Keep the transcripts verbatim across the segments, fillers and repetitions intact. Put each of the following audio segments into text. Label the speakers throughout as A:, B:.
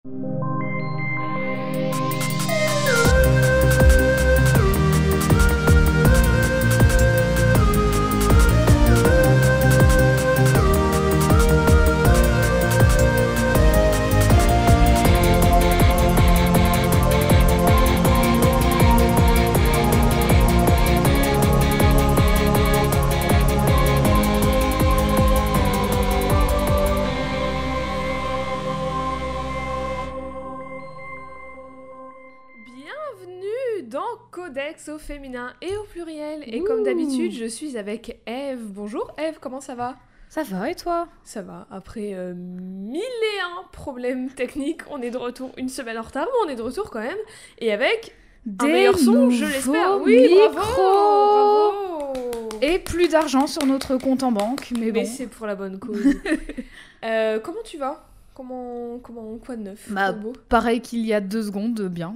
A: Codex au féminin et au pluriel. Et Ouh. Comme d'habitude, je suis avec Eve. Bonjour Eve, comment ça va ?
B: Ça va et toi ?
A: Ça va. Après euh, mille et un problèmes techniques, on est de retour une semaine en retard, mais on est de retour quand même. Et avec
B: des
A: un meilleur son, je l'espère. Oui,
B: micros.
A: Bravo, bravo.
B: Et plus d'argent sur notre compte en banque, mais, mais bon.
A: Mais c'est pour la bonne cause. euh, comment tu vas ? Comment, comment, quoi de neuf ?
B: Bah, pareil qu'il y a deux secondes, bien.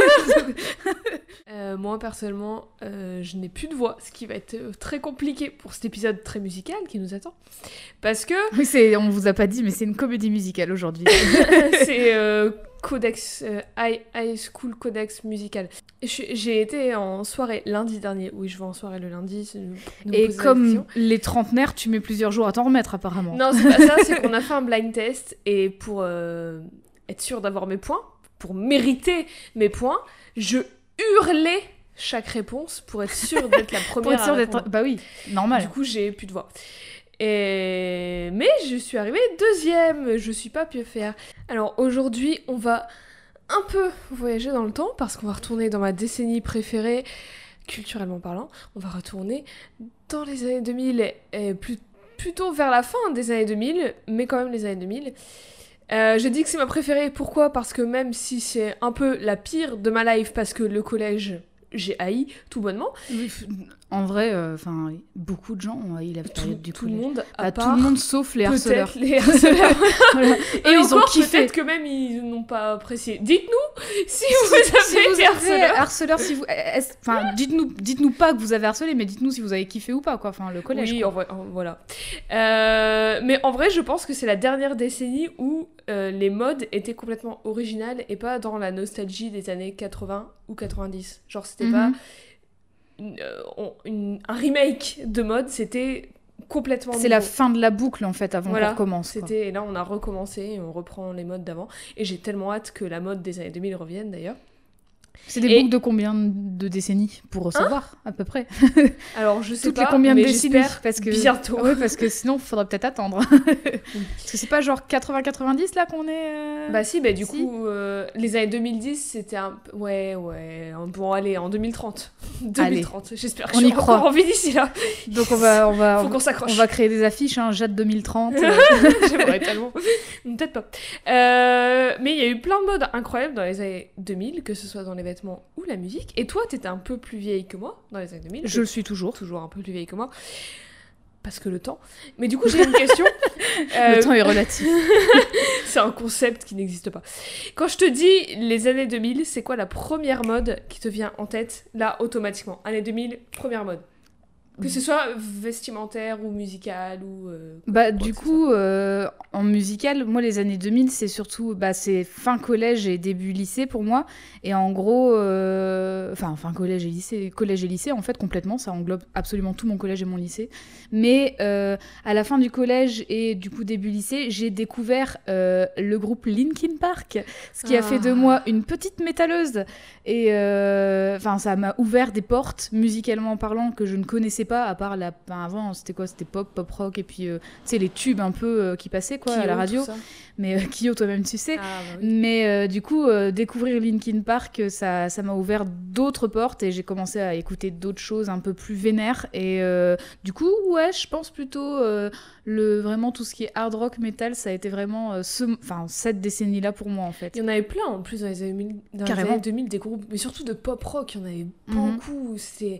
A: euh, moi, personnellement, euh, je n'ai plus de voix, ce qui va être très compliqué pour cet épisode très musical qui nous attend. Parce que...
B: Oui, c'est, on vous a pas dit, mais c'est une comédie musicale aujourd'hui.
A: c'est euh, Codex, euh, high, high School Codex musical. J'ai été en soirée lundi dernier. Oui, je vais en soirée le lundi.
B: Et comme les trentenaires, tu mets plusieurs jours à t'en remettre, apparemment.
A: Non, c'est pas ça, c'est qu'on a fait un blind test et pour euh, être sûre d'avoir mes points, pour mériter mes points, je hurlais chaque réponse pour être sûre d'être la première
B: pour être sûre
A: à répondre.
B: D'être... Bah oui, normal.
A: Du coup, j'ai plus de voix. Et... Mais je suis arrivée deuxième, je suis pas pieuvre. Alors aujourd'hui, on va un peu voyager dans le temps parce qu'on va retourner dans ma décennie préférée, culturellement parlant. On va retourner dans les années deux mille, et plus, plutôt vers la fin des années deux mille, mais quand même les années deux mille. Euh, j'ai dit que c'est ma préférée, pourquoi ? Parce que même si c'est un peu la pire de ma life, parce que le collège, j'ai haï tout bonnement.
B: En vrai, enfin, euh, beaucoup de gens ont haï la période du
A: tout
B: collège.
A: Le monde, à
B: bah,
A: part
B: tout le monde sauf les harceleurs.
A: les harceleurs. Voilà. Et, et
B: ils
A: encore,
B: ont kiffé.
A: Peut-être que même ils n'ont pas apprécié. Dites-nous si vous avez
B: si vous
A: été harceleur.
B: harceleur. Si vous, enfin, dites-nous, dites-nous pas que vous avez harcelé, mais dites-nous si vous avez kiffé ou pas, quoi. Enfin, le collège.
A: Oui,
B: quoi.
A: En vrai, en, voilà. Euh, mais en vrai, je pense que c'est la dernière décennie où euh, les modes étaient complètement originales et pas dans la nostalgie des années quatre-vingts ou quatre-vingt-dix. Genre, c'était mm-hmm. pas une, euh, une, un remake de mode, c'était complètement
B: c'est
A: nouveau.
B: La fin de la boucle en fait avant
A: voilà,
B: qu'on recommence
A: c'était quoi. Et là on a recommencé et on reprend les modes d'avant et j'ai tellement hâte que la mode des années deux mille revienne d'ailleurs.
B: C'est des et... boucles de combien de décennies pour savoir hein à peu près?
A: Alors je sais
B: Toutes
A: pas
B: les combien de
A: mais
B: décennies
A: parce que
B: bientôt. Oui, parce que sinon il faudrait peut-être attendre. Parce que c'est pas genre quatre-vingts quatre-vingt-dix là qu'on est euh...
A: Bah si, bah du si. coup euh, les années deux mille dix c'était un ouais ouais bon allez en deux mille trente. deux mille trente, allez. J'espère que
B: on
A: j'aurai
B: y croit.
A: Encore envie d'ici là.
B: Donc on va on va
A: faut qu'on s'accroche.
B: On va créer des affiches hein, Jade deux mille trente. Euh...
A: J'aimerais tellement. Peut-être pas. Euh, mais il y a eu plein de modes incroyables dans les années deux mille, que ce soit dans les vêtements ou la musique. Et toi, t'étais un peu plus vieille que moi dans les années deux mille.
B: Je le suis toujours.
A: Toujours un peu plus vieille que moi. Parce que le temps. Mais du coup, j'ai une question.
B: euh... Le temps est relatif.
A: C'est un concept qui n'existe pas. Quand je te dis les années deux mille, c'est quoi la première mode qui te vient en tête, là, automatiquement ? Années deux mille, première mode. Que ce soit vestimentaire ou musical ou... Euh,
B: bah du coup, euh, en musical, moi les années deux mille, c'est surtout... Bah, c'est fin collège et début lycée pour moi. Et en gros... Euh, enfin, fin collège et lycée. Collège et lycée, en fait, complètement. Ça englobe absolument tout mon collège et mon lycée. Mais euh, à la fin du collège et du coup début lycée, j'ai découvert euh, le groupe Linkin Park. Ce qui ah. a fait de moi une petite métalleuse. Et enfin, euh, ça m'a ouvert des portes, musicalement parlant, que je ne connaissais pas, à part la... Enfin, avant, c'était quoi ? C'était pop, pop rock, et puis, euh, tu sais, les tubes un peu euh, qui passaient, quoi, Kyo, à la radio. Mais euh, Kyo, toi-même, tu sais. Ah, bah oui. Mais euh, du coup, euh, découvrir Linkin Park, ça, ça m'a ouvert d'autres portes, et j'ai commencé à écouter d'autres choses un peu plus vénères. Et euh, du coup, ouais, je pense plutôt... Euh, le, vraiment, tout ce qui est hard rock, metal, ça a été vraiment euh, ce, cette décennie-là pour moi, en fait.
A: Il y en avait plein, en plus, dans les années, dans les années deux mille, des groupes, mais surtout de pop rock, il y en avait beaucoup. Mm-hmm. C'était...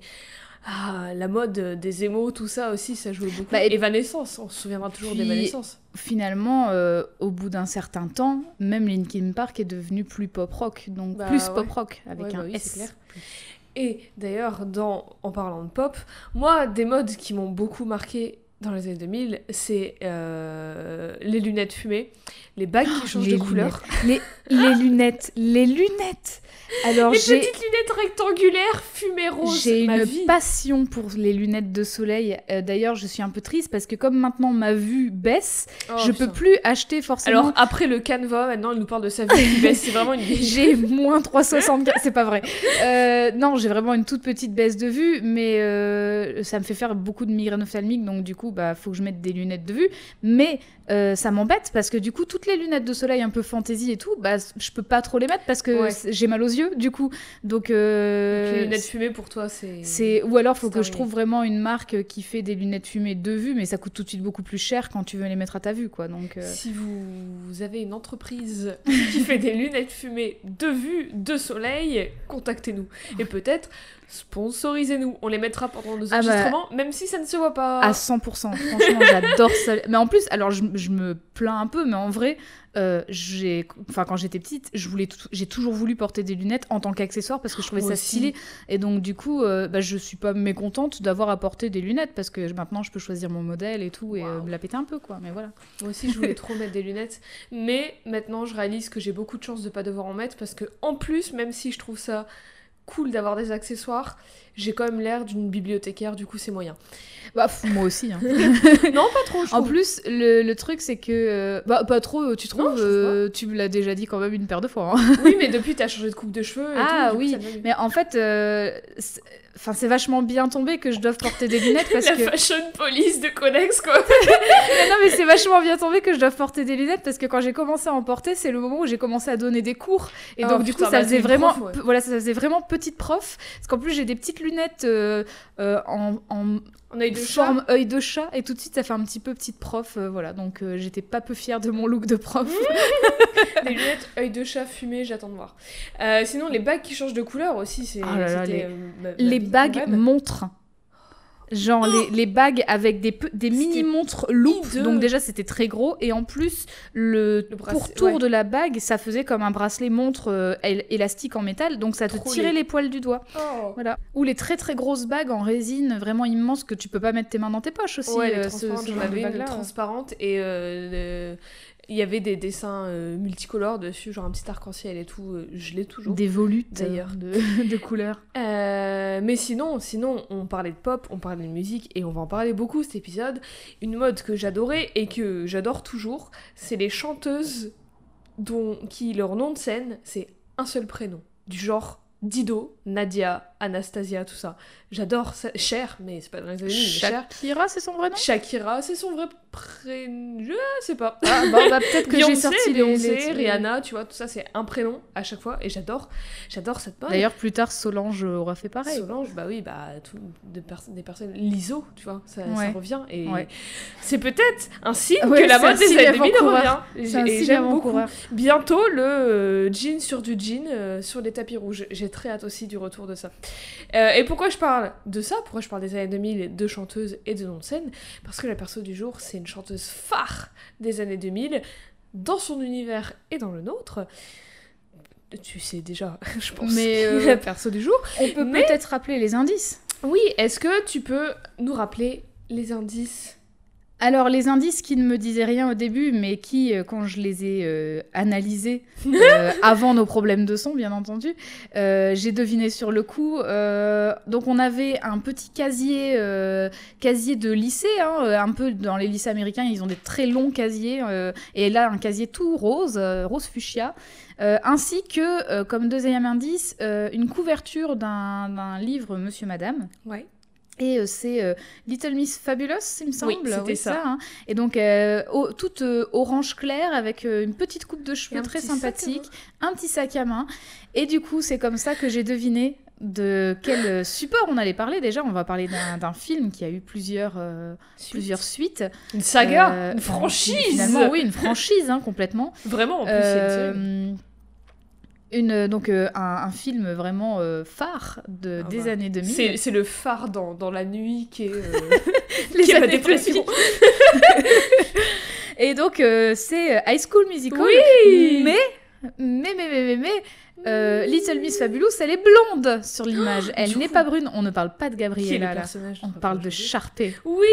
A: Ah, la mode des émos, tout ça aussi, ça jouait beaucoup. Bah, et Evanescence, on se souviendra toujours
B: puis,
A: d'Evanescence.
B: Finalement, euh, au bout d'un certain temps, même Linkin Park est devenu plus pop rock, donc bah, plus ouais. pop rock avec ouais, un bah oui, S.
A: C'est clair. Et d'ailleurs, dans, en parlant de pop, moi, des modes qui m'ont beaucoup marqué dans les années deux mille, c'est euh, les lunettes fumées, les bagues qui changent
B: les
A: de couleur.
B: Les, les lunettes, les lunettes. Alors
A: les
B: j'ai...
A: petites lunettes rectangulaires fumées roses.
B: J'ai
A: ma
B: une
A: vie.
B: passion pour les lunettes de soleil. Euh, d'ailleurs, je suis un peu triste parce que comme maintenant ma vue baisse,
A: Oh,
B: je
A: putain.
B: peux plus acheter forcément.
A: Alors après le Canva, maintenant il nous parle de sa vue qui baisse, c'est vraiment une
B: J'ai moins trois cent soixante-quinze, c'est pas vrai. Euh, non, j'ai vraiment une toute petite baisse de vue, mais euh, ça me fait faire beaucoup de migraines ophtalmiques, donc du coup, bah, faut que je mette des lunettes de vue. Mais euh, ça m'embête parce que du coup, toutes les lunettes de soleil un peu fantasy et tout, bah, je peux pas trop les mettre parce que
A: Ouais.
B: c'est- j'ai mal aux yeux, du coup. Donc, euh,
A: Donc, les lunettes fumées pour toi, c'est.
B: c'est ou alors faut
A: c'est
B: que je
A: terminé.
B: trouve vraiment une marque qui fait des lunettes fumées de vue, mais ça coûte tout de suite beaucoup plus cher quand tu veux les mettre à ta vue, quoi. Donc, euh,
A: Si vous avez une entreprise qui fait des lunettes fumées de vue, de soleil, contactez-nous. Et peut-être sponsorisez-nous. On les mettra pendant nos
B: Ah bah,
A: enregistrements, même si ça ne se voit pas.
B: à cent pour cent. Franchement, j'adore ça. Mais en plus, alors je, je me plains un peu, mais en vrai, euh, j'ai, enfin quand j'étais petite, je voulais, tout- j'ai toujours voulu porter des lunettes en tant qu'accessoire parce que je trouvais
A: Moi
B: ça
A: aussi.
B: stylé. Et donc du coup, euh, bah, je suis pas mécontente d'avoir à porter des lunettes parce que maintenant je peux choisir mon modèle et tout et euh,
A: Waouh.
B: me la péter un peu, quoi. Mais voilà.
A: Moi aussi, je voulais trop mettre des lunettes. Mais maintenant, je réalise que j'ai beaucoup de chance de pas devoir en mettre parce que, en plus, même si je trouve ça cool d'avoir des accessoires, j'ai quand même l'air d'une bibliothécaire, du coup, c'est moyen.
B: Bah pff, moi aussi. Hein.
A: Non, pas trop, je
B: En
A: trouve.
B: plus, le, le truc c'est que, euh, bah pas trop. Tu trouves
A: Non, je trouve
B: euh, Tu me l'as déjà dit quand même une paire de fois. Hein.
A: Oui, mais depuis, t'as changé de coupe de cheveux et
B: Ah
A: tout. du coup,
B: oui,
A: ça me-
B: mais en fait, euh, c'est- enfin c'est vachement bien tombé que je doive porter des lunettes parce
A: La
B: que
A: fashion police de Connex, quoi.
B: Mais non mais c'est vachement bien tombé que je doive porter des lunettes parce que quand j'ai commencé à en porter, c'est le moment où j'ai commencé à donner des cours et
A: Oh,
B: donc du
A: putain,
B: coup ça
A: bah,
B: faisait
A: t'es une
B: vraiment,
A: prof, ouais.
B: pe- voilà, ça faisait vraiment petite prof parce qu'en plus j'ai des petites lunettes euh, euh, en, en
A: On a eu de chat.
B: forme œil de chat et tout de suite ça fait un petit peu petite prof, euh, voilà, donc euh, j'étais pas peu fière de mon look de prof.
A: Des lunettes, œil de chat fumé, j'attends de voir. Euh, sinon, les bagues qui changent de couleur aussi, c'est.
B: Oh là là,
A: c'était,
B: les-
A: euh, ma- ma
B: Les
A: vie de
B: bagues
A: rêve.
B: montres. Genre les, les bagues avec des, pe- des
A: C'était
B: mini-montres loupes,
A: hideux.
B: donc déjà c'était très gros, et en plus le,
A: Le bracelet,
B: pourtour
A: ouais.
B: de la bague, ça faisait comme un bracelet montre euh, él- élastique en métal, donc ça te
A: Trop
B: tirait
A: laid.
B: les poils du doigt.
A: Oh.
B: Voilà. Ou les très très grosses bagues en résine vraiment immenses que tu peux pas mettre tes mains dans tes poches aussi.
A: Ouais, les
B: euh, ce-
A: transparentes,
B: ce
A: j'en
B: genre de
A: avais une
B: bagues-là.
A: transparente et euh, le- il y avait des dessins euh, multicolores dessus, genre un petit arc-en-ciel et tout. euh, Je l'ai toujours.
B: Des volutes
A: D'ailleurs.
B: d'ailleurs de, de couleurs.
A: Euh, mais sinon, sinon, on parlait de pop, on parlait de musique et on va en parler beaucoup cet épisode. Une mode que j'adorais et que j'adore toujours, c'est les chanteuses dont qui leur nom de scène c'est un seul prénom, du genre Dido, Nadia, Anastasia, tout ça. J'adore ça. Cher, mais c'est pas dans les années, mais Cher.
B: Shakira, c'est son vrai nom?
A: Shakira, c'est son vrai prénom. Je sais pas.
B: Ah, bon, bah, peut-être que j'ai
A: Beyoncé,
B: sorti les-
A: Beyoncé,
B: les-
A: Rihanna, tu vois, tout ça c'est un prénom à chaque fois et j'adore, j'adore cette mode.
B: D'ailleurs, plus tard, Solange aura fait pareil.
A: Solange, bah oui, bah tout, des, pers- des personnes, l'I S O, tu vois, ça, ça
B: Ouais.
A: revient et
B: Ouais.
A: c'est peut-être un signe
B: Ouais,
A: que la
B: c'est un
A: mode des
B: signe
A: années deux mille
B: avant-coureur.
A: revient.
B: C'est un
A: Et
B: signe
A: j'aime beaucoup.
B: avant-coureur.
A: Bientôt le euh, jean sur du jean euh, sur les tapis rouges. J'ai très hâte aussi du retour de ça. Euh, et pourquoi je parle de ça? Pourquoi je parle des années deux mille, de chanteuses et de noms de scène? Parce que la perso du jour, c'est une chanteuse phare des années deux mille, dans son univers et dans le nôtre. Tu sais déjà, je pense,
B: Mais, euh,
A: la perso du jour.
B: On peut
A: Mais-
B: peut-être rappeler les indices.
A: Oui, est-ce que tu peux nous rappeler les indices?
B: Alors, les indices qui ne me disaient rien au début, mais qui, euh, quand je les ai euh, analysés, euh, avant nos problèmes de son, bien entendu, euh, j'ai deviné sur le coup. Euh, donc, on avait un petit casier, euh, casier de lycée, hein, euh, un peu dans les lycées américains, ils ont des très longs casiers, euh, et là, un casier tout rose, euh, rose fuchsia, euh, ainsi que, euh, comme deuxième indice, euh, une couverture d'un d'un livre Monsieur Madame.
A: Ouais.
B: Et euh, c'est euh, Little Miss Fabulous, il me semble.
A: Oui, c'était ça.
B: hein. Et donc, euh, au- toute euh, orange clair avec euh, une petite coupe de
A: Et
B: cheveux
A: un
B: très
A: petit sac à
B: sympathique, un petit sac à main. Et du coup, c'est comme ça que j'ai deviné de quel euh, support on allait parler. Déjà, on va parler d'un d'un film qui a eu plusieurs, euh, plusieurs suites.
A: Une saga,
B: Euh,
A: une franchise.
B: Finalement, oui, une franchise, hein, complètement.
A: Vraiment, en plus, c'est une série.
B: Euh, une, donc, euh, un, un film vraiment euh, phare de,
A: Ah
B: des
A: bah.
B: années deux mille.
A: C'est c'est le phare dans, dans la nuit qui est, euh,
B: Les
A: qui est ma
B: années
A: dépression.
B: deux mille. Et donc, euh, c'est euh, High School Musical.
A: Oui.
B: Mais, mais, mais, mais, mais, mais euh, Little Miss Fabulous, elle est blonde sur l'image. Elle
A: Du
B: n'est
A: coup-
B: pas brune. On ne parle pas de
A: Qui est
B: Gabriella,
A: le
B: là.
A: personnage
B: On
A: dont
B: parle de
A: aujourd'hui
B: Sharpay.
A: Oui,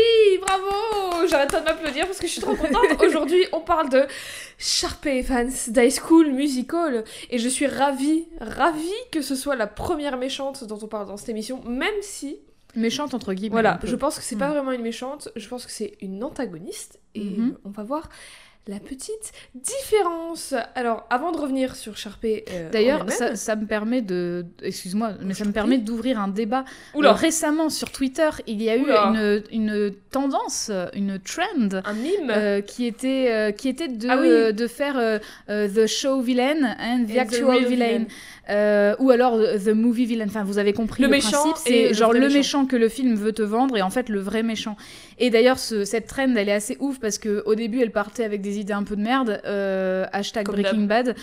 A: bravo. J'arrête pas de m'applaudir parce que je suis trop contente. Aujourd'hui, on parle de Sharpay, fans d'High School Musical. Et je suis ravie, ravie que ce soit la première méchante dont on parle dans cette émission, même si...
B: Méchante, entre guillemets.
A: Voilà,
B: un peu.
A: je pense que c'est pas
B: Mm.
A: vraiment une méchante, je pense que c'est une antagoniste, et
B: Mhm.
A: on va voir la petite différence. Alors, avant de revenir sur Sharpay, euh, en
B: D'ailleurs,
A: elle-même-
B: ça, ça me permet de... Excuse-moi, mais ça
A: Je
B: me
A: t'en
B: permet
A: prie.
B: d'ouvrir un débat.
A: Oula,
B: Euh, récemment, sur Twitter, il y a eu
A: Oula.
B: une, une tendance, une trend,
A: un mime.
B: euh, qui, était, euh, qui était de,
A: Ah oui.
B: euh, de faire euh, euh, The Show Villain and The
A: And
B: Actual
A: real
B: Villain.
A: villain.
B: Euh, ou alors The Movie Villain. Enfin, vous avez compris
A: Le
B: le,
A: méchant
B: principe.
A: et
B: C'est
A: le
B: genre
A: vrai
B: le
A: méchant.
B: méchant que le film veut te vendre et en fait le vrai méchant. Et d'ailleurs, ce- cette trend, elle est assez ouf parce que au début, elle partait avec des idées un peu de merde. Euh, hashtag
A: Comme
B: Breaking Bad.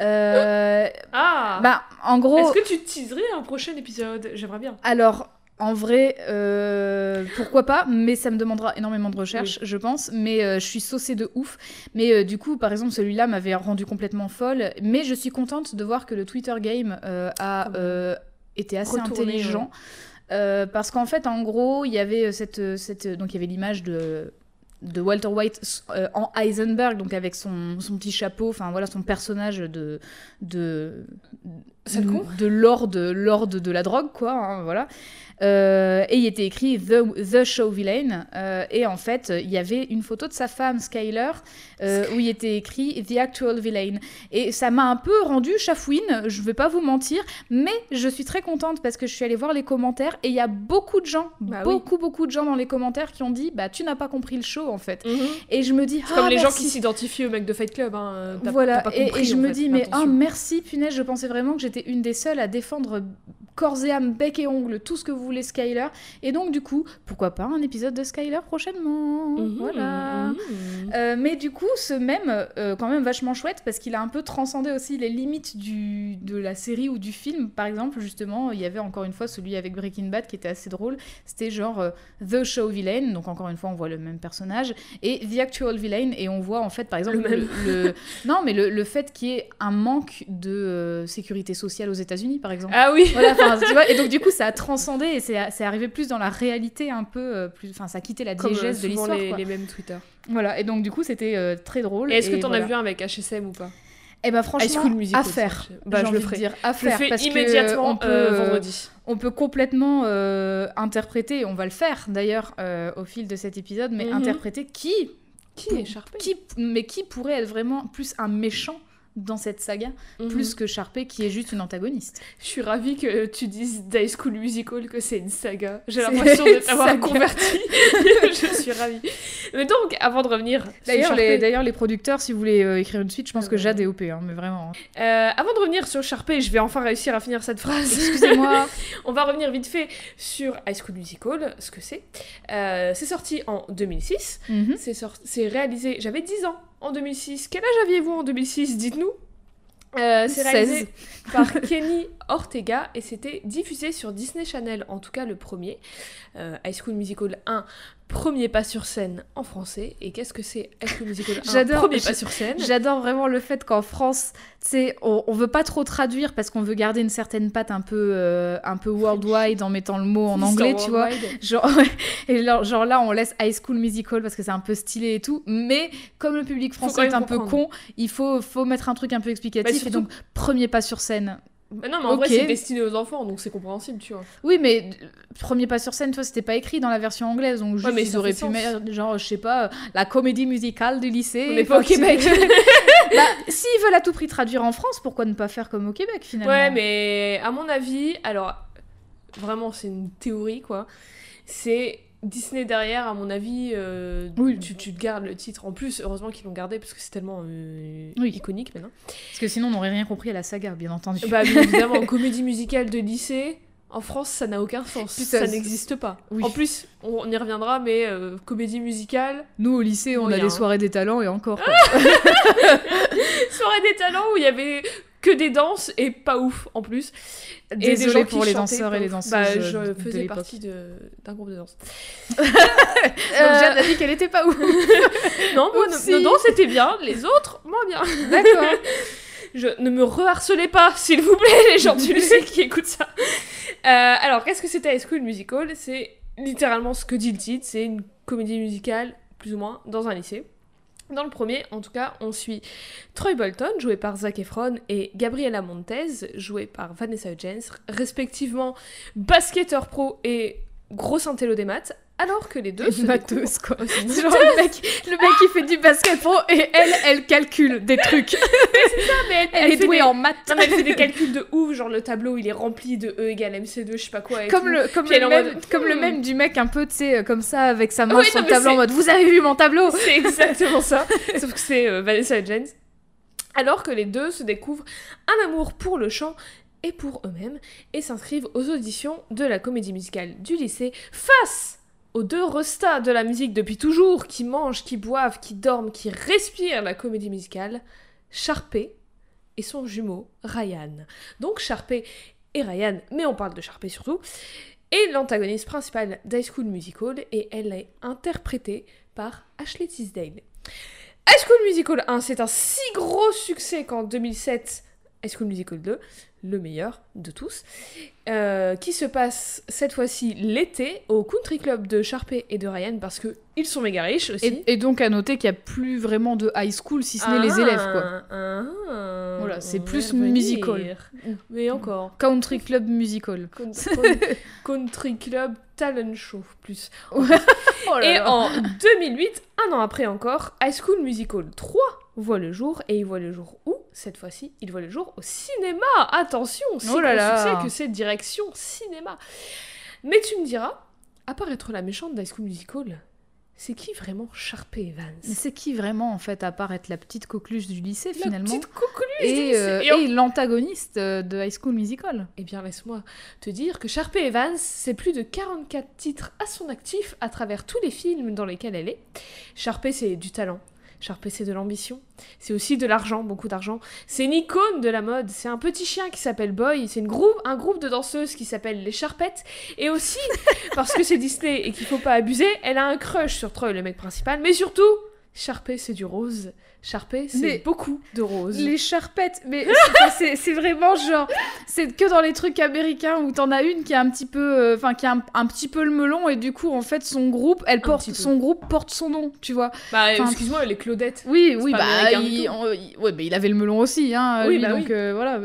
B: Euh,
A: Ah
B: bah, en gros.
A: Est-ce que tu teaserais un prochain épisode? J'aimerais bien.
B: Alors, en vrai, euh, pourquoi pas, mais ça me demandera énormément de recherche, je pense. Mais euh, je suis saucée de ouf. Mais euh, du coup, par exemple, celui-là m'avait rendu complètement folle. Mais je suis contente de voir que le Twitter game euh, a
A: Quand même.
B: euh, été assez
A: Retourné,
B: intelligent. Euh, parce qu'en fait, en gros, il y avait cette, cette, donc il y avait l'image de de Walter White euh, en Heisenberg, donc avec son, son petit chapeau, enfin voilà, son personnage de de
A: Sale con.
B: de lord lord de la drogue, quoi, hein, voilà. Euh, et il était écrit The, The Show Villain, euh, et en fait, il y avait une photo de sa femme, Skyler, euh, où il était écrit The Actual Villain. Et ça m'a un peu rendu chafouine, je vais pas vous mentir, mais je suis très contente parce que je suis allée voir les commentaires, et il y a beaucoup de gens,
A: Bah oui.
B: beaucoup, beaucoup de gens dans les commentaires qui ont dit, bah tu n'as pas compris le show, en fait.
A: Mhm.
B: Et je me dis,
A: C'est comme
B: ah,
A: les gens
B: merci.
A: qui s'identifient au mec de Fight Club. Hein. T'as-
B: Voilà,
A: t'as pas
B: et,
A: compris,
B: et je
A: en
B: me
A: fait,
B: dis, mais ah
A: l'intention.
B: merci, punaise, je pensais vraiment que j'étais une des seules à défendre corps et âme, bec et ongle, tout ce que vous voulez Skyler. Et donc, du coup, pourquoi pas un épisode de Skyler prochainement.
A: Mhm,
B: Voilà.
A: mhm.
B: Euh, mais du coup, ce même, euh, quand même vachement chouette, parce qu'il a un peu transcendé aussi les limites du, de la série ou du film. Par exemple, justement, il y avait encore une fois celui avec Breaking Bad qui était assez drôle. C'était genre euh, The Show Villain, donc encore une fois, on voit le même personnage, et The Actual Villain, et on voit en fait, par exemple,
A: Le même.
B: le- le- non, mais le, le fait qu'il y ait un manque de euh, sécurité sociale aux États-Unis, par exemple.
A: Ah oui.
B: Voilà, enfin, tu vois, et donc du coup, ça a transcendé et c'est c'est arrivé plus dans la réalité un peu, euh, plus, enfin, ça a quitté la
A: Comme euh,
B: diégèse de
A: souvent
B: l'histoire.
A: les,
B: quoi.
A: les mêmes Twitter.
B: Voilà, et donc du coup, c'était euh, très drôle.
A: Et est-ce que t'en
B: voilà.
A: as vu un avec H S M ou pas?
B: Eh ben
A: High
B: franchement,
A: School Musical,
B: à faire.
A: ça, bah,
B: J'ai
A: je le
B: envie de
A: ferai.
B: dire à
A: Je le
B: faire
A: fais
B: parce
A: immédiatement
B: que on peut,
A: euh,
B: euh,
A: vendredi.
B: on peut complètement euh, interpréter, on va le faire d'ailleurs euh, au fil de cet épisode, mais
A: Mhm.
B: interpréter qui,
A: Qui est Sharpay?
B: qui, mais qui pourrait être vraiment plus un méchant dans cette saga,
A: Mhm.
B: plus que Sharpay qui est juste une antagoniste.
A: Je suis ravie que tu dises d'High School Musical que c'est une saga. J'ai
B: C'est
A: l'impression de
B: une
A: t'avoir
B: saga.
A: converti. Je suis ravie. Mais donc, avant de revenir sur
B: D'ailleurs,
A: Sharpay,
B: les, d'ailleurs, les producteurs, si vous voulez euh, écrire une suite, je pense que
A: Euh,
B: j'ai A D O P, hein, mais vraiment.
A: euh, avant de revenir sur Sharpay, je vais enfin réussir à finir cette phrase.
B: Excusez-moi.
A: On va revenir vite fait sur High School Musical, ce que c'est. Euh, c'est sorti en deux mille six.
B: Mhm.
A: C'est, sorti- c'est réalisé... J'avais dix ans en deux mille six. Quel âge aviez-vous en deux mille six? Dites-nous. Euh, c'est réalisé par Kenny Ortega et c'était diffusé sur Disney Channel, en tout cas le premier. Euh, High School Musical un, premier pas sur scène en français. Et qu'est-ce que c'est High School Musical un,
B: J'adore-
A: premier
B: j'-
A: pas sur scène?
B: J'adore vraiment le fait qu'en France, tu sais, on, on veut pas trop traduire parce qu'on veut garder une certaine patte un peu, euh, un peu worldwide en mettant le mot en anglais, tu vois. Genre, ouais. Et genre, genre là, on laisse High School Musical parce que c'est un peu stylé et tout. Mais comme le public
A: quand
B: français est
A: même
B: un peu
A: comprendre.
B: con, il faut, faut mettre un truc un peu explicatif.
A: Bah,
B: et
A: surtout-
B: donc, premier pas sur scène.
A: Bah non, mais en
B: Ok.
A: vrai, c'est destiné aux enfants, donc c'est compréhensible, tu vois.
B: Oui, mais euh, premier pas sur scène, toi, c'était pas écrit dans la version anglaise. Donc, juste,
A: mais
B: ils
A: ça
B: auraient
A: fait
B: pu
A: sens.
B: mettre, genre, je sais pas, euh, la comédie musicale du lycée.
A: On n'est pas au
B: Enfin, tu-
A: Québec.
B: Bah, s'ils veulent à tout prix traduire en France, pourquoi ne pas faire comme au Québec, finalement?
A: Ouais, mais à mon avis, alors vraiment, c'est une théorie quoi. C'est Disney derrière, à mon avis, euh,
B: Oui.
A: tu, tu te gardes le titre. En plus, heureusement qu'ils l'ont gardé parce que c'est tellement euh,
B: Oui.
A: iconique maintenant.
B: Parce que sinon, on n'aurait rien compris à la saga, bien entendu.
A: Bah, bien évidemment, comédie musicale de lycée. En France, ça n'a aucun sens.
B: Puis
A: ça
B: ça-
A: n'existe pas.
B: Oui.
A: En plus, on y reviendra, mais euh, comédie musicale,
B: Nous, au lycée, on
A: Moyen,
B: a des
A: hein.
B: soirées des talents et encore. quoi.
A: soirée des talents où il y avait que des danses et pas ouf en plus. Et des
B: Désolée
A: gens
B: pour
A: qui
B: les
A: chantaient
B: danseurs
A: pas
B: et les
A: ouf.
B: danseuses
A: Bah,
B: euh,
A: je
B: de- de
A: faisais
B: l'époque.
A: partie de- d'un groupe de danse.
B: Donc, Jeanne a dit qu'elle était pas ouf.
A: Non, moi,
B: Oupsie.
A: nos danses étaient bien, les autres, moins bien.
B: D'accord.
A: Je, ne me reharcelez pas, s'il vous plaît, les gens du lycée qui écoutent ça. Euh, alors, qu'est-ce que c'était High School Musical ? C'est littéralement ce que dit le titre, c'est une comédie musicale, plus ou moins, dans un lycée. Dans le premier, en tout cas, on suit Troy Bolton, joué par Zac Efron, et Gabriela Montez, jouée par Vanessa Hudgens, respectivement basketteur pro et gros intello des maths, alors que les deux se
B: mathos, quoi.
A: Oh, c'est
B: C'est genre le mec, le mec qui fait du basket pro et elle, elle calcule des trucs.
A: c'est ça, mais elle,
B: Elle,
A: elle
B: est
A: fait
B: douée
A: des...
B: en maths.
A: Non, mais elle fait des calculs de ouf, genre le tableau il est rempli de E égale M C deux, je sais pas quoi. Et
B: Comme
A: tout.
B: le, comme,
A: Puis
B: le
A: elle est en
B: même,
A: mode,
B: comme le
A: hmm.
B: même du mec un peu, tu sais, comme ça, avec sa main
A: Oui,
B: sur
A: non,
B: le
A: mais
B: tableau en
A: c'est-
B: mode « Vous avez vu mon tableau ?»
A: C'est exactement ça, sauf que c'est euh, Vanessa Hudgens. Alors que les deux se découvrent un amour pour le chant et pour eux-mêmes et s'inscrivent aux auditions de la comédie musicale du lycée face aux deux restats de la musique depuis toujours, qui mangent, qui boivent, qui dorment, qui respirent la comédie musicale, Sharpay et son jumeau Ryan. Donc Sharpay et Ryan, mais on parle de Sharpay surtout, est l'antagoniste principal d'High School Musical et elle est interprétée par Ashley Tisdale. High School Musical un, c'est un si gros succès qu'en deux mille sept, High School Musical deux, le meilleur de tous, euh, qui se passe cette fois-ci l'été au country club de Sharpay et de Ryan parce que ils sont méga riches aussi.
B: et, et donc à noter qu'il n'y a plus vraiment de high school si ce n'est les
A: Ah,
B: élèves, quoi.
A: ah,
B: Voilà, c'est
A: on
B: plus
A: va y revenir.
B: musical.
A: Mais encore.
B: Country club musical.
A: Con- con- country club talent show plus.
B: Oh là
A: Et
B: là.
A: en deux mille huit, un an après encore, High School Musical trois voit le jour, et il voit le jour où, cette fois-ci, il voit le jour au cinéma. Attention, si
B: Oh là
A: gros
B: là.
A: succès que c'est direction cinéma. Mais tu me diras, à part être la méchante d'High School Musical, c'est qui vraiment Sharpay Evans?
B: Mais c'est qui vraiment, en fait, à part être la petite coqueluche du lycée,
A: La
B: finalement
A: petite coqueluche du
B: et,
A: lycée.
B: euh,
A: Et en-
B: et l'antagoniste euh, de High School Musical.
A: Eh bien, laisse-moi te dire que Sharpay Evans, c'est plus de quarante-quatre titres à son actif à travers tous les films dans lesquels elle est. Sharpay, c'est du talent. Sharpay, c'est de l'ambition. C'est aussi de l'argent, beaucoup d'argent. C'est une icône de la mode. C'est un petit chien qui s'appelle Boy. C'est une groupe, un groupe de danseuses qui s'appelle les Sharpettes. Et aussi, parce que c'est Disney et qu'il faut pas abuser, elle a un crush sur Troy, le mec principal. Mais surtout, Sharpay, c'est du rose. Sharpay, c'est
B: Mais-
A: beaucoup de rose.
B: Les Sharpettes, mais c'est pas- c'est c'est vraiment genre, c'est que dans les trucs américains où t'en as une qui a un petit peu, enfin qui a un, un petit peu le melon et du coup en fait son groupe, elle porte,
A: petit peu.
B: son groupe porte son nom, tu vois.
A: Bah,
B: Enfin,
A: excuse-moi, les Claudettes.
B: Oui, oui,
A: pas
B: bah
A: américain du
B: il,
A: tout.
B: on- il- ouais, bah, il avait le melon aussi, hein.
A: Oui,
B: lui,
A: bah
B: donc
A: oui.
B: euh, voilà.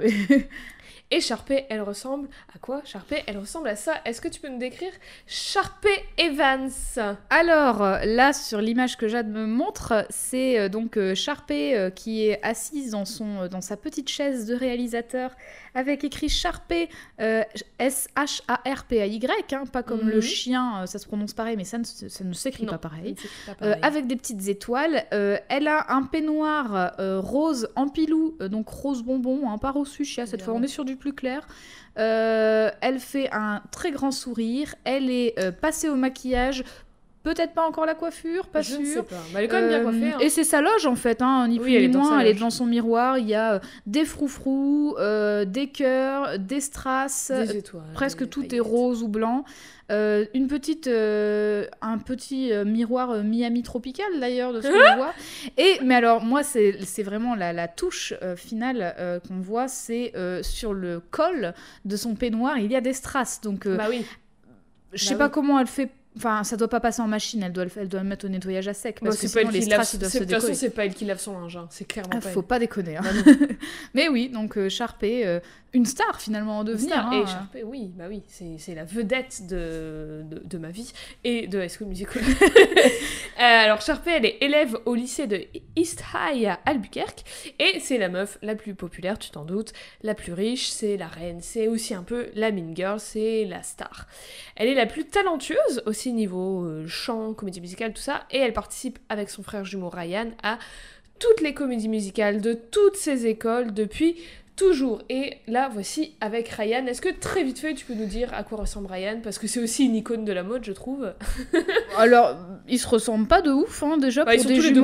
A: Et Sharpay, elle ressemble à quoi Sharpay, elle ressemble à ça. Est-ce que tu peux nous décrire Sharpay Evans?
B: Alors euh, là, sur l'image que Jade me montre, c'est euh, donc euh, Sharpay euh, qui est assise dans, son, euh, dans sa petite chaise de réalisateur avec écrit Sharpay, euh, S H A R P A Y, hein, pas comme
A: Mhm.
B: le chien, euh, ça se prononce pareil, mais ça ne, se- ça ne s'écrit
A: Non,
B: pas pareil.
A: c'est pas
B: Euh,
A: pareil.
B: avec des petites étoiles. Euh, elle a un peignoir euh, rose en pilou, euh, donc rose bonbon, hein, pas rose fuchsia cette fois, on
A: Évidemment.
B: est sur du plus clair. Euh, elle fait un très grand sourire, elle est euh, passée au maquillage, peut-être pas encore la coiffure, pas
A: Je ne sais
B: sûre.
A: pas. Bah, elle est quand même bien
B: Euh,
A: coiffée. hein.
B: Et c'est sa loge en fait, hein, ni
A: Oui,
B: plus
A: elle
B: ni
A: est dans
B: moins.
A: sa
B: Elle est
A: loge.
B: devant son miroir. Il y a euh, des froufrous, euh, des cœurs, des strass,
A: Des étoiles.
B: presque
A: des
B: tout est
A: paillettes.
B: rose ou blanc. Euh, une petite, euh, un petit euh, miroir euh, Miami tropical d'ailleurs de ce qu'on voit. Et mais alors moi c'est c'est vraiment la, la touche euh, finale euh, qu'on voit, c'est euh, sur le col de son peignoir il y a des strass. Donc euh,
A: Bah oui.
B: je sais
A: bah
B: pas
A: oui.
B: comment elle fait. Enfin, ça doit pas passer en machine, elle doit, le- elle doit le mettre au nettoyage à sec.
A: Bah,
B: Parce que
A: c'est pas
B: sinon,
A: elle
B: les
A: qui lave.
B: strass, ils doivent
A: c'est-
B: se
A: De toute façon,
B: décoller.
A: c'est pas elle qui lave son linge. hein. C'est clairement
B: Ah,
A: pas
B: faut
A: elle.
B: pas déconner. hein.
A: Bah non.
B: Mais oui, donc euh, Sharpay, euh, une star finalement en devenir.
A: Star.
B: hein.
A: Et Sharpay, oui, bah oui, c'est c'est la vedette de, de, de ma vie et de High School Musical. Euh, alors Sharpay, elle est élève au lycée de East High à Albuquerque et c'est la meuf la plus populaire, tu t'en doutes, la plus riche, c'est la reine, c'est aussi un peu la mean girl, c'est la star. Elle est la plus talentueuse aussi niveau euh, chant, comédie musicale, tout ça, et elle participe avec son frère jumeau Ryan à toutes les comédies musicales de toutes ces écoles depuis toujours. Et là, voici avec Ryan. Est-ce que très vite fait, tu peux nous dire à quoi ressemble Ryan? Parce que c'est aussi une icône de la mode, je trouve.
B: Alors, ils se ressemblent pas de ouf, hein, déjà,
A: Bah, ils
B: pour
A: sont
B: des
A: tous les deux
B: jumeaux.
A: blonds.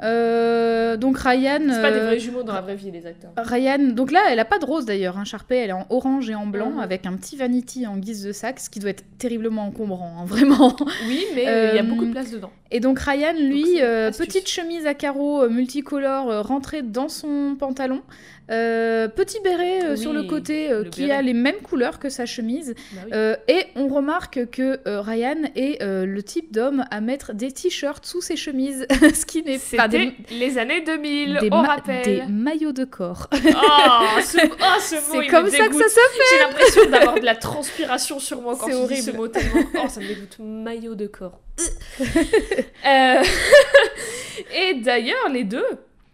B: Euh, donc Ryan...
A: C'est pas des
B: euh,
A: vrais jumeaux dans la vraie vie, les acteurs.
B: Ryan, donc là, elle a pas de rose d'ailleurs, hein, Sharpay, elle est en orange et en blanc,
A: Mhm.
B: avec un petit vanity en guise de sac, ce qui doit être terriblement encombrant, hein, vraiment.
A: Oui, mais euh, il y a
B: Euh,
A: beaucoup de place dedans.
B: Et donc Ryan, lui,
A: c'est
B: euh,
A: astuce.
B: petite chemise à carreaux euh, multicolore euh, rentrée dans son pantalon, euh, petit béret euh,
A: Oui,
B: sur le côté euh,
A: le
B: qui
A: béret.
B: a les mêmes couleurs que sa chemise.
A: Bah oui.
B: Euh, et on remarque que euh, Ryan est euh, le type d'homme à mettre des t-shirts sous ses chemises, ce qui n'est pas
A: C'était
B: des,
A: les années deux mille,
B: des,
A: on
B: ma-
A: rappelle.
B: des maillots de corps.
A: Oh, ce, oh, ce mot,
B: C'est
A: il
B: comme
A: me
B: ça que
A: dégoûte.
B: ça se fait.
A: J'ai l'impression d'avoir de la transpiration sur moi quand
B: C'est
A: tu dis
B: horrible.
A: ce mot tellement. Oh, ça me dégoûte. Maillot de corps. Euh, Et d'ailleurs, les deux,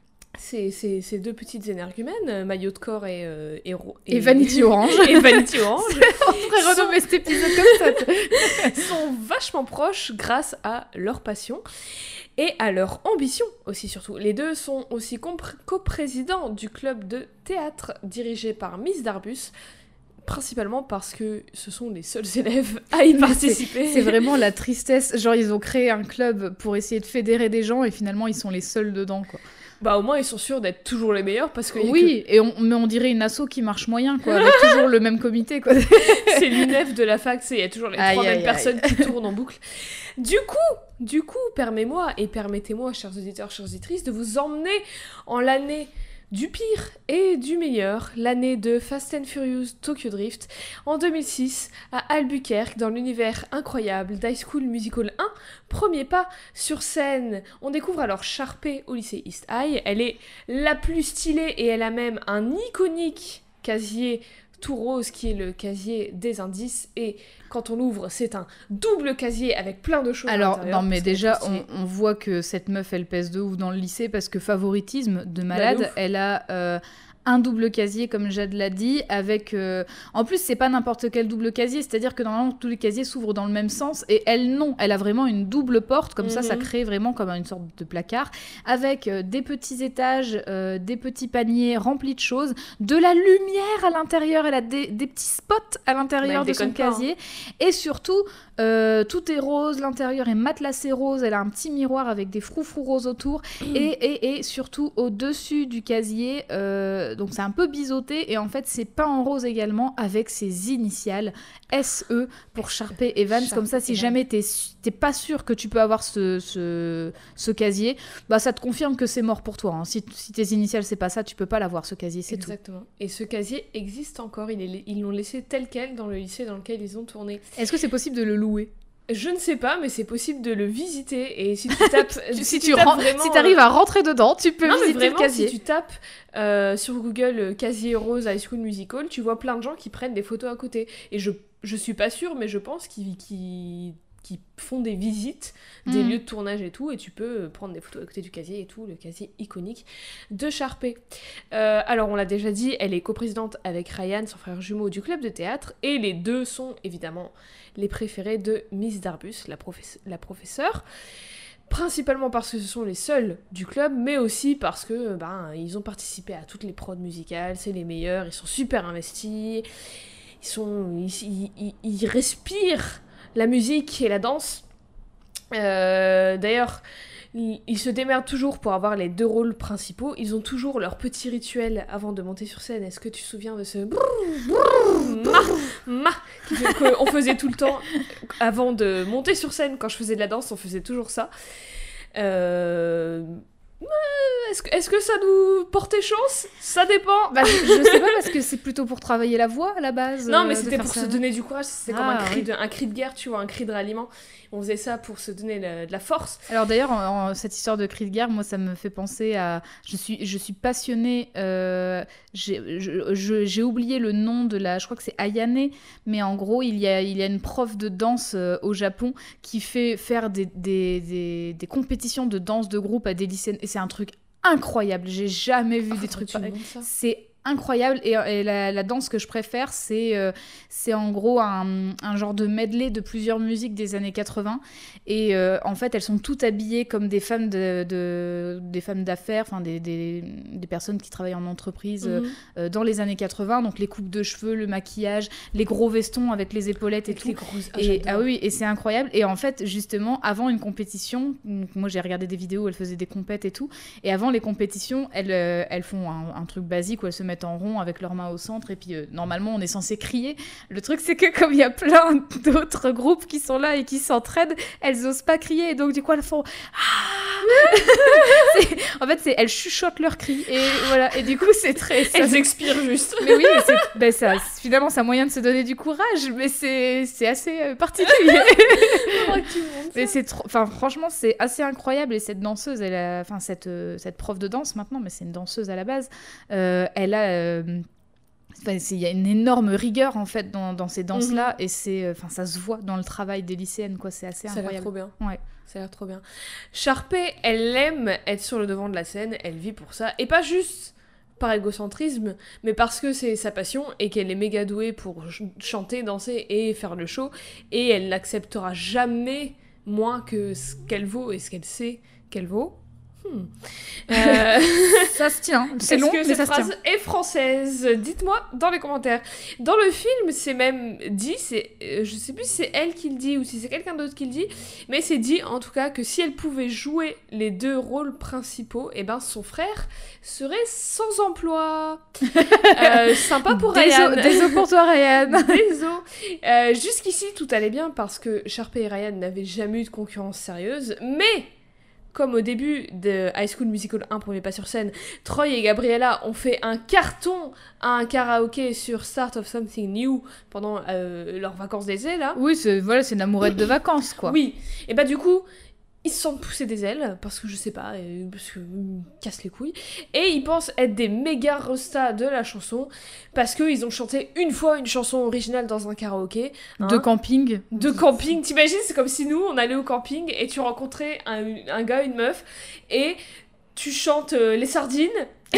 A: ces, ces, ces deux petites énergumènes, euh, maillot de corps et, euh, et, ro-
B: Et Vanity Orange.
A: et Vanity Orange,
B: On pourrait
A: Sont-
B: renommer cet épisode comme ça.
A: sont vachement proches grâce à leur passion et à leur ambition aussi surtout. Les deux sont aussi compr- coprésidents du club de théâtre dirigé par Miss Darbus, principalement parce que ce sont les seuls élèves à y
B: Mais
A: participer.
B: C'est vraiment la tristesse. Genre, ils ont créé un club pour essayer de fédérer des gens et finalement, ils sont les seuls dedans, quoi.
A: Bah au moins ils sont sûrs d'être toujours les meilleurs parce que
B: Oui, et on, mais on dirait une asso qui marche moyen, quoi, avec toujours le même comité, quoi.
A: c'est l'U N E F de la fac, c'est- il y a toujours les
B: Aïe,
A: trois
B: aïe,
A: mêmes
B: aïe.
A: personnes qui tournent en boucle. Du coup, du coup, permets-moi et permettez-moi, chers auditeurs, chères auditrices, de vous emmener en l'année du pire et du meilleur, l'année de Fast and Furious Tokyo Drift, en deux mille six, à Albuquerque, dans l'univers incroyable d'High School Musical un. Premier pas sur scène, on découvre alors Sharpay au lycée East High. Elle est la plus stylée et elle a même un iconique casier tout rose qui est le casier des indices, et quand on l'ouvre c'est un double casier avec plein de choses à
B: Alors,
A: l'intérieur,
B: non, mais
A: parce qu'elle est
B: déjà,
A: trop stylée.
B: on, on voit que cette meuf, elle pèse de ouf dans le lycée parce que favoritisme de
A: Bah, de
B: malade,
A: ouf.
B: elle a euh, un double casier, comme Jade l'a dit, avec... euh, En plus, c'est pas n'importe quel double casier, c'est-à-dire que normalement, tous les casiers s'ouvrent dans le même sens, et elle, non. Elle a vraiment une double porte, comme ça, ça
A: Mhm.
B: crée vraiment comme une sorte de placard, avec euh, des petits étages, euh, des petits paniers remplis de choses, de la lumière à l'intérieur, elle a des, des petits spots à l'intérieur
A: Bah, elle
B: de son
A: déconne pas, hein.
B: casier, et surtout... Euh, tout est rose, l'intérieur est matelassé rose, elle a un petit miroir avec des froufrous roses autour, et, et, et surtout au-dessus du casier, euh, donc c'est un peu biseauté, et en fait c'est peint en rose également avec ses initiales S E pour Sharpay Evans,
A: Sharpay
B: comme ça si
A: Evans.
B: jamais t'es, su- t'es pas sûr que tu peux avoir ce, ce, ce casier, bah ça te confirme que c'est mort pour toi, hein. si, si tes initiales c'est pas ça, tu peux pas l'avoir ce casier, c'est tout.
A: Exactement. Et ce casier existe encore, il est- ils l'ont laissé tel quel dans le lycée dans lequel ils ont tourné.
B: Est-ce que c'est possible de le louer?
A: Je ne sais pas, mais c'est possible de le visiter, et si tu tapes...
B: Si,
A: tu
B: tu
A: tapes
B: rentres-
A: vraiment,
B: si t'arrives à rentrer dedans, tu peux
A: Non, mais
B: visiter
A: vraiment,
B: le casier.
A: si tu tapes euh, sur Google euh, casier rose High School Musical, tu vois plein de gens qui prennent des photos à côté. Et je, je suis pas sûre, mais je pense qu'ils qu'ils- qu'ils font des visites des
B: Mhm.
A: lieux de tournage et tout, et tu peux euh, prendre des photos à côté du casier et tout, le casier iconique de Sharpay. Euh, alors, on l'a déjà dit, elle est coprésidente avec Ryan, son frère jumeau, du club de théâtre, et les deux sont évidemment les préférés de Miss Darbus, la, professe- la professeure. Principalement parce que ce sont les seuls du club, mais aussi parce que ben, ils ont participé à toutes les prods musicales, c'est les meilleurs, ils sont super investis, ils, sont, ils, ils- ils respirent la musique et la danse. Euh, D'ailleurs, ils, ils se démerdent toujours pour avoir les deux rôles principaux, ils ont toujours leur petit rituel avant de monter sur scène. Est-ce que tu te souviens de ce brrr, brrr, ma, ma qui fait qu'on faisait tout le temps avant de monter sur scène? Quand je faisais de la danse, on faisait toujours ça. Euh... Est-ce que, est-ce que ça nous portait chance? Ça dépend.
B: Bah, je, je sais pas, parce que c'est plutôt pour travailler la voix à la base.
A: Non, mais
B: euh, de
A: c'était
B: faire
A: pour
B: ça.
A: se donner du courage, c'était comme
B: Ah,
A: un cri,
B: oui.
A: de, un cri de guerre, tu vois, un cri de ralliement. On faisait ça pour se donner la- de la force.
B: Alors d'ailleurs, en- en- cette histoire de cri de guerre, moi, ça me fait penser à... Je suis, je suis passionnée... euh, j'ai je- je- j'ai oublié le nom de la... Je crois que c'est Ayane, mais en gros, il y a, il y a une prof de danse euh, au Japon qui fait faire des, des, des, des compétitions de danse de groupe à des lycéennes. Et c'est un truc incroyable. J'ai jamais vu
A: Ah,
B: des
A: faudrait
B: trucs
A: que tu me
B: pareils.
A: montres ça.
B: C'est incroyable. Et, et la, la danse que je préfère, c'est, euh, c'est en gros un, un genre de medley de plusieurs musiques des années quatre-vingts. Et euh, en fait, elles sont toutes habillées comme des femmes, de, de, des femmes d'affaires, enfin des, des, des personnes qui travaillent en entreprise mm-hmm. euh, dans les années quatre-vingts. Donc les coupes de cheveux, le maquillage, les gros vestons avec les épaulettes et
A: avec
B: tout.
A: Les grosses... ah,
B: et, ah oui, et c'est incroyable. Et en fait, justement, avant une compétition, donc moi j'ai regardé des vidéos où elles faisaient des compètes et tout. Et avant les compétitions, elles, euh, elles font un, un truc basique où elles se mettent en rond avec leurs mains au centre. Et puis euh, normalement, on est censé crier. Le truc, c'est que comme il y a plein d'autres groupes qui sont là et qui s'entraident, elles osent pas crier. Et donc, du coup, elles font ah c'est... En fait, c'est... elles chuchotent leurs cris. Et voilà. Et du coup, c'est très. Ça...
A: Elles expirent juste.
B: Mais oui, c'est... Ben, ça... finalement, c'est un moyen de se donner du courage. Mais c'est, c'est assez euh, particulier. Mais c'est trop... enfin, franchement, c'est assez incroyable. Et cette danseuse, elle a... enfin, cette, euh, cette prof de danse maintenant, mais c'est une danseuse à la base, euh, elle a. Euh... Enfin, il y a une énorme rigueur en fait dans, dans ces danses-là mm-hmm. et c'est, enfin, ça se voit dans le travail des lycéennes, quoi. C'est assez incroyable.
A: Ça a l'air trop bien.
B: Ouais.
A: Ça a l'air trop bien. Sharpay, elle aime être sur le devant de la scène, elle vit pour ça. Et pas juste par égocentrisme, mais parce que c'est sa passion et qu'elle est méga douée pour ch- chanter, danser et faire le show. Et elle n'acceptera jamais moins que ce qu'elle vaut et ce qu'elle sait qu'elle vaut. Hmm. Euh...
B: ça se tient, c'est
A: Est-ce
B: long,
A: que
B: mais
A: cette
B: ça
A: phrase
B: se tient.
A: est française? Dites-moi dans les commentaires. Dans le film, c'est même dit, c'est, euh, je sais plus si c'est elle qui le dit ou si c'est quelqu'un d'autre qui le dit, mais c'est dit en tout cas que si elle pouvait jouer les deux rôles principaux, et eh ben son frère serait sans emploi. euh, sympa pour Ryan.
B: Désolé pour toi, Ryan.
A: Désolé. Euh, jusqu'ici, tout allait bien parce que Sharpay et Ryan n'avaient jamais eu de concurrence sérieuse, mais comme au début de High School Musical un, Premier pas sur scène, Troy et Gabriella ont fait un carton à un karaoké sur Start of Something New pendant euh, leurs vacances d'été, là.
B: Oui, c'est, voilà, c'est une amourette de vacances, quoi.
A: Oui, et bah du coup, ils se sentent pousser des ailes, parce que je sais pas, euh, parce qu'ils me cassent les couilles, et ils pensent être des méga restas de la chanson, parce qu'ils ont chanté une fois une chanson originale dans un karaoké. Hein,
B: de camping.
A: De camping, t'imagines, c'est comme si nous, on allait au camping, et tu rencontrais un, un gars, une meuf, et tu chantes euh, les sardines,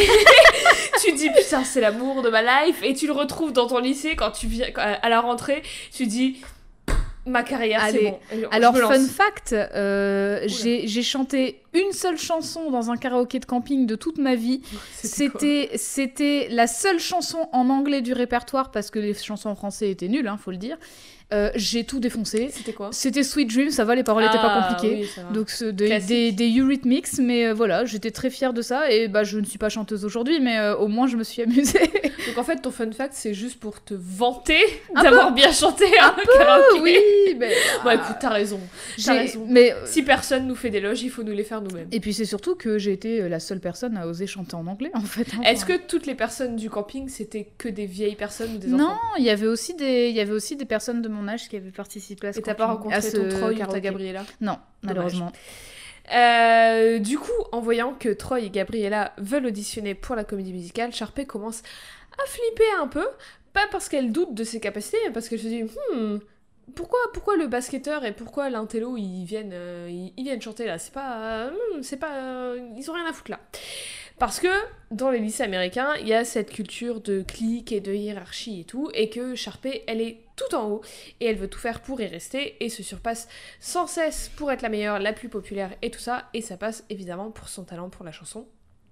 A: tu dis putain c'est l'amour de ma life, et tu le retrouves dans ton lycée quand tu viens à la rentrée, tu dis... Ma carrière,
B: Allez.
A: c'est bon.
B: Alors, fun fact, euh, j'ai, j'ai chanté une seule chanson dans un karaoké de camping de toute ma vie. C'était, c'était, c'était la seule chanson en anglais du répertoire, parce que les chansons en français étaient nulles, hein, faut le dire. Euh, j'ai tout défoncé.
A: C'était quoi?
B: C'était Sweet Dream, ça va, les paroles n'étaient
A: ah,
B: pas compliquées.
A: Oui,
B: donc de, des, des, des Eurythmics, mais euh, voilà, j'étais très fière de ça. Et bah, je ne suis pas chanteuse aujourd'hui, mais euh, au moins je me suis amusée.
A: Donc en fait, ton fun fact, c'est juste pour te vanter
B: un
A: d'avoir
B: peu.
A: bien chanté
B: un,
A: un
B: peu,
A: karaoké.
B: Oui, mais...
A: Bon, écoute, t'as raison. T'as raison.
B: Mais,
A: si personne nous fait d'éloges, il faut nous les faire nous-mêmes.
B: Et puis c'est surtout que j'ai été la seule personne à oser chanter en anglais, en fait. Hein,
A: Est-ce que toutes les personnes du camping, c'était que des vieilles personnes ou des enfants?
B: Non, il y avait aussi des, il y avait aussi des personnes de mon âge qui avaient participé à ce
A: Et t'as pas rencontré ce ton Troy ou ta Gabriella?
B: Non, malheureusement.
A: Euh, du coup, en voyant que Troy et Gabriella veulent auditionner pour la comédie musicale, Sharpay commence à flipper un peu. Pas parce qu'elle doute de ses capacités, mais parce qu'elle se dit hmm, pourquoi, pourquoi le basketteur et pourquoi l'intello ils viennent, euh, ils, ils viennent chanter là? C'est pas. Euh, c'est pas. Euh, ils ont rien à foutre là. Parce que dans les lycées américains, il y a cette culture de clique et de hiérarchie et tout, et que Sharpay, elle est tout en haut, et elle veut tout faire pour y rester, et se surpasse sans cesse pour être la meilleure, la plus populaire, et tout ça, et ça passe évidemment pour son talent pour la chanson.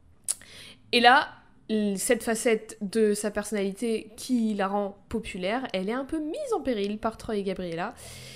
A: Et là, cette facette de sa personnalité qui la rend populaire, elle est un peu mise en péril par Troy et Gabriella,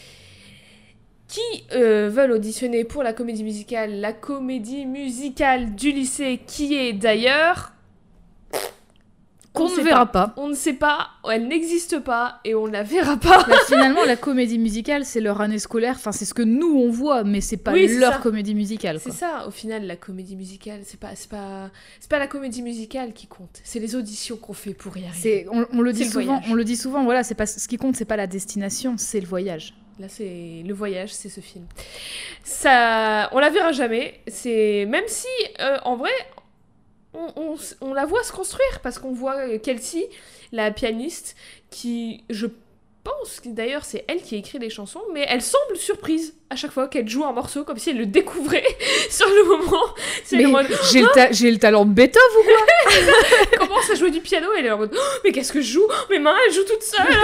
A: qui euh, veulent auditionner pour la comédie musicale, la comédie musicale du lycée, qui est d'ailleurs...
B: Qu'on ne verra
A: pas.
B: pas.
A: On ne sait pas, elle n'existe pas, et on ne la verra pas.
B: Bah, finalement, la comédie musicale, c'est leur année scolaire, enfin c'est ce que nous on voit, mais c'est pas
A: oui, c'est
B: leur
A: ça.
B: comédie musicale.
A: C'est
B: quoi.
A: ça, au final, la comédie musicale, c'est pas, c'est pas, c'est pas la comédie musicale qui compte, c'est les auditions qu'on fait pour y arriver.
B: C'est, on, on le dit
A: C'est le
B: souvent,
A: voyage.
B: on le dit souvent, voilà, c'est pas, ce qui compte, c'est pas la destination, c'est le voyage.
A: Là, c'est le voyage, c'est ce film. Ça, on la verra jamais. C'est même si, euh, en vrai, on, on, on la voit se construire parce qu'on voit Kelsey, la pianiste, qui je pense que d'ailleurs c'est elle qui écrit les chansons, mais elle semble surprise à chaque fois qu'elle joue un morceau, comme si elle le découvrait sur le moment. C'est
B: Mais
A: le mode,
B: j'ai, le ta- j'ai le talent de Beethoven ou quoi?
A: elle commence à jouer du piano et elle est en mode oh, mais qu'est-ce que je joue? Mes mains elles jouent toutes seules.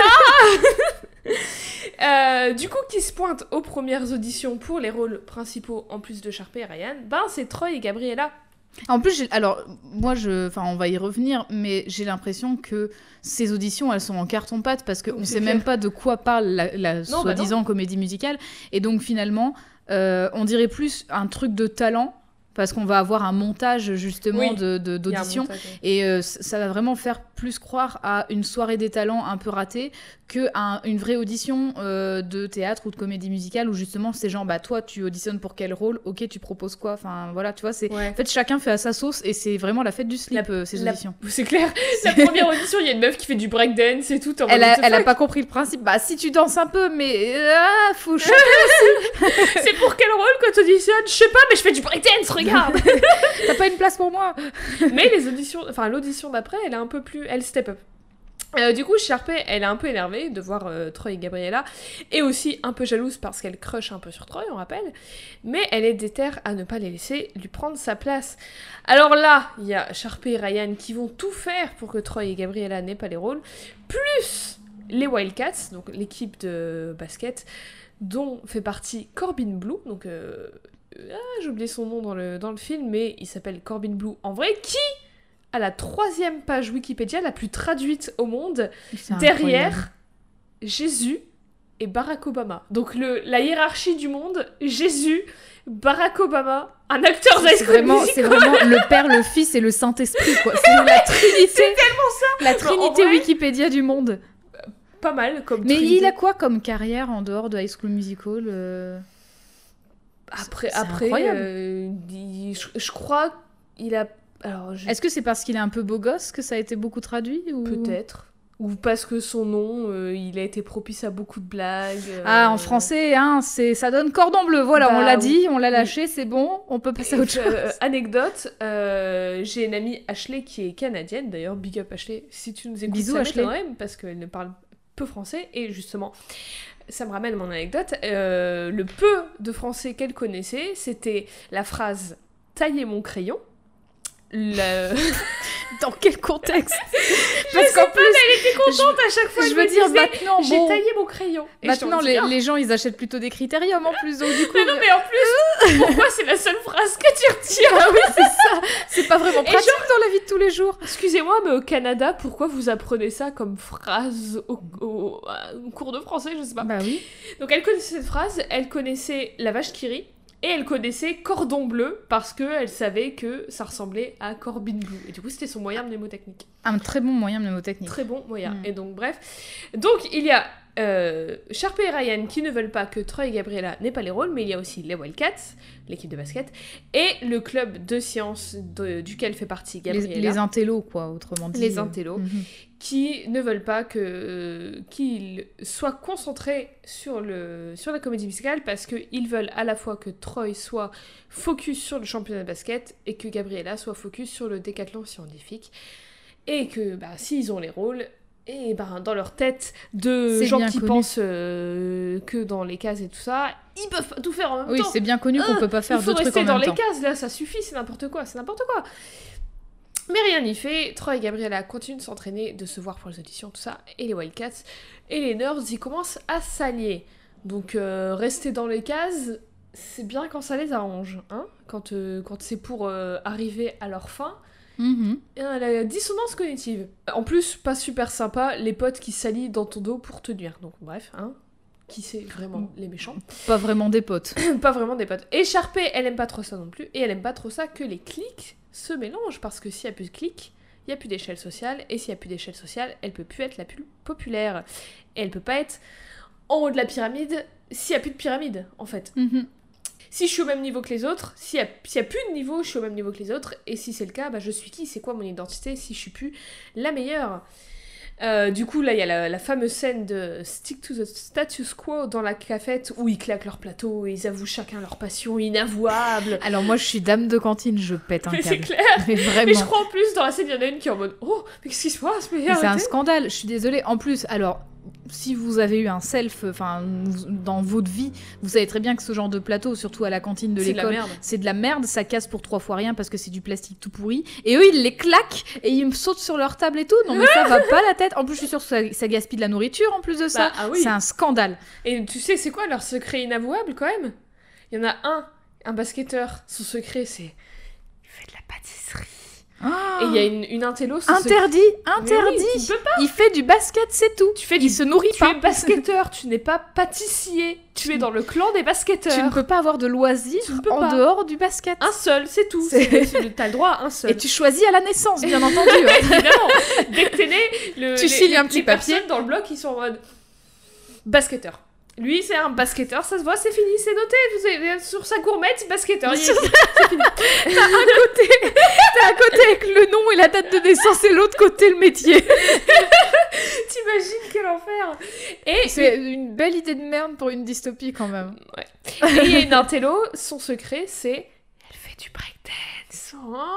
A: Ah euh, du coup, qui se pointe aux premières auditions pour les rôles principaux en plus de Sharpay et Ryan, ben c'est Troy et Gabriella.
B: En plus, j'ai... alors, moi, je... enfin, on va y revenir, mais j'ai l'impression que ces auditions, elles sont en carton-pâte parce qu'on ne sait
A: clair.
B: même pas de quoi parle la, la
A: Non,
B: soi-disant
A: bah
B: comédie musicale. Et donc, finalement, euh, on dirait plus un truc de talent parce qu'on va avoir un montage, justement,
A: Oui,
B: de, de, d'auditions.
A: montage, ouais.
B: Et euh, ça va vraiment faire plus croire à une soirée des talents un peu ratée qu'à un, une vraie audition euh, de théâtre ou de comédie musicale où justement c'est genre bah toi tu auditionnes pour quel rôle, ok tu proposes quoi, enfin voilà tu vois c'est
A: Ouais.
B: en fait chacun fait à sa sauce et c'est vraiment la fête du slip
A: La-
B: euh, ces
A: la-
B: auditions.
A: C'est clair, la première audition, il y a une meuf qui fait du breakdance et tout. en
B: Elle
A: mode,
B: a,
A: what the
B: elle a
A: fuck.
B: pas compris le principe. Bah si tu danses un peu mais ah, faut chanter.
A: C'est pour quel rôle que tu auditionnes? Je sais pas, mais je fais du breakdance, regarde.
B: T'as pas une place pour moi.
A: Mais les auditions, enfin l'audition d'après, elle est un peu plus, elle step up. Euh, du coup, Sharpay, elle est un peu énervée de voir euh, Troy et Gabriella, et aussi un peu jalouse parce qu'elle crush un peu sur Troy, on rappelle, mais elle est déterre à ne pas les laisser lui prendre sa place. Alors là, il y a Sharpay et Ryan qui vont tout faire pour que Troy et Gabriella n'aient pas les rôles, plus les Wildcats, donc l'équipe de basket, dont fait partie Corbin Blue, donc... Euh... Ah, j'ai oublié son nom dans le, dans le film, mais il s'appelle Corbin Blue en vrai, qui a la troisième page Wikipédia la plus traduite au monde,
B: C'est
A: derrière
B: incroyable.
A: Jésus et Barack Obama. Donc le, la hiérarchie du monde, Jésus, Barack Obama, un acteur
B: C'est
A: d'High School
B: vraiment,
A: Musical.
B: c'est vraiment le Père, le Fils et le Saint-Esprit, quoi. C'est la trinité. C'est tellement ça. La
A: Non, en
B: trinité
A: vrai-
B: Wikipédia du monde.
A: Pas mal comme
B: Mais
A: trinité.
B: il a quoi comme carrière en dehors de High School Musical euh...
A: Après,
B: C'est
A: après
B: incroyable.
A: euh, il- je, je crois il a... Alors, je...
B: Est-ce que c'est parce qu'il est un peu beau gosse que ça a été beaucoup traduit ou...
A: peut-être. Ou parce que son nom, euh, il a été propice à beaucoup de blagues. euh,
B: Ah, en français, hein, c'est... ça donne cordon bleu. Voilà,
A: Bah,
B: on l'a
A: oui.
B: dit, on l'a lâché, c'est bon, on peut passer à autre chose.
A: Euh, anecdote, euh, j'ai une amie Ashley qui est canadienne, d'ailleurs, big up Ashley, si tu nous écoutes,
B: Bisous,
A: ça
B: Ashley.
A: m'étonnerait, parce qu'elle ne parle peu français, et justement, ça me ramène à mon anecdote, euh, le peu de français qu'elle connaissait, c'était la phrase « tailler mon crayon », le...
B: Dans quel contexte?
A: Je
B: Parce
A: sais
B: qu'en
A: pas,
B: plus,
A: mais elle était contente à chaque fois,
B: je
A: elle
B: veux
A: me
B: dire,
A: disait,
B: maintenant,
A: j'ai
B: bon,
A: taillé mon crayon. Et je
B: maintenant
A: me
B: les,
A: dis, ah,
B: les gens, ils achètent plutôt des critériums en plus, donc du coup...
A: mais non, mais en plus, pourquoi c'est la seule phrase que tu retiens?
B: Ah oui, c'est ça. C'est pas vraiment
A: Et
B: pratique dans la vie de tous les jours.
A: Excusez-moi, mais au Canada, pourquoi vous apprenez ça comme phrase au, au- au cours de français, je sais pas.
B: Bah oui.
A: Donc elle connaissait cette phrase, elle connaissait la vache qui rit, et elle connaissait cordon bleu, parce qu'elle savait que ça ressemblait à Corbin Blue. Et du coup, c'était son moyen mnémotechnique.
B: Un très bon moyen mnémotechnique.
A: Très bon moyen.
B: Mm.
A: Et donc, bref. Donc, il y a euh, Sharpay et Ryan qui ne veulent pas que Troy et Gabriella n'aient pas les rôles, mais il y a aussi les Wildcats, l'équipe de basket, et le club de sciences de- duquel fait partie
B: Les,
A: Gabriella.
B: les intellos, quoi, autrement dit.
A: Les
B: euh.
A: intellos.
B: Mhm.
A: Qui ne veulent pas que euh, qu'ils soient concentrés sur le sur la comédie musicale parce qu'ils veulent à la fois que Troy soit focus sur le championnat de basket et que Gabriella soit focus sur le décathlon scientifique et que bah, s'ils ont les rôles et ben dans leur tête de
B: C'est
A: gens
B: bien
A: qui
B: connu.
A: pensent euh, que dans les cases et tout ça ils peuvent pas tout faire en même
B: Oui,
A: temps.
B: c'est bien connu qu'on
A: Ah,
B: peut pas faire
A: Il faut
B: deux trucs
A: rester
B: en
A: dans
B: même
A: les
B: temps.
A: cases, là, ça suffit, c'est n'importe quoi, c'est n'importe quoi. Mais rien n'y fait, Troy et Gabriella continuent de s'entraîner, de se voir pour les auditions, tout ça, et les Wildcats, et les nerds, ils commencent à s'allier. Donc, euh, rester dans les cases, c'est bien quand ça les arrange, hein, quand, euh, quand c'est pour euh, arriver à leur fin.
B: Mhm.
A: Et, euh, la dissonance cognitive. En plus, pas super sympa, les potes qui s'allient dans ton dos pour te nuire. Donc, bref, hein, qui c'est vraiment les méchants.
B: Pas vraiment des potes.
A: Pas vraiment des potes. Et Sharpay, elle aime pas trop ça non plus, et elle aime pas trop ça que les clics se mélangent, parce que s'il y a plus de clics, il y a plus d'échelle sociale, et s'il y a plus d'échelle sociale, elle peut plus être la plus populaire. Et elle peut pas être en haut de la pyramide s'il y a plus de pyramide, en fait.
B: Mhm.
A: Si je suis au même niveau que les autres, s'il y a, s'il y a plus de niveau, je suis au même niveau que les autres, et si c'est le cas, bah je suis qui? C'est quoi mon identité si je suis plus la meilleure? Euh, du coup, là, il y a la, la fameuse scène de Stick to the Status Quo dans la cafette où ils claquent leur plateau et ils avouent chacun leur passion inavouable.
B: Alors moi, je suis dame de cantine, je pète un
A: Mais c'est
B: câble.
A: clair.
B: Mais vraiment.
A: Mais je crois en plus, dans la scène, il y en a une qui est en mode « Oh, mais qu'est-ce qui se passe ?» Mais
B: Mais c'est un
A: arrêtez.
B: scandale, je suis désolée. En plus, alors, si vous avez eu un self, enfin, dans votre vie, vous savez très bien que ce genre de plateau, surtout à la cantine de
A: C'est de la
B: l'école,
A: merde.
B: c'est de la merde, ça casse pour trois fois rien parce que c'est du plastique tout pourri. Et eux, ils les claquent et ils me sautent sur leur table et tout. Non mais ça va pas la tête. En plus, je suis sûre que ça, ça gaspille de la nourriture en plus de ça.
A: Bah, ah oui.
B: C'est un scandale.
A: Et tu sais, c'est quoi leur secret inavouable quand même? Il y en a un, un basketteur, son secret c'est... Il fait de la pâtisserie.
B: Ah.
A: Et il y a une, une intello, son
B: Interdit,
A: secret-
B: interdit.
A: Mais oui, tu peux pas.
B: Il fait du basket, c'est tout.
A: Tu fais
B: Il
A: du...
B: se nourrit
A: Tu
B: pas.
A: es basketteur, tu n'es pas pâtissier. Tu es dans le clan des basketteurs.
B: Tu ne peux pas avoir de loisirs
A: Tu ne peux
B: en
A: pas.
B: dehors du basket.
A: Un seul, c'est tout.
B: C'est-
A: C'est- c'est- T'as le droit à un seul.
B: Et tu choisis à la naissance, bien entendu. hein.
A: Évidemment, dès que t'es né, le,
B: Tu
A: les,
B: signes
A: les-
B: un petit
A: les
B: papier.
A: personnes dans le bloc, ils sont en mode basketteur. Lui, c'est un basketteur, ça se voit, c'est fini, c'est noté. Vous avez sur sa gourmette, basketteur. Il est-
B: T'as un côté, t'as un côté avec le nom et la date de naissance et l'autre côté le métier.
A: T'imagines quel enfer. Et
B: C'est une belle idée de merde pour une dystopie quand même.
A: Et il y a une intello, son secret, c'est elle fait du breakdance.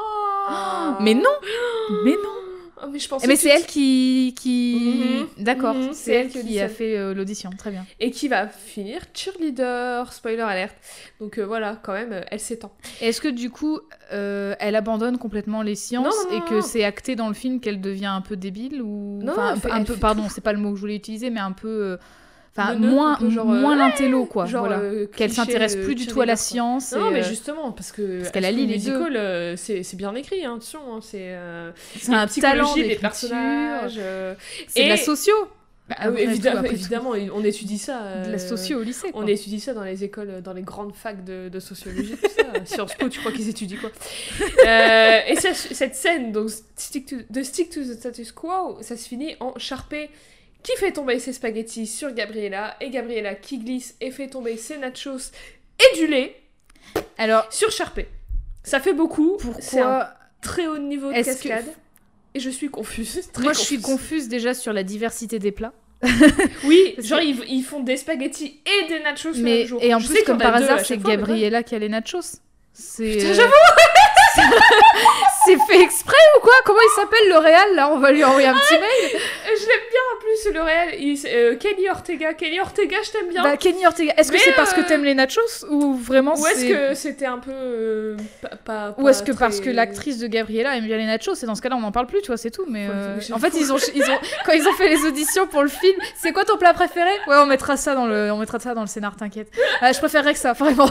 A: Oh.
B: Mais non, mais non.
A: Oh, mais je pensais
B: Mais
A: que
B: c'est
A: tu-
B: elle qui, qui...
A: Mhm,
B: D'accord,
A: mhm,
B: c'est
A: c'est
B: elle
A: elle qui
B: qui,
A: auditionne.
B: a fait euh, l'audition, très bien.
A: Et qui va finir cheerleader, spoiler alerte. Donc euh, voilà, quand même, euh, elle s'étend.
B: Et est-ce que du coup, euh, elle abandonne complètement les sciences
A: Non, non, non,
B: et que
A: non.
B: c'est acté dans le film qu'elle devient un peu débile ou
A: Non,
B: enfin,
A: elle
B: un peu,
A: fait-
B: un
A: elle
B: peu
A: fait
B: pardon, c'est pas le mot que je voulais utiliser, mais un peu, euh, enfin
A: Neuneu,
B: moins,
A: un peu genre,
B: moins
A: euh,
B: l'intello quoi.
A: Genre,
B: voilà.
A: euh,
B: Qu'elle
A: cliché
B: s'intéresse
A: de
B: plus du tout à la
A: cheerleader, quoi.
B: science.
A: Non,
B: et,
A: mais
B: euh,
A: justement, parce que
B: parce qu'elle
A: High
B: a
A: School
B: lu les deux.
A: Musical, euh, c'est c'est bien écrit, hein, attention, hein, c'est euh,
B: c'est
A: la
B: un
A: psychologie
B: talent
A: des
B: d'écriture.
A: personnages. euh,
B: C'est de la
A: et-
B: socio. Bah,
A: Ah oui,
B: après
A: évidemment,
B: tout, après tout.
A: évidemment, on étudie ça.
B: De
A: euh,
B: la socio au lycée.
A: On
B: quoi.
A: étudie ça dans les écoles, dans les grandes facs de, de sociologie, tout ça. Sciences Po, tu crois qu'ils étudient quoi? Euh, Et ça- cette scène, donc stick to, de Stick to the Status Quo, ça se finit en Sharpay qui fait tomber ses spaghettis sur Gabriella, et Gabriella qui glisse et fait tomber ses nachos et du lait
B: Alors
A: sur Sharpay. Ça fait beaucoup. C'est un
B: pourquoi
A: très haut niveau de
B: Est-ce que-
A: cascade. Et je suis confuse. très
B: moi je suis
A: confuse.
B: confuse déjà sur la diversité des plats.
A: Oui,
B: Parce
A: genre
B: que-
A: ils, ils font des spaghettis et des nachos le
B: Mais
A: même jour.
B: et en
A: Je
B: plus
A: sais qu'il y
B: comme
A: en a
B: par
A: deux à
B: hasard
A: chaque
B: c'est
A: fois, mais
B: Gabriella qui a les nachos. C'est
A: Putain,
B: euh,
A: j'avoue.
B: c'est fait exprès ou quoi? Comment il s'appelle le réal là? On va lui envoyer un petit mail.
A: Euh, Je l'aime bien en plus, le réel. Il- euh, Kenny Ortega. Kenny Ortega, je t'aime bien.
B: Bah Kenny Ortega. Est-ce que
A: Mais,
B: c'est parce que
A: euh,
B: t'aimes les nachos ou vraiment
A: Ou est-ce
B: c'est
A: que c'était un peu. euh, pas, pas-
B: ou
A: pas
B: est-ce que parce
A: très-
B: que l'actrice de Gabriella aime bien les nachos et dans ce cas-là on n'en parle plus, tu vois, c'est tout. Mais
A: Ouais,
B: euh,
A: mais
B: en fait ils ont, ils ont quand ils ont fait les auditions pour le film, c'est quoi ton plat préféré? Ouais, on mettra ça dans le, on mettra ça dans le scénar, t'inquiète. Ah, je préférerais que ça, vraiment.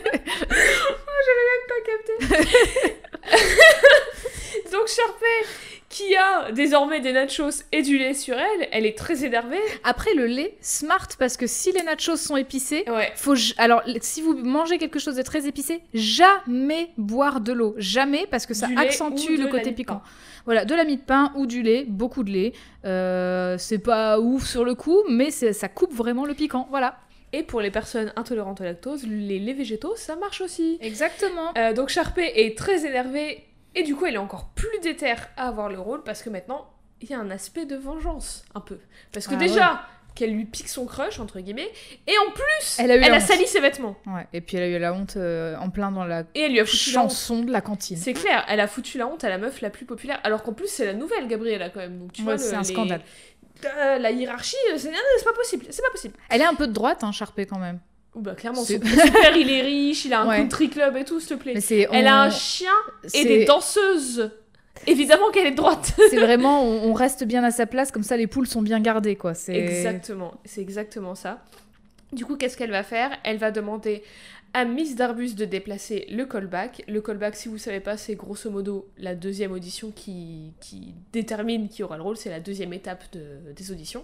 A: Donc Sharpay, qui a désormais des nachos et du lait sur elle, elle est très énervée.
B: Après le lait, smart parce que si les nachos sont épicés,
A: Ouais.
B: faut j- alors si vous mangez quelque chose de très épicé, jamais boire de l'eau, jamais parce que ça
A: Du lait
B: accentue
A: ou de
B: le
A: la
B: côté
A: mie de
B: piquant.
A: pain.
B: Voilà, de la mie de pain ou du lait, beaucoup de lait. Euh, c'est pas ouf sur le coup, mais c'est- ça coupe vraiment le piquant. Voilà.
A: Et pour les personnes intolérantes au lactose, les laits végétaux, ça marche aussi.
B: Exactement.
A: Euh, donc Sharpay est très énervée et du coup elle est encore plus déterre à avoir le rôle parce que maintenant il y a un aspect de vengeance un peu. Parce que
B: Ah
A: déjà qu'elle lui pique son crush entre guillemets et en plus
B: Elle a eu la honte.
A: sali ses vêtements
B: Ouais. Et puis elle a eu la honte euh, en plein dans la
A: et elle lui a foutu la honte.
B: chanson de la cantine.
A: C'est clair, elle a foutu la honte à la meuf la plus populaire alors qu'en plus c'est la nouvelle Gabriella quand même. Donc tu
B: Ouais,
A: vois
B: c'est
A: le-
B: un
A: les-
B: scandale.
A: Euh, la hiérarchie, euh, c'est c'est pas possible, c'est pas possible.
B: Elle est un peu de droite, hein, Sharpay quand même.
A: Ou bah clairement
B: C'est-
A: son, son père il est riche, il a un
B: Ouais.
A: country club et tout s'il te plaît.
B: Mais c'est
A: Elle
B: on-
A: a un chien et
B: c'est-
A: des danseuses. Évidemment qu'elle est de droite.
B: C'est vraiment, on, on reste bien à sa place, comme ça les poules sont bien gardées, quoi. C'est...
A: Exactement, c'est exactement ça. Du coup, qu'est-ce qu'elle va faire? Elle va demander à Miss Darbus de déplacer le callback. Le callback, si vous savez pas, c'est grosso modo la deuxième audition qui, qui détermine qui aura le rôle. C'est la deuxième étape de- des auditions.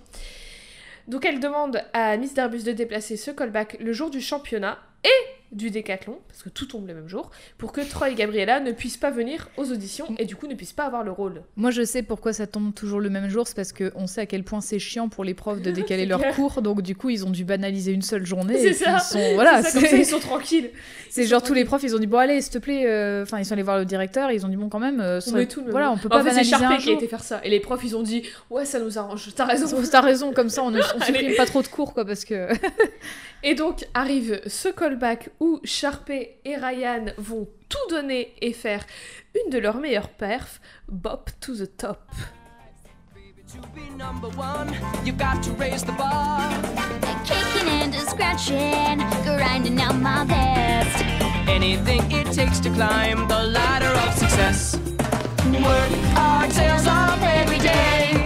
A: Donc elle demande à Miss Darbus de déplacer ce callback le jour du championnat et du décathlon, parce que tout tombe le même jour, pour que Troy et Gabriella ne puissent pas venir aux auditions et du coup ne puissent pas avoir le rôle.
B: Moi, je sais pourquoi ça tombe toujours le même jour, c'est parce qu'on sait à quel point c'est chiant pour les profs de décaler
A: C'est
B: leurs
A: clair.
B: cours, donc du coup, ils ont dû banaliser une seule journée.
A: C'est
B: et puis
A: ça.
B: Ils sont... Voilà,
A: c'est ça, comme
B: c'est-
A: ça, ils sont tranquilles.
B: c'est
A: ils
B: genre
A: sont
B: tous les profs, ils ont dit bon allez, s'il te plaît, euh, enfin ils sont allés voir le directeur, et ils ont dit bon quand même, euh,
A: On
B: ça-
A: met tout le même
B: voilà,
A: jour.
B: on peut
A: En
B: pas
A: fait, c'est
B: banaliser un
A: Sharpay qui a
B: jour.
A: été faire ça. Et les profs, ils ont dit ouais, ça nous arrange. T'as raison.
B: T'as raison, comme ça on, ne- on
A: Allez.
B: supprime pas trop de cours quoi, parce que
A: Et donc arrive ce callback où Sharpay et Ryan vont tout donner et faire une de leurs meilleures perfs, Bop to the Top.
C: To be known number one, you got to raise the bar.
D: Kicking and scratching, grinding out my best.
C: Anything it takes to climb the ladder of success. Work our tails off every day.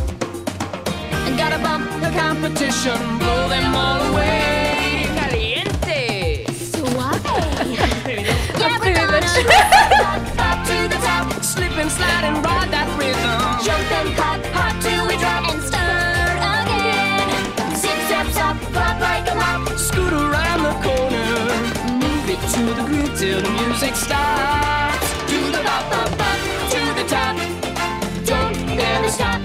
C: Gotta bump the competition, blow them all away. Caliente.
D: Suave. Yeah,
B: Après
D: we're
B: les
D: gonna
B: matchs.
D: rock, up to the top.
C: Slip and slide and ride that rhythm.
D: Jump and cut, hop till we drop and start again. Zip, zap, zap, flop like a mop.
C: Scoot around the corner. Move it to the groove till the music stops.
D: Do the bop, bop, bop, to the top. Don't ever stop.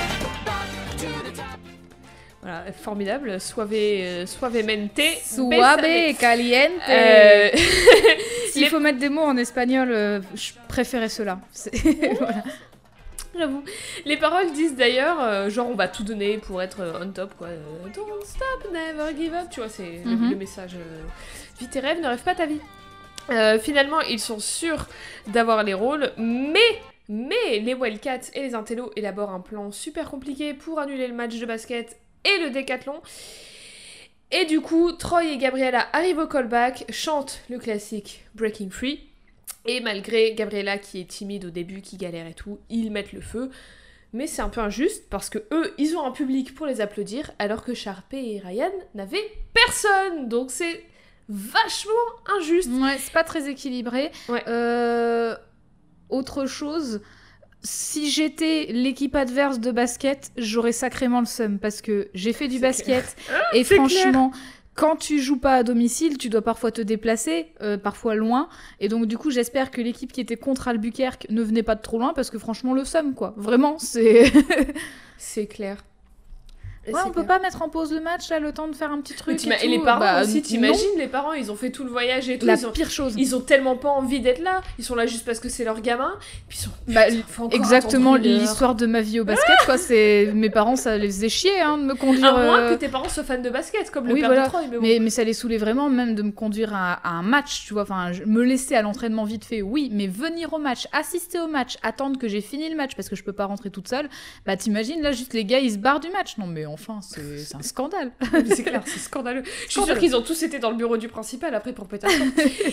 A: Voilà, formidable. Suave, euh, suavemente.
B: Suave,
A: besame.
B: caliente.
A: Euh,
B: S'il
A: les-
B: faut mettre des mots en espagnol, euh, je préférais ceux-là. C'est- voilà.
A: J'avoue. Les paroles disent d'ailleurs, euh, genre on va tout donner pour être euh, on top, quoi. Euh, Don't stop, never give up. Tu vois, c'est le-
B: Mhm.
A: le, message. Euh, vis tes rêves, ne rêve pas ta vie. Euh, finalement, ils sont sûrs d'avoir les rôles, mais. Mais les Wildcats et les Intellos élaborent un plan super compliqué pour annuler le match de basket et le décathlon. Et du coup, Troy et Gabriella arrivent au callback, chantent le classique Breaking Free. Et malgré Gabriella qui est timide au début, qui galère et tout, ils mettent le feu. Mais c'est un peu injuste parce que eux, ils ont un public pour les applaudir, alors que Sharpay et Ryan n'avaient personne. Donc c'est vachement injuste.
B: Ouais, c'est pas très équilibré.
A: Ouais.
B: Euh, autre chose, si j'étais l'équipe adverse de basket, j'aurais sacrément le seum parce que j'ai fait du
A: C'est
B: basket et
A: c'est
B: franchement, quand tu joues pas à domicile, tu dois parfois te déplacer, euh, parfois loin. Et donc du coup, j'espère que l'équipe qui était contre Albuquerque ne venait pas de trop loin parce que franchement, le seum quoi. Vraiment, c'est.
A: C'est clair.
B: Ouais,
A: C'est
B: on peut
A: clair.
B: pas mettre en pause le match là, le temps de faire un petit
A: Mais
B: truc.
A: t'ima-
B: Et,
A: et les
B: tout.
A: parents
B: Bah,
A: aussi,
B: non.
A: t'imagines, les parents, ils ont fait tout le voyage et tout.
B: La
A: Ils ont,
B: pire chose.
A: ils ont tellement pas envie d'être là. Ils sont là juste parce que c'est leur gamin. Puis ils sont.
B: Bah,
A: Putain, faut encore
B: Exactement
A: attendre une heure.
B: l'histoire de ma vie au basket, quoi. C'est mes parents, ça les faisait chier hein, de me conduire.
A: À moins
B: euh,
A: que tes parents soient fans de basket, comme le
B: Oui,
A: père
B: voilà.
A: de Troy. Mais bon.
B: Mais, mais ça les saoulait vraiment, même de me conduire à, à un match, tu vois. Enfin, je- me laisser à l'entraînement vite fait, oui, mais venir au match, assister au match, attendre que j'ai fini le match parce que je peux pas rentrer toute seule. Bah, t'imagines là, juste les gars, ils se barrent du match. Non, mais enfin, c'est c'est un scandale.
A: Mais c'est clair, c'est scandaleux. Je suis sûre
B: Scandaleux.
A: qu'ils ont tous été dans le bureau du principal après pour péter un plomb.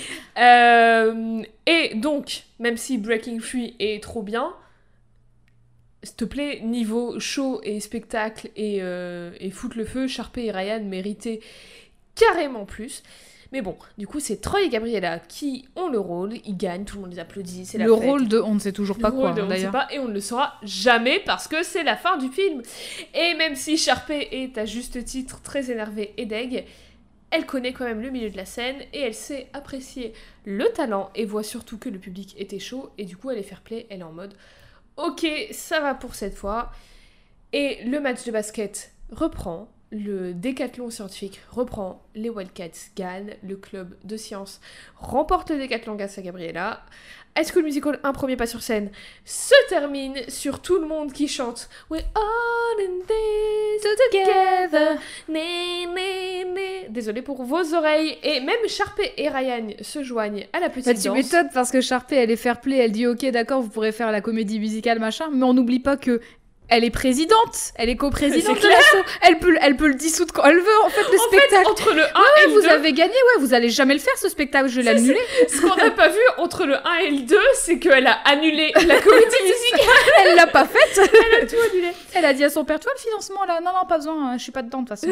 A: Euh, Et donc, même si Breaking Free est trop bien, s'il te plaît, niveau show et spectacle et, euh, et foutre le feu, Sharpay et Ryan méritaient carrément plus. Mais bon, du coup, c'est Troy et Gabriella qui ont le rôle, ils gagnent, tout le monde les applaudit, c'est la
B: Le
A: fête.
B: rôle de, on ne sait toujours pas
A: Le
B: quoi
A: rôle de
B: hein,
A: on ne sait
B: d'ailleurs.
A: pas, et on ne le saura jamais parce que c'est la fin du film. Et même si Sharpay est à juste titre très énervée et deg, elle connaît quand même le milieu de la scène et elle sait apprécier le talent et voit surtout que le public était chaud et du coup elle est fair play, elle est en mode ok, ça va pour cette fois. Et le match de basket reprend, le décathlon scientifique reprend, les Wildcats gagnent, le club de sciences remporte le décathlon grâce à Gabriella. High School Musical, un premier pas sur scène, se termine sur tout le monde qui chante We're all in this together. Né, né, né. Désolée pour vos oreilles. Et même Sharpay et Ryan se joignent à la petite
B: Bah, tu
A: danse.
B: m'étonnes parce que Sharpay, elle est fair play, elle dit ok d'accord, vous pourrez faire la comédie musicale machin, mais on n'oublie pas que elle est présidente, elle est coprésidente
A: C'est
B: de l'asso, elle peut, elle peut le dissoudre quand elle veut en fait le
A: En
B: spectacle.
A: fait, entre le un
B: Ouais,
A: et le
B: vous
A: deux,
B: avez gagné, ouais, vous allez jamais le faire ce spectacle, je vais
A: C'est-
B: l'annuler.
A: ce qu'on n'a pas vu entre le un et le deux, c'est qu'elle a annulé la comédie musicale.
B: Elle l'a pas faite.
A: Elle a tout annulé.
B: Elle a dit à son père, toi le financement là, non non pas besoin, hein, je suis pas dedans de toute façon.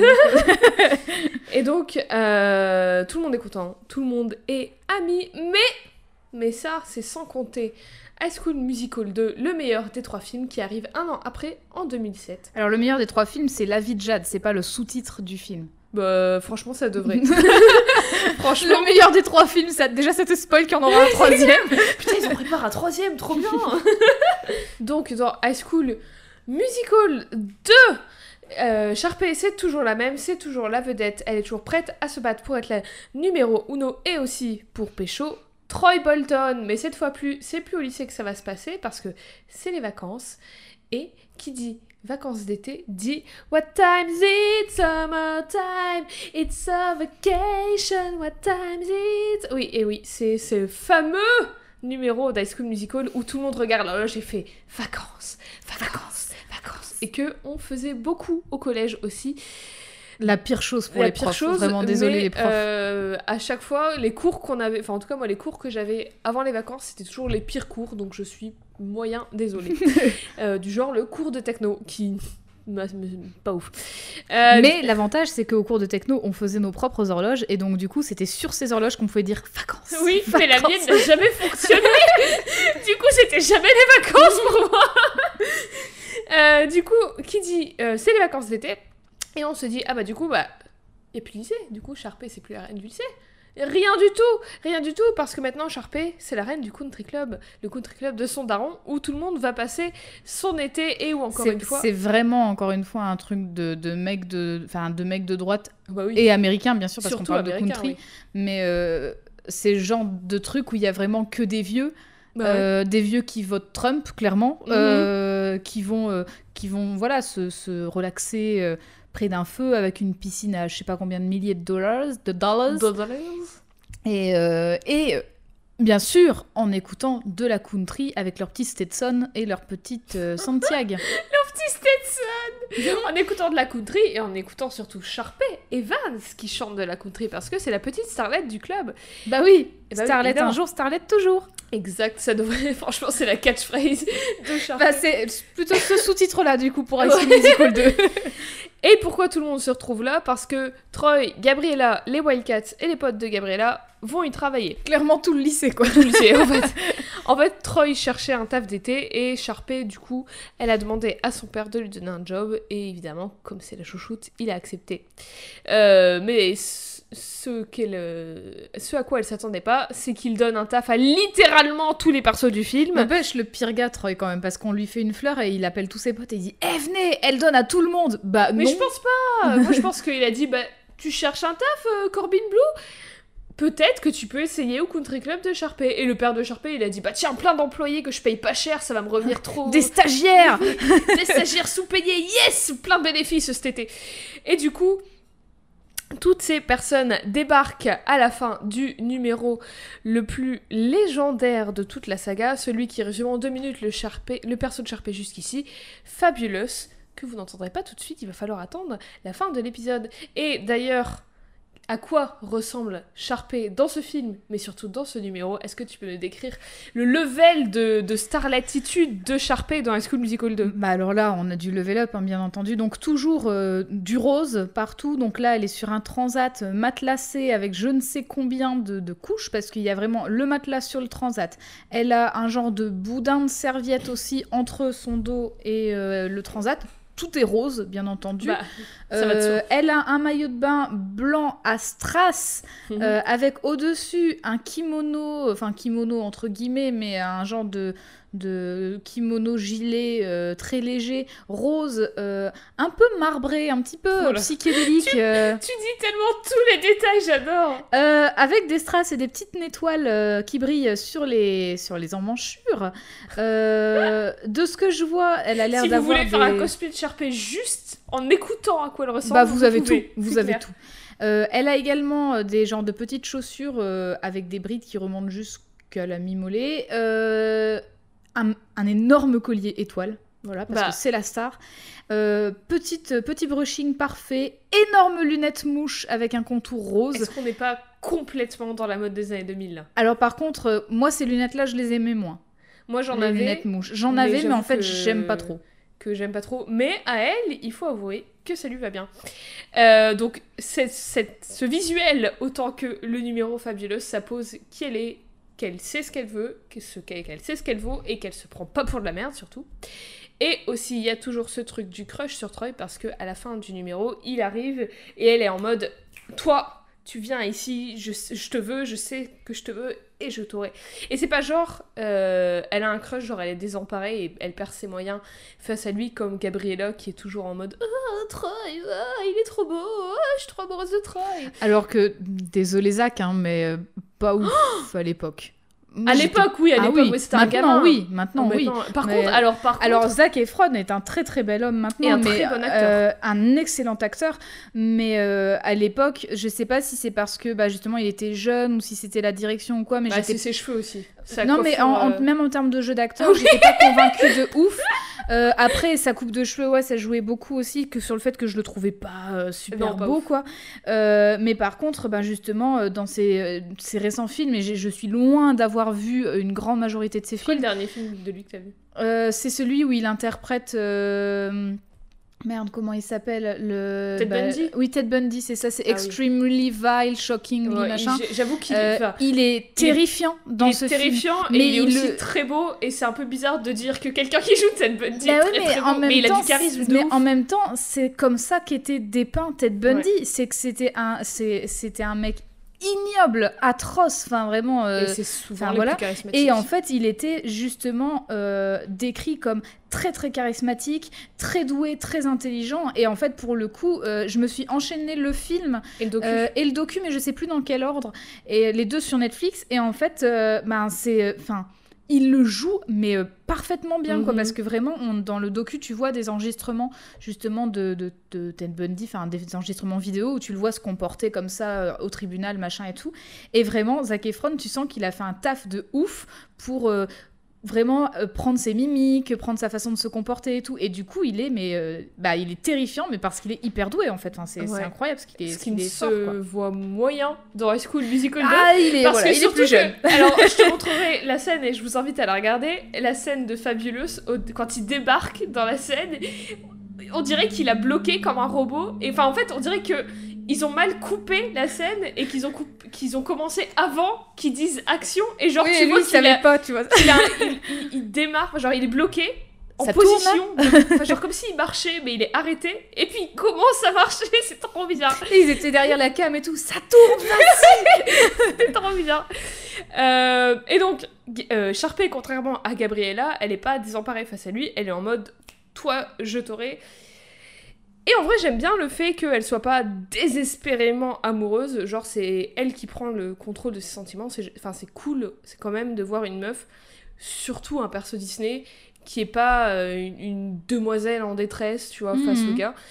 A: Et donc, euh, tout le monde est content, tout le monde est ami, mais, mais ça, c'est sans compter High School Musical deux, le meilleur des trois films qui arrive un an après, en deux mille sept.
B: Alors le meilleur des trois films, c'est La vie de Jade, c'est pas le sous-titre du film.
A: Bah, franchement, ça devrait. Franchement,
B: Le meilleur des trois films, ça, déjà ça te spoil qu'il y en aura un troisième.
A: putain, ils ont préparé un troisième, trop bien. Donc, dans High School Musical deux, euh, Sharpay, c'est toujours la même, c'est toujours la vedette, elle est toujours prête à se battre pour être la numéro uno et aussi pour pécho Troy Bolton. Mais cette fois plus, c'est plus au lycée que ça va se passer parce que c'est les vacances. Et qui dit vacances d'été dit What time is it? Summertime. It's a vacation. What time is it? Oui, et oui, c'est ce fameux numéro d'High School Musical où tout le monde regarde l'horloge et fait vacances, vacances, vacances. et que on faisait beaucoup au collège aussi.
B: La pire chose pour
A: La
B: les
A: pire
B: profs.
A: chose,
B: Vraiment désolé
A: mais,
B: les profs.
A: euh, à chaque fois, les cours qu'on avait, enfin en tout cas moi les cours que j'avais avant les vacances, c'était toujours les pires cours, donc je suis moyen désolée. Euh, du genre le cours de techno qui m'a- pas ouf. Euh,
B: Mais l'avantage, c'est qu'au cours de techno, on faisait nos propres horloges, et donc du coup, c'était sur ces horloges qu'on pouvait dire vacances.
A: Oui, mais la
B: vacances.
A: mienne n'a jamais fonctionné. Du coup, c'était jamais les vacances pour moi. Euh, du coup, qui dit euh, c'est les vacances d'été, et on se dit ah bah du coup bah y a plus de lycée. Du coup, Sharpay c'est plus la reine du lycée. Rien du tout, rien du tout, parce que maintenant Sharpay c'est la reine du country club, le country club de son daron où tout le monde va passer son été et où encore
B: C'est
A: une fois.
B: c'est vraiment, encore une fois, un truc de, de mec de, enfin, de mec de droite
A: Bah oui.
B: et américain, bien sûr, parce qu'on
A: Surtout
B: parle de
A: américain,
B: country.
A: oui.
B: Mais euh, c'est le genre de truc où il y a vraiment que des vieux.
A: Bah ouais.
B: Euh, des vieux qui votent Trump, clairement,
A: Mhm.
B: euh, qui vont, euh, qui vont voilà, se, se relaxer euh, près d'un feu avec une piscine à je sais pas combien de milliers de dollars, de dollars.
A: Dollars.
B: Et, euh, et euh, bien sûr, en écoutant de la country avec leur petit Stetson et leur petite euh, Santiago.
A: Petit Stetson. En écoutant de la country et en écoutant surtout Sharpay et Vance qui chantent de la country parce que c'est la petite starlette du club.
B: Bah oui,
A: Eh bah oui,
B: Starlet un
A: évidemment.
B: jour, Starlet toujours.
A: Exact, ça devrait. Franchement, c'est la catchphrase de Sharpay.
B: Bah c'est plutôt ce sous-titre-là, du coup, pour High School Musical deux.
A: Et pourquoi tout le monde se retrouve là? Parce que Troy, Gabriella, les Wildcats et les potes de Gabriella vont y travailler.
B: Clairement tout le lycée, quoi.
A: Tout le lycée, en fait. En fait, Troy cherchait un taf d'été et Sharpay, du coup, elle a demandé à son père de lui donner un job et évidemment, comme c'est la chouchoute, il a accepté. Euh, mais ce, ce, qu'elle, euh, ce à quoi elle s'attendait pas, c'est qu'il donne un taf à littéralement tous les persos du film.
B: N'empêche, le pire gars, Troy, quand même, parce qu'on lui fait une fleur et il appelle tous ses potes et il dit « Eh, venez, elle donne à tout le monde !» Bah
A: Mais
B: non.
A: je pense pas. Moi, je pense qu'il a dit bah, tu cherches un taf, euh, Corbin Blue? Peut-être que tu peux essayer au country club de Sharpay. Et le père de Sharpay, il a dit bah tiens, plein d'employés que je paye pas cher, ça va me revenir trop.
B: Des stagiaires.
A: Des stagiaires sous-payés, yes, plein de bénéfices cet été. Et du coup, toutes ces personnes débarquent à la fin du numéro le plus légendaire de toute la saga, celui qui résume en deux minutes le, Sharpay, le perso de Sharpay jusqu'ici, Fabulous, que vous n'entendrez pas tout de suite, il va falloir attendre la fin de l'épisode. Et d'ailleurs, à quoi ressemble Sharpay dans ce film, mais surtout dans ce numéro? Est-ce que tu peux me décrire le level de, de starlatitude de Sharpay dans High School Musical deux?
B: Bah alors là, on a du level up, hein, bien entendu. Donc toujours euh, du rose partout. Donc là, elle est sur un transat euh, matelassé avec je ne sais combien de, de couches, parce qu'il y a vraiment le matelas sur le transat. Elle a un genre de boudin de serviette aussi entre son dos et euh, le transat. Tout est rose, bien entendu.
A: Bah, ça va de
B: Euh,
A: soi.
B: elle a un maillot de bain blanc à strass,
A: Mhm.
B: euh, avec au-dessus un kimono, enfin kimono entre guillemets, mais un genre de, de kimono gilet euh, très léger, rose, euh, un peu marbré, un petit peu euh,
A: Voilà.
B: psychédélique, euh,
A: Tu dis tellement tous les détails, j'adore.
B: euh, avec des strass et des petites étoiles euh, qui brillent sur les, sur les emmanchures. Euh, de ce que je vois, elle a l'air
A: Si vous
B: d'avoir
A: voulez
B: des...
A: faire un cosplay de Sharpay juste en écoutant à quoi elle ressemble,
B: Bah, vous avez tout,
A: pouvez,
B: vous
A: c'est
B: avez
A: clair.
B: tout. Euh, elle a également euh, des genres de petites chaussures euh, avec des brides qui remontent jusqu'à la mi-mollet. Euh, un, un énorme collier étoile, voilà, parce
A: Bah.
B: que c'est la star. Euh, petite, petit brushing parfait, énorme lunettes mouche avec un contour rose.
A: Est-ce qu'on n'est pas complètement dans la mode des années deux mille là?
B: Alors par contre, euh, moi ces lunettes-là, je les aimais moins.
A: Moi j'en
B: les
A: avais
B: lunettes mouche. J'en
A: mais
B: avais, mais en
A: j'avoue
B: fait,
A: que-
B: j'aime pas trop.
A: que j'aime pas trop, mais à elle, il faut avouer que ça lui va bien. Euh, donc c'est- c'est- ce visuel, autant que le numéro Fabulous, ça pose qui elle est, qu'elle sait ce qu'elle veut, que ce qu'elle qu'elle sait ce qu'elle vaut, et qu'elle se prend pas pour de la merde surtout. Et aussi, il y a toujours ce truc du crush sur Troy, parce que à la fin du numéro, il arrive, et elle est en mode « Toi, tu viens ici, je, je te veux, je sais que je te veux, et je t'aurai. » Et c'est pas genre, euh, elle a un crush, genre elle est désemparée, et elle perd ses moyens face à lui, comme Gabriella, qui est toujours en mode « Ah, Troy, ah, il est trop beau, ah, je suis trop amoureuse de Troy !»
B: Alors que, désolé Zach, hein, mais euh, pas ouf à l'époque. Moi,
A: À
B: j'étais-
A: l'époque, oui, à
B: Ah
A: l'époque,
B: oui,
A: oui, c'était un
B: maintenant,
A: gamin.
B: oui, maintenant, oui.
A: Maintenant- Par
B: Mais-
A: contre, alors par contre...
B: Alors Zac Efron est un très très bel homme maintenant,
A: Et un
B: mais,
A: très bon acteur.
B: euh, un excellent acteur. Mais euh, à l'époque, je sais pas si c'est parce que bah, justement il était jeune ou si c'était la direction ou quoi, mais
A: bah,
B: j'étais
A: c'est ses cheveux aussi. Sa
B: non mais en,
A: coiffure,
B: en-
A: euh,
B: même en termes de jeu d'acteur, j'étais pas convaincue de ouf. Euh, après, sa coupe de cheveux, ouais, ça jouait beaucoup aussi que sur le fait que je le trouvais pas euh, super
A: Non, pas
B: beau,
A: ouf.
B: quoi. Euh, mais par contre, ben, justement, euh, dans ses, euh, ses récents films, et j'ai- je suis loin d'avoir vu euh, une grande majorité de ses
A: C'est quoi le
B: films,
A: dernier film de lui que t'as vu?
B: euh, c'est celui où il interprète... euh, Merde, comment il s'appelle le...
A: Ted Bundy
B: Oui, Ted Bundy, c'est ça, c'est
A: Ah oui.
B: Extremely Vile, Shockingly,
A: Ouais,
B: machin.
A: j'ai- J'avoue qu'il
B: Euh,
A: enfin,
B: il est terrifiant dans
A: il est
B: ce film.
A: terrifiant et
B: Mais
A: il est
B: il
A: aussi
B: le-
A: très beau et c'est un peu bizarre de dire que quelqu'un qui joue Ted Bundy
B: Bah
A: est
B: ouais,
A: très,
B: mais
A: très
B: en
A: beau,
B: même
A: mais il a
B: temps,
A: du charisme
B: c'est-
A: de
B: mais
A: ouf.
B: en même temps, c'est comme ça qu'était dépeint Ted Bundy. C'est que c'était un, c'est- c'était un mec ignoble, atroce, enfin vraiment. euh,
A: Et c'est souvent
B: enfin,
A: les
B: voilà.
A: plus charismatiques.
B: Et en fait, il était justement euh, décrit comme très très charismatique, très doué, très intelligent. Et en fait, pour le coup, euh, je me suis enchaîné le film
A: Et le docu.
B: euh, et le docu, mais je sais plus dans quel ordre. Et les deux sur Netflix. Et en fait, euh, ben c'est, enfin, il le joue, mais euh, parfaitement bien, quoi.
A: Mhm.
B: Parce que vraiment, on- dans le docu, tu vois des enregistrements justement de, de, de Ted Bundy, enfin des enregistrements vidéo où tu le vois se comporter comme ça euh, au tribunal, machin et tout. Et vraiment, Zac Efron, tu sens qu'il a fait un taf de ouf pour euh, vraiment euh, prendre ses mimiques, prendre sa façon de se comporter et tout. Et du coup, il est, mais euh, bah, il est terrifiant, mais parce qu'il est hyper doué en fait. Enfin, c'est c'est
A: Ouais.
B: incroyable ce qu'il est,
A: Ce
B: ce
A: qui
B: qu'il
A: me
B: est
A: se
B: fort, quoi.
A: voit moyen dans High School Musical deux.
B: Ah, il est,
A: Parce
B: voilà,
A: que
B: il est
A: surtout
B: plus jeune.
A: que- alors, je te montrerai la scène et je vous invite à la regarder. La scène de Fabulous, au- quand il débarque dans la scène, on dirait qu'il a bloqué comme un robot. Et enfin, en fait, on dirait que ils ont mal coupé la scène et qu'ils ont, coup- qu'ils ont commencé avant qu'ils disent action. Et genre,
B: Oui,
A: tu
B: lui,
A: vois
B: il
A: qu'il
B: savait
A: a-
B: pas, tu vois.
A: qu'il a un- il, il- il démarre, genre il est bloqué. En
B: Ça tourne,
A: position, de- enfin, genre comme s'il marchait, mais il est arrêté, et puis il commence à marcher, c'est trop bizarre.
B: Ils étaient derrière la cam et tout, ça tourne.
A: C'est trop bizarre. Euh, et donc, euh, Sharpay, contrairement à Gabriella, elle est pas désemparée face à lui, elle est en mode toi, je t'aurai. Et en vrai, j'aime bien le fait qu'elle soit pas désespérément amoureuse, genre c'est elle qui prend le contrôle de ses sentiments. C'est, enfin, c'est cool, c'est quand même de voir une meuf, surtout un perso Disney, qui est pas euh, une, une demoiselle en détresse, tu vois, face
B: Mhm.
A: au gars.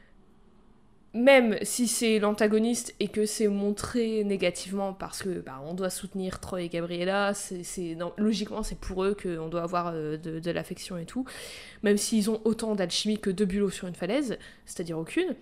A: Même si c'est l'antagoniste et que c'est montré négativement parce que bah, on doit soutenir Troy et Gabriella, c'est, c'est, non, logiquement c'est pour eux qu'on doit avoir euh, de, de l'affection et tout, même s'ils ont autant d'alchimie que deux bulots sur une falaise, c'est-à-dire aucune.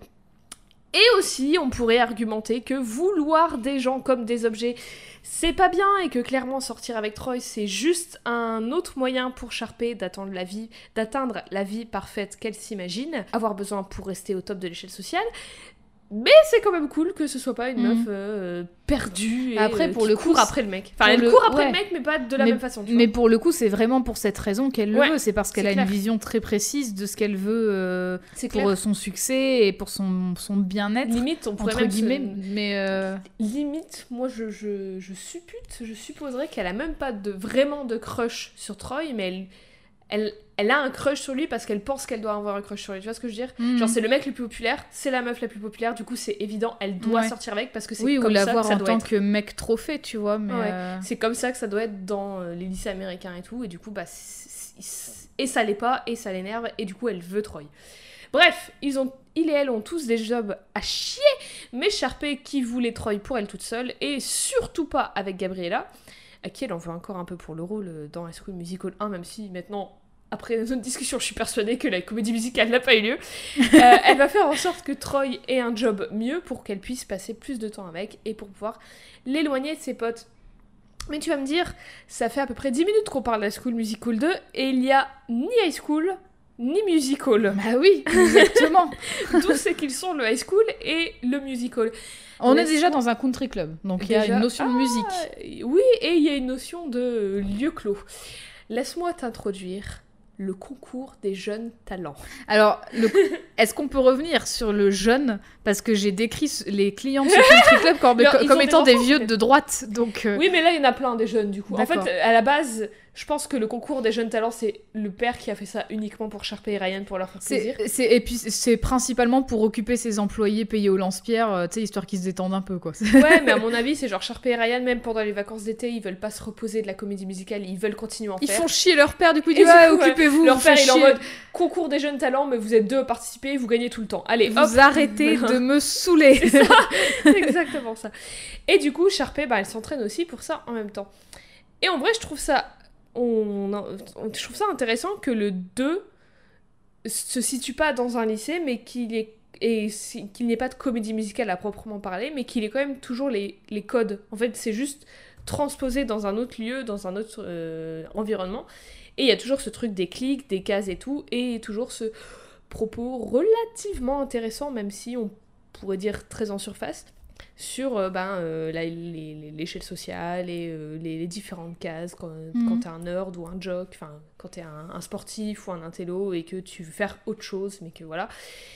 A: Et aussi, on pourrait argumenter que vouloir des gens comme des objets, c'est pas bien, et que clairement sortir avec Troy, c'est juste un autre moyen pour Sharpay d'atteindre la vie, d'atteindre la vie parfaite qu'elle s'imagine, avoir besoin pour rester au top de l'échelle sociale. Mais c'est quand même cool que ce soit pas une
B: Mhm.
A: meuf euh, perdue et
B: Après,
A: euh,
B: pour
A: qui
B: le coup,
A: court après le mec. Enfin,
B: pour
A: elle
B: le-
A: court après
B: ouais.
A: le mec, mais pas de la
B: mais,
A: même façon. Tu
B: mais
A: vois.
B: pour le coup, c'est vraiment pour cette raison qu'elle le
A: Ouais,
B: veut. C'est parce qu'elle
A: c'est
B: a
A: clair.
B: une vision très précise de ce qu'elle veut euh,
A: C'est
B: pour
A: clair.
B: euh, son succès et pour son, son bien-être.
A: Limite, on pourrait
B: Entre
A: même se-
B: guillemets, mais euh,
A: Limite, moi je, je, je suppute, je supposerais qu'elle a même pas de, vraiment de crush sur Troy, mais elle, elle, elle a un crush sur lui parce qu'elle pense qu'elle doit avoir un crush sur lui. Tu vois ce que je veux dire?
B: mm.
A: Genre c'est le mec le plus populaire, c'est la meuf la plus populaire, du coup c'est évident, elle doit
B: Ouais.
A: sortir avec parce que c'est
B: oui, ou
A: comme ça
B: l'avoir
A: que ça
B: en
A: doit
B: tant
A: être.
B: que mec trophée, tu vois. Mais
A: Ouais.
B: euh,
A: C'est comme ça que ça doit être dans euh, les lycées américains et tout, et du coup, bah, c'est- c'est- et ça l'est pas, et ça l'énerve, et du coup, elle veut Troy. Bref, ils ont, il et elle ont tous des jobs à chier, mais Sharpay qui voulait Troy pour elle toute seule, et surtout pas avec Gabriella, à qui elle en veut encore un peu pour le rôle euh, dans High School Musical un, même si maintenant, après notre discussion, je suis persuadée que la comédie musicale n'a pas eu lieu. Euh, elle va faire en sorte que Troy ait un job mieux pour qu'elle puisse passer plus de temps avec, et pour pouvoir l'éloigner de ses potes. Mais tu vas me dire, ça fait à peu près dix minutes qu'on parle d'High School Musical deux, et il n'y a ni High School, ni Musical.
B: bah oui, exactement.
A: D'où c'est qu'ils sont le High School et le Musical.
B: On est
A: Laisse-moi-
B: déjà dans un country club, donc il y a
A: Déjà-
B: une notion de musique.
A: Ah, oui, et il y a une notion de lieu clos. Laisse-moi t'introduire le concours des jeunes talents.
B: Alors, le- est-ce qu'on peut revenir sur le jeune? Parce que j'ai décrit ce- les clients de ce country club comme,
A: Alors, ils
B: comme
A: ont
B: étant
A: des
B: des
A: enfants,
B: vieux
A: peut-être.
B: de droite, donc... euh,
A: Oui, mais là, il y en a plein des jeunes, du coup. En fait,
B: D'accord.
A: à la base, je pense que le concours des jeunes talents, c'est le père qui a fait ça uniquement pour Sharpay et Ryan, pour leur faire plaisir.
B: C'est, c'est- et puis c'est principalement pour occuper ses employés payés au lance-pierre, euh, tu sais, histoire qu'ils se détendent un peu, quoi.
A: Ouais, mais à mon avis, c'est genre Sharpay et Ryan, même pendant les vacances d'été, ils veulent pas se reposer de la comédie musicale, ils veulent continuer à en
B: Ils
A: faire.
B: font chier leur père, du coup, ils
A: Et
B: disent
A: du
B: ouais,
A: coup, ouais,
B: occupez-vous,
A: Leur
B: vous
A: père,
B: faites
A: il est en
B: chier.
A: mode concours des jeunes talents, mais vous êtes deux à participer, vous gagnez tout le temps. Allez,
B: Vous
A: hop
B: arrêtez de me saouler.
A: C'est exactement ça. Et du coup, Sharpay, bah, elle s'entraîne aussi pour ça en même temps. Et en vrai, je trouve ça, on, on- je trouve ça intéressant que le deux se situe pas dans un lycée, mais qu'il est et si- qu'il n'y ait pas de comédie musicale à proprement parler, mais qu'il ait quand même toujours les, les codes. En fait, c'est juste transposé dans un autre lieu, dans un autre euh, environnement. Et il y a toujours ce truc des clics, des cases et tout, et toujours ce propos relativement intéressant, même si on pourrait dire très en surface, sur euh, ben, euh, la- les- les- l'échelle sociale et euh, les, les différentes cases, quand,
B: Mhm.
A: quand t'es un nerd ou un jock, enfin, quand t'es un, un sportif ou un intello et que tu veux faire autre chose, mais que voilà.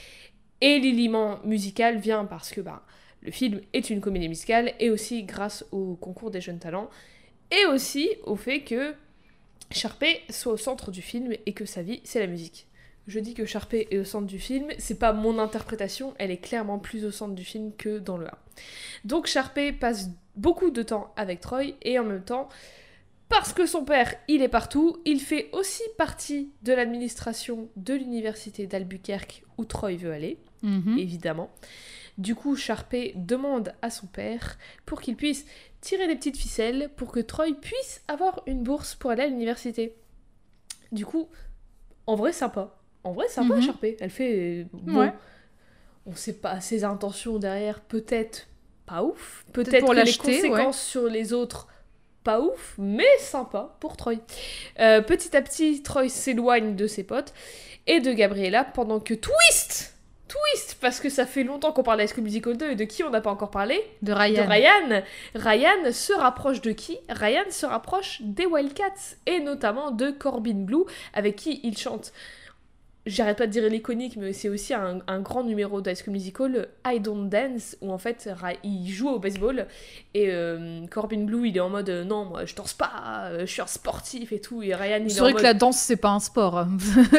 A: Et l'élément musical vient parce que bah, le film est une comédie musicale et aussi grâce au concours des jeunes talents et aussi au fait que Sharpay soit au centre du film et que sa vie c'est la musique. Je dis que Sharpay est au centre du film, c'est pas mon interprétation, elle est clairement plus au centre du film que dans le un. Donc Sharpay passe beaucoup de temps avec Troy et en même temps, parce que son père il est partout, il fait aussi partie de l'administration de l'université d'Albuquerque où Troy veut aller.
B: Mhm.
A: Évidemment. Du coup, Sharpay demande à son père pour qu'il puisse tirer des petites ficelles pour que Troy puisse avoir une bourse pour aller à l'université. Du coup, en vrai, sympa. En vrai, sympa,
B: Mhm.
A: Sharpay. Elle fait... euh, bon,
B: Ouais.
A: on sait pas ses intentions derrière, peut-être pas ouf.
B: Peut-être
A: Peut-être
B: pour
A: que les
B: l'acheter,
A: conséquences sur les autres, pas ouf, mais sympa pour Troy. Euh, petit à petit, Troy s'éloigne de ses potes et de Gabriella pendant que Twist Twist Parce que ça fait longtemps qu'on parle d'High School Musical deux et de qui on n'a pas encore parlé
B: De
A: De
B: Ryan.
A: Ryan. Ryan se rapproche de qui Ryan se rapproche des Wildcats et notamment de Corbin Blue avec qui il chante. J'arrête pas de dire l'iconique, mais c'est aussi un, un grand numéro d'High School Musical, I Don't Dance, où en fait Ra- il joue au baseball et euh, Corbin Blue il est en mode euh, non, moi je danse pas, euh, je suis un sportif et tout, et Ryan il
B: C'est
A: est en
B: vrai
A: mode
B: que la danse, c'est pas un sport.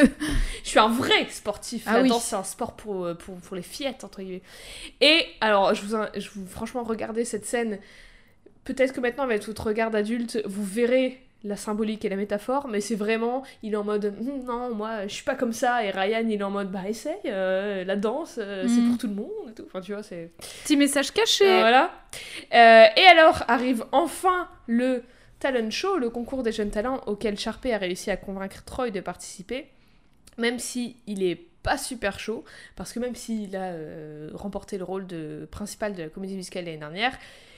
A: je suis un vrai sportif.
B: Ah
A: la
B: oui.
A: danse, c'est un sport pour, euh, pour, pour les fillettes, entre guillemets. Et alors, je vous, in- je vous franchement, regardez cette scène. Peut-être que maintenant, avec votre regard d'adulte, vous verrez la symbolique et la métaphore, mais c'est vraiment, il est en mode, Hum, non, moi, je suis pas comme ça, et Ryan, il est en mode, bah, essaye, euh, la danse, euh, c'est
B: Mm.
A: pour tout le monde, et tout. Enfin, tu vois, c'est...
B: Petit message caché.
A: Euh, voilà. Euh, et alors arrive enfin le talent show, le concours des jeunes talents auquel Sharpay a réussi à convaincre Troy de participer, même si il est pas super chaud, parce que même s'il a euh, remporté le rôle de principal de la comédie musicale l'année dernière,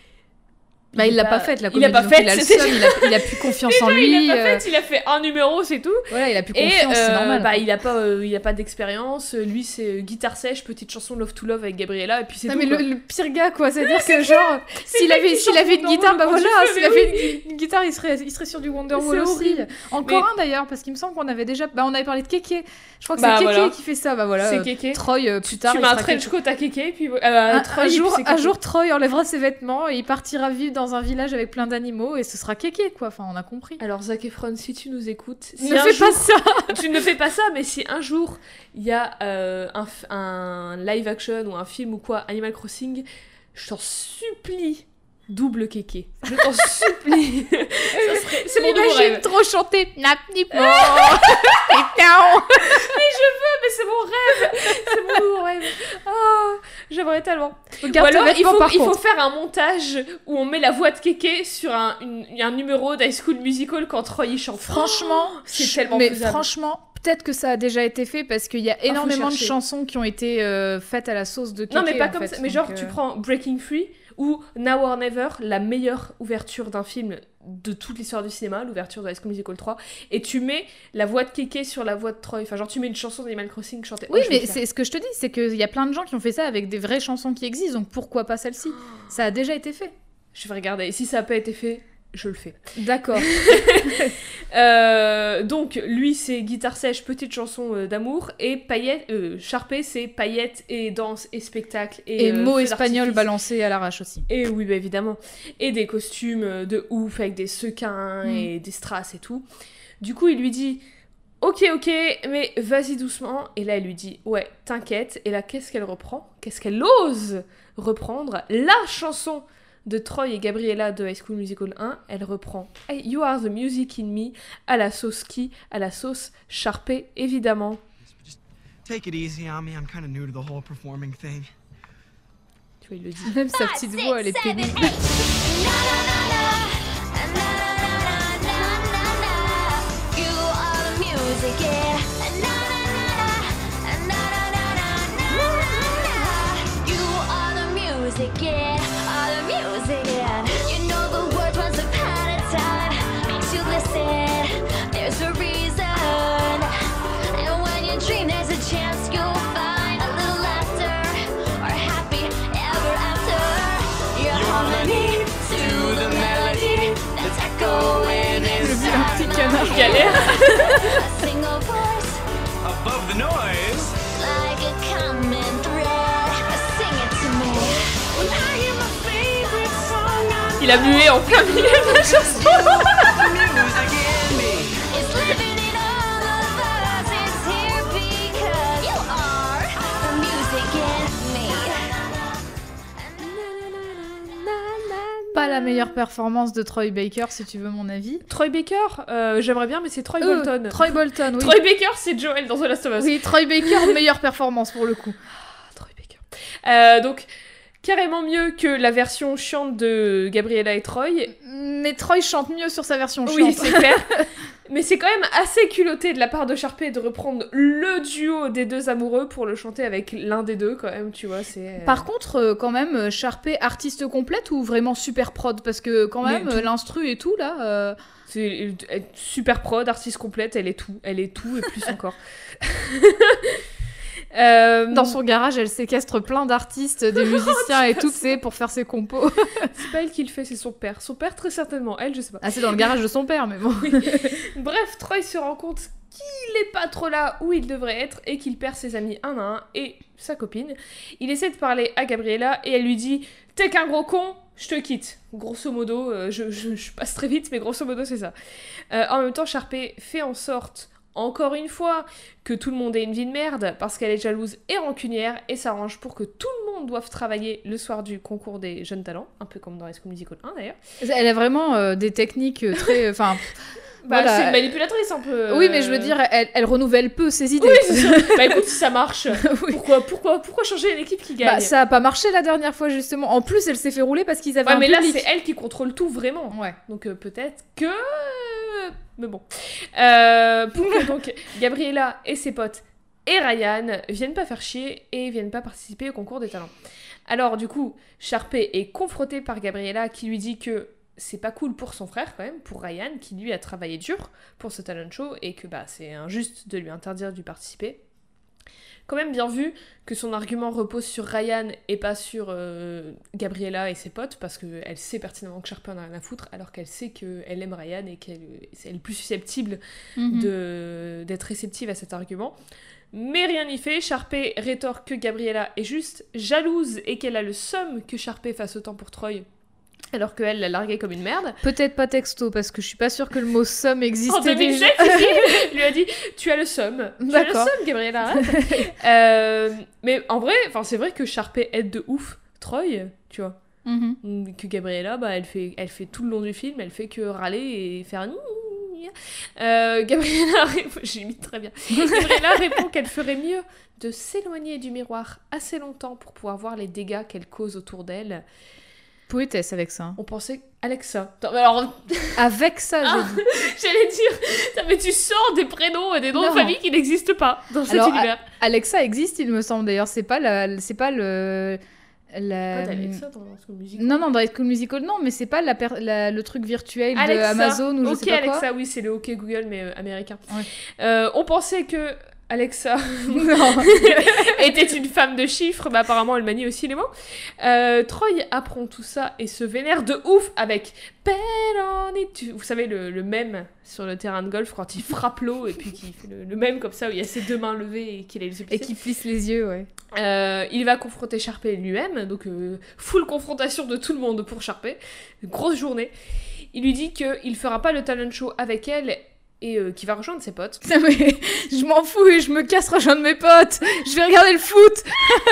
B: Bah, il l'a pas faite, la
A: il l'a
B: comédie.
A: pas
B: donc
A: faite,
B: il a le
A: c'est
B: seum, il a, il a plus confiance en
A: déjà,
B: lui.
A: il a pas
B: euh,
A: fait, il a fait un numéro, c'est tout.
B: Voilà, il a plus
A: Et
B: confiance, c'est
A: euh,
B: normal.
A: bah, il a pas, euh, il a pas d'expérience. Lui, c'est euh, guitare sèche, petite chanson Love to Love avec Gabriella, et puis c'est
B: Non,
A: tout.
B: mais
A: quoi.
B: le, le pire gars, quoi. C'est-à-dire que, genre, s'il
A: le mec
B: avait,
A: qui
B: s'il
A: chante
B: avait une
A: Wonderwall
B: guitare, bah
A: quand tu
B: voilà,
A: fais,
B: s'il
A: mais
B: avait
A: oui.
B: une, une guitare, il serait, il serait sur du Wonderwall
A: C'est
B: aussi.
A: horrible.
B: Encore
A: Mais-
B: un d'ailleurs, parce qu'il me semble qu'on avait déjà. Bah, on avait parlé de Kéké. Je crois que
A: Bah,
B: c'est Kéké
A: voilà.
B: qui fait ça. Bah voilà.
A: C'est
B: euh,
A: Kéké.
B: Troy, euh, plus tard.
A: tu
B: il
A: mets un
B: sera
A: trench
B: Kéké.
A: coat à Kéké, puis euh,
B: Un,
A: Troy,
B: un
A: et puis
B: jour,
A: c'est
B: un
A: Kéké.
B: jour, Troy enlèvera ses vêtements et il partira vivre dans un village avec plein d'animaux et ce sera Kéké, quoi. Enfin, on a compris.
A: Alors Zac Efron, si tu nous écoutes, si
B: ne
A: un
B: fais
A: jour-
B: pas ça.
A: tu ne fais pas ça, mais si un jour il y a euh, un, f- un live action ou un film ou quoi, Animal Crossing, je t'en supplie, double Kéké. Je t'en supplie. Ça serait- c'est mon nouveau
B: J'imagine
A: rêve.
B: trop chanter. Nap nip. Oh.
A: Mais c'est mon rêve. C'est mon nouveau rêve. Ah, j'aimerais tellement.
B: Garde
A: Ou
B: tes
A: alors il
B: vêtements,
A: faut,
B: par
A: il faut
B: contre.
A: faire un montage où on met la voix de Kéké sur un, une- un numéro d'High School Musical quand Troy y chante.
B: Franchement,
A: c'est
B: je-
A: tellement
B: mais
A: faisable.
B: franchement, peut-être que ça a déjà été fait parce qu'il y a énormément de
A: chercher.
B: chansons qui ont été euh, faites à la sauce de Kéké.
A: Non mais pas
B: en
A: comme
B: fait,
A: ça, mais
B: donc,
A: genre
B: euh,
A: tu prends Breaking Free ou Now or Never, la meilleure ouverture d'un film de toute l'histoire du cinéma, l'ouverture de High School Musical trois, et tu mets la voix de Kéké sur la voix de Troy, enfin genre tu mets une chanson d'Animal Crossing chantée.
B: Oui,
A: Oh, je vais
B: mais
A: le faire.
B: c'est ce que je te dis, c'est qu'il y a plein de gens qui ont fait ça avec des vraies chansons qui existent, donc pourquoi pas celle-ci? Ça a déjà été fait.
A: Je vais regarder, et si ça n'a pas été fait, je le fais.
B: D'accord.
A: Euh, donc lui c'est guitare sèche, petite chanson euh, d'amour, et paillettes, euh, Sharpay c'est paillettes et danse et spectacle et,
B: Et
A: euh,
B: mots
A: feux
B: espagnols
A: d'artifice.
B: balancés à l'arrache aussi.
A: Et oui, bah évidemment. Et des costumes euh, de ouf avec des sequins
B: Mm.
A: et des strass et tout. Du coup, il lui dit ok, ok, mais vas-y doucement. Et là, elle lui dit ouais, t'inquiète. Et là, qu'est-ce qu'elle reprend? Qu'est-ce qu'elle ose reprendre? La chanson de Troy et Gabriella de High School Musical un. Elle reprend Hey, You Are the Music in Me à la sauce qui? À la sauce Sharpay, évidemment.
E: Take it easy on me. I'm kind of new to the whole performing thing.
A: Tu vois, il le dit.
B: Même sa petite voix, elle est pénible.
D: You are the music, yeah. Na, na, na, na. get all the music in. You know the words once upon a time makes you listen. There's a reason, and when you dream, there's a chance you'll find a little laughter or happy ever after. You're harmony to the melody that's echoing inside my
B: canard
A: galère.
D: a single voice
C: Above the noise.
D: like a common thread. Sing it to me. When I hear my favorite song, I
A: Il a mué en plein milieu de la chanson.
C: Music in me.
D: It's living in all of us. It's here because you are the music in me.
B: Pas la meilleure performance de Troy Baker, si tu veux mon avis.
A: Troy Baker, euh, j'aimerais bien, mais c'est Troy
B: Euh,
A: Bolton.
B: Troy Bolton, oui.
A: Troy Baker, c'est Joel dans The Last of Us.
B: Oui, Troy Baker, meilleure performance pour le coup.
A: Troy Baker. Euh, donc, carrément mieux que la version chiante de Gabriella et Troy.
B: Mais Troy chante mieux sur sa version chiante.
A: Oui, c'est clair. Mais c'est quand même assez culotté de la part de Sharpay de reprendre le duo des deux amoureux pour le chanter avec l'un des deux, quand même, tu vois, c'est... euh,
B: Par contre, euh, quand même, euh, Sharpay artiste complète ou vraiment super prod? Parce que quand
A: Mais
B: même,
A: tout.
B: euh, l'instru et tout, là... euh,
A: C'est elle est super prod, artiste complète, elle est tout. Elle est tout et plus encore. Euh,
B: Dans son garage, elle séquestre plein d'artistes, des musiciens et tout, c'est pour faire ses compos.
A: C'est pas elle qui le fait, c'est son père. Son père, très certainement. Elle, je sais pas.
B: Ah, c'est dans le garage de son père, mais bon.
A: Bref, Troy se rend compte qu'il est pas trop là où il devrait être et qu'il perd ses amis un à un et sa copine. Il essaie de parler à Gabriella et elle lui dit « T'es qu'un gros con, je te quitte ». Grosso modo, euh, je, je, je passe très vite, mais grosso modo, c'est ça. Euh, en même temps, Sharpay fait en sorte, encore une fois, que tout le monde ait une vie de merde parce qu'elle est jalouse et rancunière et s'arrange pour que tout le monde doive travailler le soir du concours des jeunes talents, un peu comme dans High School Musical un d'ailleurs.
B: Elle a vraiment euh, des techniques euh, très... Enfin,
A: Bah,
B: voilà.
A: c'est une manipulatrice un peu.
B: Oui, mais je
A: euh,
B: veux dire, elle, elle renouvelle peu ses idées.
A: Oui, c'est ça. Bah écoute, si ça marche,
B: Oui.
A: pourquoi, pourquoi, pourquoi changer une équipe qui gagne?
B: Bah, ça a pas marché la dernière fois, justement. En plus, elle s'est fait rouler parce qu'ils avaient
A: Ouais,
B: un
A: mais là,
B: public.
A: c'est elle qui contrôle tout vraiment.
B: Ouais.
A: Donc euh, peut-être que. Mais bon. Euh, pour que donc Gabriella et ses potes et Ryan viennent pas faire chier et viennent pas participer au concours des talents. Alors du coup, Sharpay est confrontée par Gabriella qui lui dit que c'est pas cool pour son frère quand même, pour Ryan, qui lui a travaillé dur pour ce talent show et que bah c'est injuste de lui interdire d'y participer. Quand même bien vu que son argument repose sur Ryan et pas sur euh, Gabriella et ses potes, parce qu'elle sait pertinemment que Sharpay en a rien à foutre, alors qu'elle sait qu'elle aime Ryan et qu'elle elle est plus susceptible
B: Mhm.
A: de, d'être réceptive à cet argument. Mais rien n'y fait, Sharpay rétorque que Gabriella est juste jalouse et qu'elle a le seum que Sharpay fasse autant pour Troy, alors qu'elle l'a largué comme une merde.
B: Peut-être pas texto, parce que je suis pas sûre que le mot somme existe
A: En deux mille sept, il lui a dit « Tu as le seum. Tu as le
B: D'accord.
A: seum, Gabriella. arrête. » euh, Mais en vrai, c'est vrai que Sharpay aide de ouf Troy, tu vois.
B: Mhm.
A: Que Gabriella, bah, elle, fait, elle fait tout le long du film, elle fait que râler et faire... Euh, Gabriella répond... J'imite très bien. Gabriella répond qu'elle ferait mieux de s'éloigner du miroir assez longtemps pour pouvoir voir les dégâts qu'elle cause autour d'elle.
B: Poétesse avec ça.
A: On pensait Alexa. Attends, mais alors,
B: Avec ça,
A: Ah.
B: j'ai dit.
A: j'allais dire, putain, mais tu sors des prénoms et des noms
B: Non.
A: de famille qui n'existent pas dans cet
B: Alors,
A: univers.
B: Alexa existe, il me semble d'ailleurs. C'est pas la, c'est pas le. La...
A: Pas d'Alexa dans School Musical.
B: Non, non, dans High School Musical, non, mais c'est pas la per- la- le truc virtuel de
A: Alexa.
B: Amazon ou je
A: Ok,
B: sais pas quoi.
A: Alexa, oui, c'est le OK Google, mais euh, américain.
B: Ouais.
A: Euh, on pensait que Alexa
B: Non.
A: était une femme de chiffres, mais apparemment elle manie aussi les mots. Euh, Troy apprend tout ça et se vénère de ouf avec Bet on it. Tu- Vous savez, le, le mème sur le terrain de golf quand il frappe l'eau et puis qu'il fait le, le mème comme ça où il y a ses deux mains levées et qu'il a les yeux
B: Et
A: plissés.
B: qui plisse les yeux, ouais.
A: Euh, il va confronter Sharpay lui-même, donc euh, full confrontation de tout le monde pour Sharpay, grosse journée. Il lui dit qu'il fera pas le talent show avec elle et euh, qu'il va rejoindre ses potes.
B: Putain, mais je m'en fous et je me casse rejoindre mes potes. Je vais regarder le foot.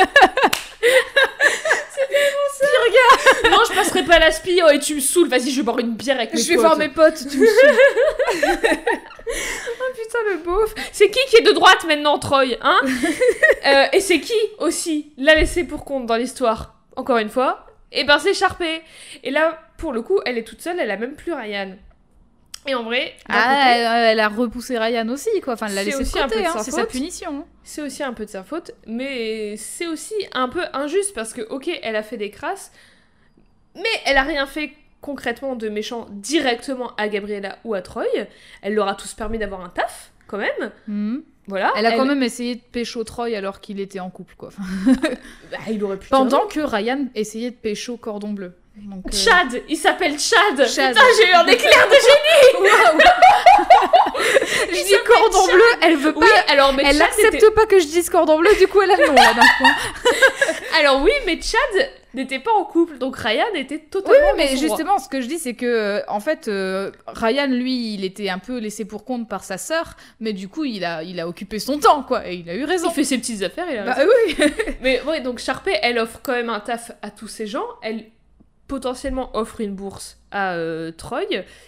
A: Non, je passerai pas l'aspi, oh, et tu me saoules, vas-y, je vais boire une bière avec mes
B: Je vais
A: potes.
B: voir mes potes. Tu me saoules.
A: Putain, le beauf. C'est qui qui est de droite maintenant, Troy, hein euh, Et c'est qui aussi l'a laissé pour compte dans l'histoire, encore une fois? Et ben c'est Sharpay. Et là, pour le coup, elle est toute seule, elle a même plus Ryan. Et en vrai, d'un
B: Ah,
A: côté,
B: elle, elle a repoussé Ryan aussi, quoi. Enfin, elle l'a
A: C'est
B: laissé de
A: aussi un
B: côté,
A: peu de
B: hein.
A: sa
B: C'est sa
A: faute.
B: punition.
A: c'est aussi un peu de sa faute, mais c'est aussi un peu injuste parce que, ok, elle a fait des crasses, mais elle a rien fait concrètement de méchant directement à Gabriella ou à Troy. Elle leur a tous permis d'avoir un taf, quand même.
B: Mhm.
A: Voilà.
B: Elle a quand même essayé de pécho Troy alors qu'il était en couple, quoi. Enfin,
A: Bah, il aurait pu.
B: pendant que Ryan essayait de pécho Cordon Bleu. Donc, euh,
A: Chad, il s'appelle Chad.
B: Chad.
A: Putain, j'ai eu un éclair de génie.
B: Je dis Cordon Bleu, elle veut pas.
A: Oui, alors mais
B: Elle
A: Chad
B: accepte
A: n'était-
B: pas que je dise Cordon Bleu, du coup elle a le nom là d'un coup.
A: Alors oui, mais Chad n'était pas en couple, donc Ryan était
B: Oui,
A: totalement.
B: oui,
A: dans
B: mais
A: son droit.
B: justement, ce que je dis, c'est que, euh, en fait, euh, Ryan, lui, il était un peu laissé pour compte par sa sœur, mais du coup, il a, il a occupé son temps, quoi, et il a eu raison.
A: Il fait ses petites affaires, il a
B: Bah
A: raison.
B: oui.
A: Mais ouais, donc Sharpay, elle offre quand même un taf à tous ces gens. Elle potentiellement offre une bourse à euh, Troy.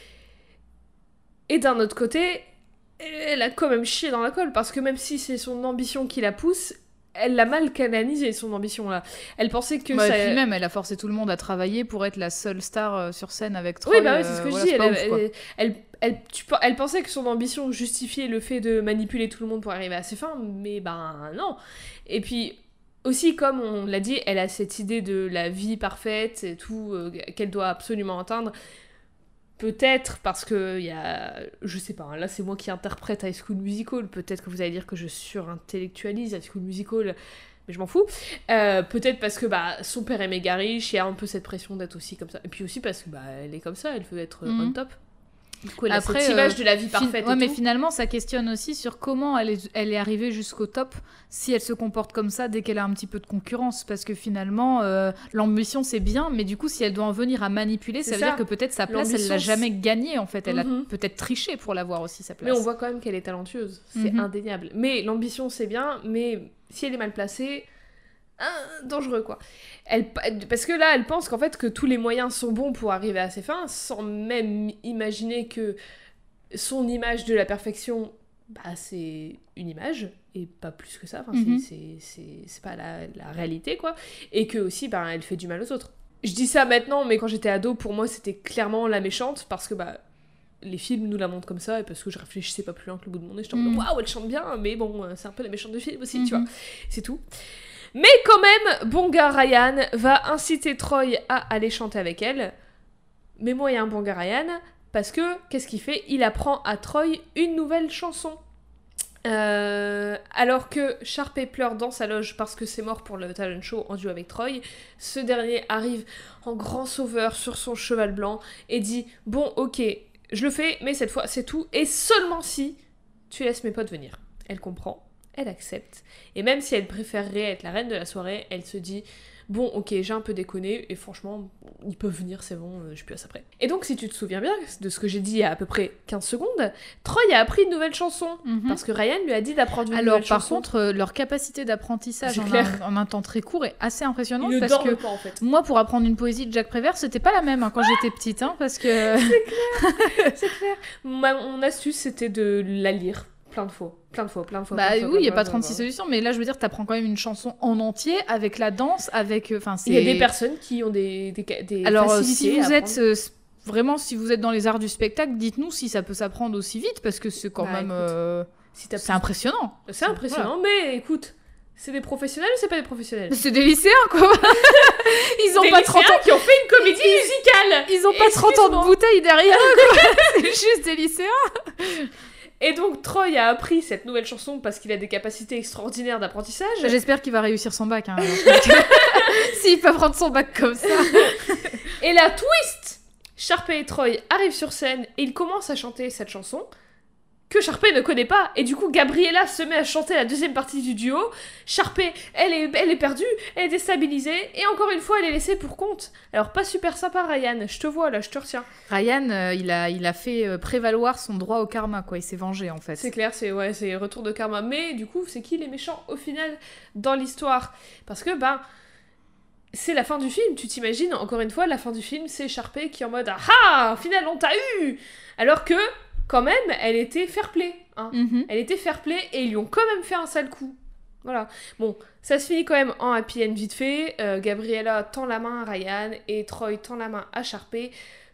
A: Et d'un autre côté, elle a quand même chié dans la colle, parce que même si c'est son ambition qui la pousse, elle l'a mal canalisé, son ambition là. Elle pensait que
B: Bah,
A: ça...
B: Et puis même, elle a forcé tout le monde à travailler pour être la seule star euh, sur scène avec Troy.
A: Oui, bah oui, c'est ce que
B: euh,
A: je
B: voilà,
A: dis.
B: c'est
A: Elle,
B: pas ouf, quoi.
A: elle, elle, elle- tu pe- elle pensait que son ambition justifiait le fait de manipuler tout le monde pour arriver à ses fins, mais ben non. Et puis aussi, comme on l'a dit, elle a cette idée de la vie parfaite et tout, euh, qu'elle doit absolument atteindre. Peut-être parce que il y a, je sais pas, hein, là c'est moi qui interprète High School Musical, peut-être que vous allez dire que je surintellectualise High School Musical, mais je m'en fous. Euh, peut-être parce que bah, son père est méga riche, il y a un peu cette pression d'être aussi comme ça. Et puis aussi parce que bah, elle est comme ça, elle veut être
B: Mhm.
A: on top. Du coup, elle
B: Après,
A: a cette image
B: euh,
A: de la vie
B: Fin-
A: parfaite
B: ouais,
A: et
B: mais
A: tout.
B: finalement, ça questionne aussi sur comment elle est, elle est arrivée jusqu'au top si elle se comporte comme ça dès qu'elle a un petit peu de concurrence. Parce que finalement, euh, l'ambition, c'est bien, mais du coup, si elle doit en venir à manipuler, ça
A: C'est
B: veut
A: ça.
B: dire que peut-être sa place, elle
A: L'ambition,
B: l'a jamais gagnée, en fait. Elle
A: Mhm.
B: a peut-être triché pour l'avoir aussi, sa
A: Mais
B: place.
A: on voit quand même qu'elle est talentueuse, c'est
B: Mhm.
A: indéniable. Mais l'ambition c'est bien, mais si elle est mal placée, hein, dangereux quoi. Elle, parce que là, elle pense qu'en fait que tous les moyens sont bons pour arriver à ses fins, sans même imaginer que son image de la perfection, bah c'est une image et pas plus que ça. Enfin, c'est-
B: Mhm.
A: c'est c'est c'est pas la, la réalité quoi. Et que aussi, bah, elle fait du mal aux autres. Je dis ça maintenant, mais quand j'étais ado, pour moi, c'était clairement la méchante parce que bah les films nous la montrent comme ça et parce que je réfléchissais pas plus loin que le bout de mon nez, j'étais en mode
B: Mm.
A: waouh, elle chante bien, mais bon, euh, c'est un peu la méchante du film aussi, tu
B: Mhm.
A: vois. C'est tout. Mais quand même, bon gars Ryan va inciter Troy à aller chanter avec elle. Mais moyen bon gars Ryan, parce que qu'est-ce qu'il fait? Il apprend à Troy une nouvelle chanson. Euh, alors que Sharpay pleure dans sa loge parce que c'est mort pour le talent show en duo avec Troy, ce dernier arrive en grand sauveur sur son cheval blanc et dit « Bon, ok, je le fais, mais cette fois c'est tout, et seulement si tu laisses mes potes venir. » Elle comprend, elle accepte, et même si elle préférerait être la reine de la soirée, elle se dit « Bon, ok, j'ai un peu déconné, et franchement, ils peuvent venir, c'est bon, euh, je suis plus à ça près. » Et donc, si tu te souviens bien de ce que j'ai dit il y a à peu près quinze secondes, Troy a appris une nouvelle chanson,
B: Mhm.
A: parce que Ryan lui a dit d'apprendre une
B: Alors,
A: nouvelle
B: par
A: chanson.
B: contre, euh, leur capacité d'apprentissage
A: C'est
B: en
A: clair.
B: un, en un temps très court est assez impressionnante
A: il ne
B: parce
A: dorment
B: que
A: pas, en fait.
B: moi, pour apprendre une poésie de Jacques Prévert, c'était pas la même hein, quand j'étais petite, hein, parce que
A: C'est clair. Ma, mon astuce, c'était de la lire plein de fois. Plein de fois, plein de fois.
B: bah
A: plein de fois,
B: oui, il y a
A: plein
B: pas
A: de fois,
B: trente-six
A: plein de
B: solutions, mais là, je veux dire, t'apprends quand même une chanson en entier avec la danse, avec, enfin, c'est.
A: fois. Il y a des personnes qui ont des, des, des
B: Alors, euh,
A: facilités
B: si vous
A: à
B: êtes
A: apprendre.
B: euh, s- vraiment, si vous êtes dans les arts du spectacle, dites-nous si ça peut s'apprendre aussi vite, parce que c'est quand
A: Bah,
B: même,
A: écoute,
B: euh,
A: Si t'as
B: c'est impressionnant.
A: C'est impressionnant, mais écoute, c'est des professionnels ou c'est pas des professionnels?
B: C'est des lycéens, quoi. Ils ont
A: Des
B: pas trente
A: lycéens
B: ans.
A: qui ont fait une comédie musicale.
B: Ils ont pas trente ans de
A: Excuse-moi.
B: bouteille derrière eux, quoi. C'est juste des lycéens.
A: Et donc Troy a appris cette nouvelle chanson parce qu'il a des capacités extraordinaires d'apprentissage.
B: J'espère qu'il va réussir son bac. Hein. S'il peut prendre son bac comme ça.
A: Et la twist, Sharpay et Troy arrivent sur scène et ils commencent à chanter cette chanson que Sharpay ne connaît pas. Et du coup, Gabriella se met à chanter la deuxième partie du duo. Sharpay, elle est, elle est perdue, elle est déstabilisée, et encore une fois, elle est laissée pour compte. Alors, pas super sympa, Ryan. Je te vois, là, je te retiens.
B: Ryan, euh, il, a, il a fait euh, prévaloir son droit au karma, quoi. Il s'est vengé, en fait.
A: C'est clair, c'est ouais, c'est retour de karma. Mais du coup, c'est qui les méchants au final dans l'histoire? Parce que, ben... c'est la fin du film, tu t'imagines, encore une fois, la fin du film, c'est Sharpay qui est en mode « Ah ah, au final, on t'a eu !» Alors que, quand même, elle était fair-play, hein.
B: Mhm.
A: Elle était fair-play et ils lui ont quand même fait un sale coup. Voilà. Bon, ça se finit quand même en happy end vite fait. Euh, Gabriella tend la main à Ryan et Troy tend la main à Sharpay.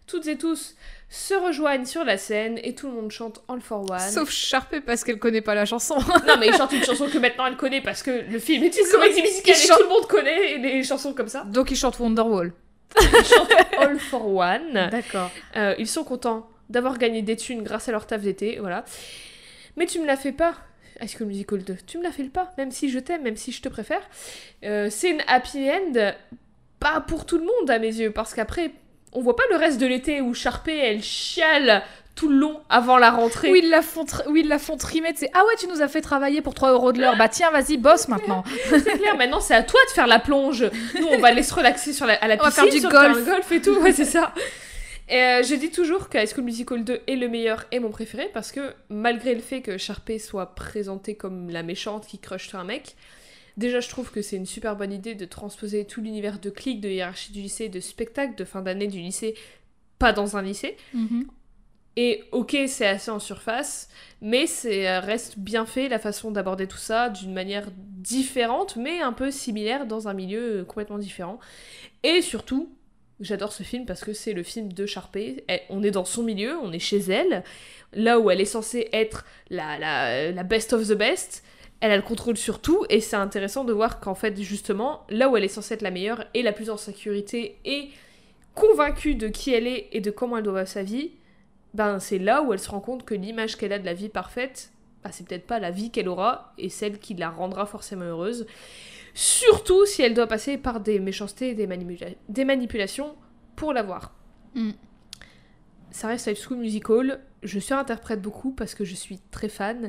A: toutes et tous se rejoignent sur la scène et tout le monde chante All for One.
B: Sauf Sharpay parce qu'elle connaît pas la chanson.
A: Non, mais ils chantent une chanson que maintenant elle connaît parce que le film est une comédie musicale et
B: chantent-
A: tout le monde connaît les chansons comme ça.
B: Donc ils chantent Wonderwall.
A: Ils chantent All for One.
B: D'accord.
A: Euh, ils sont contents d'avoir gagné des thunes grâce à leur taf d'été, voilà. Mais tu me la fais pas, High School Musical deux. Tu me la fais pas, même si je t'aime, même si je te préfère. Euh, c'est une happy end, pas pour tout le monde à mes yeux, parce qu'après, on voit pas le reste de l'été où Sharpay, elle chiale tout le long avant la rentrée.
B: Où ils la font, tr- où ils la font trimer, c'est ah ouais, tu nous as fait travailler pour trois euros de l'heure. Bah tiens, vas-y, bosse maintenant.
A: C'est clair, maintenant c'est à toi de faire la plonge. Nous, on va aller se relaxer sur la, à la
B: On va
A: piscine,
B: faire du
A: sur
B: golf.
A: le terrain de golf et tout, ouais, c'est ça. Et euh, je dis toujours que High School Musical deux est le meilleur et mon préféré parce que malgré le fait que Sharpay soit présentée comme la méchante qui crush sur un mec, déjà je trouve que c'est une super bonne idée de transposer tout l'univers de clique, de hiérarchie du lycée, de spectacle, de fin d'année du lycée, pas dans un lycée. Et ok, c'est assez en surface, mais c'est euh, reste bien fait la façon d'aborder tout ça d'une manière différente, mais un peu similaire dans un milieu euh, complètement différent. Et surtout, j'adore ce film parce que c'est le film de Sharpay. Elle- on est dans son milieu, on est chez elle, là où elle est censée être la, la, la best of the best. Elle a le contrôle sur tout, et c'est intéressant de voir qu'en fait, justement, là où elle est censée être la meilleure et la plus en sécurité et convaincue de qui elle est et de comment elle doit vivre sa vie, ben c'est là où elle se rend compte que l'image qu'elle a de la vie parfaite, bah, c'est peut-être pas la vie qu'elle aura et celle qui la rendra forcément heureuse. Surtout si elle doit passer par des méchancetés et des, manipula- des manipulations pour l'avoir.
B: Mm.
A: Ça reste High School Musical. Je surinterprète beaucoup parce que je suis très fan.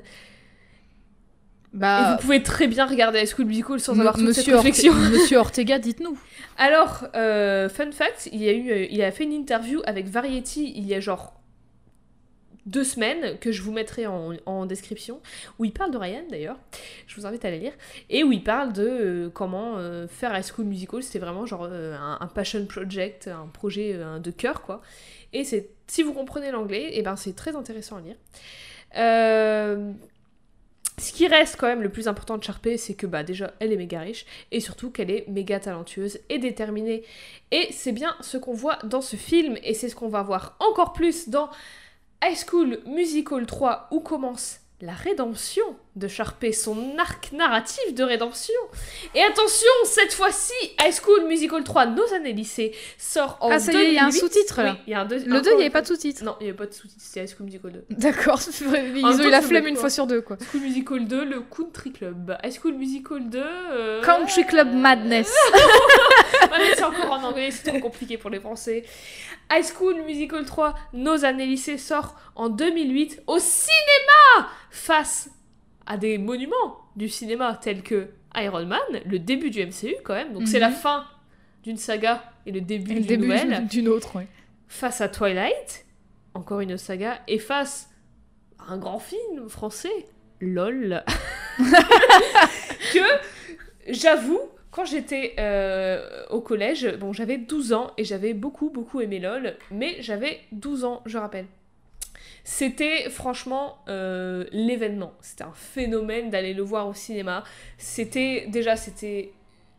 B: Bah,
A: Et vous pouvez très bien regarder High School Musical sans
B: M-
A: avoir toute
B: Monsieur,
A: cette réflexion.
B: Orte- Monsieur Ortega, dites-nous.
A: Alors, euh, fun fact, il, y a eu, euh, il a fait une interview avec Variety il y a genre deux semaines, que je vous mettrai en, en description, où il parle de Ryan d'ailleurs, je vous invite à la lire, et où il parle de euh, comment euh, faire High School Musical, c'était vraiment genre euh, un, un passion project, un projet euh, de cœur quoi, et c'est, si vous comprenez l'anglais, et ben c'est très intéressant à lire. Euh... Ce qui reste quand même le plus important de Sharpay, c'est que bah déjà elle est méga riche et surtout qu'elle est méga talentueuse et déterminée. Et c'est bien ce qu'on voit dans ce film et c'est ce qu'on va voir encore plus dans High School Musical trois où commence la rédemption de Sharpay, son arc narratif de rédemption. Et attention, cette fois-ci, High School Musical trois, nos années lycée, sort en
B: Ah, ça y est, il y a un
A: deux mille huit.
B: sous-titre, là.
A: Oui, il y a un deux-
B: Le deux, il
A: encore
B: n'y avait
A: une
B: pas de
A: fois.
B: sous-titres.
A: Non, il n'y avait pas de sous-titres, c'était High School Musical deux.
B: D'accord, ils
A: En
B: ont
A: même
B: eu
A: temps,
B: la
A: tu
B: flemme
A: mets
B: une
A: quoi
B: fois sur deux, quoi.
A: School Musical deux, le Country Club. High School Musical deux... euh,
B: Country Club Madness.
A: Ouais, mais c'est encore en anglais, c'est trop compliqué pour les Français. High School Musical trois, nos années lycée, sort en deux mille huit au cinéma face à des monuments du cinéma tels que Iron Man, le début du M C U quand même, donc c'est la
B: Mhm.
A: fin d'une saga et le début
B: Le
A: d'une
B: début
A: nouvelle,
B: d'une autre, ouais.
A: face à Twilight, encore une saga, et face à un grand film français, LOL, que j'avoue, quand j'étais euh, au collège, bon j'avais douze ans et j'avais beaucoup beaucoup aimé LOL, mais j'avais douze ans, je rappelle. C'était franchement euh, l'événement, c'était un phénomène d'aller le voir au cinéma. C'était déjà c'était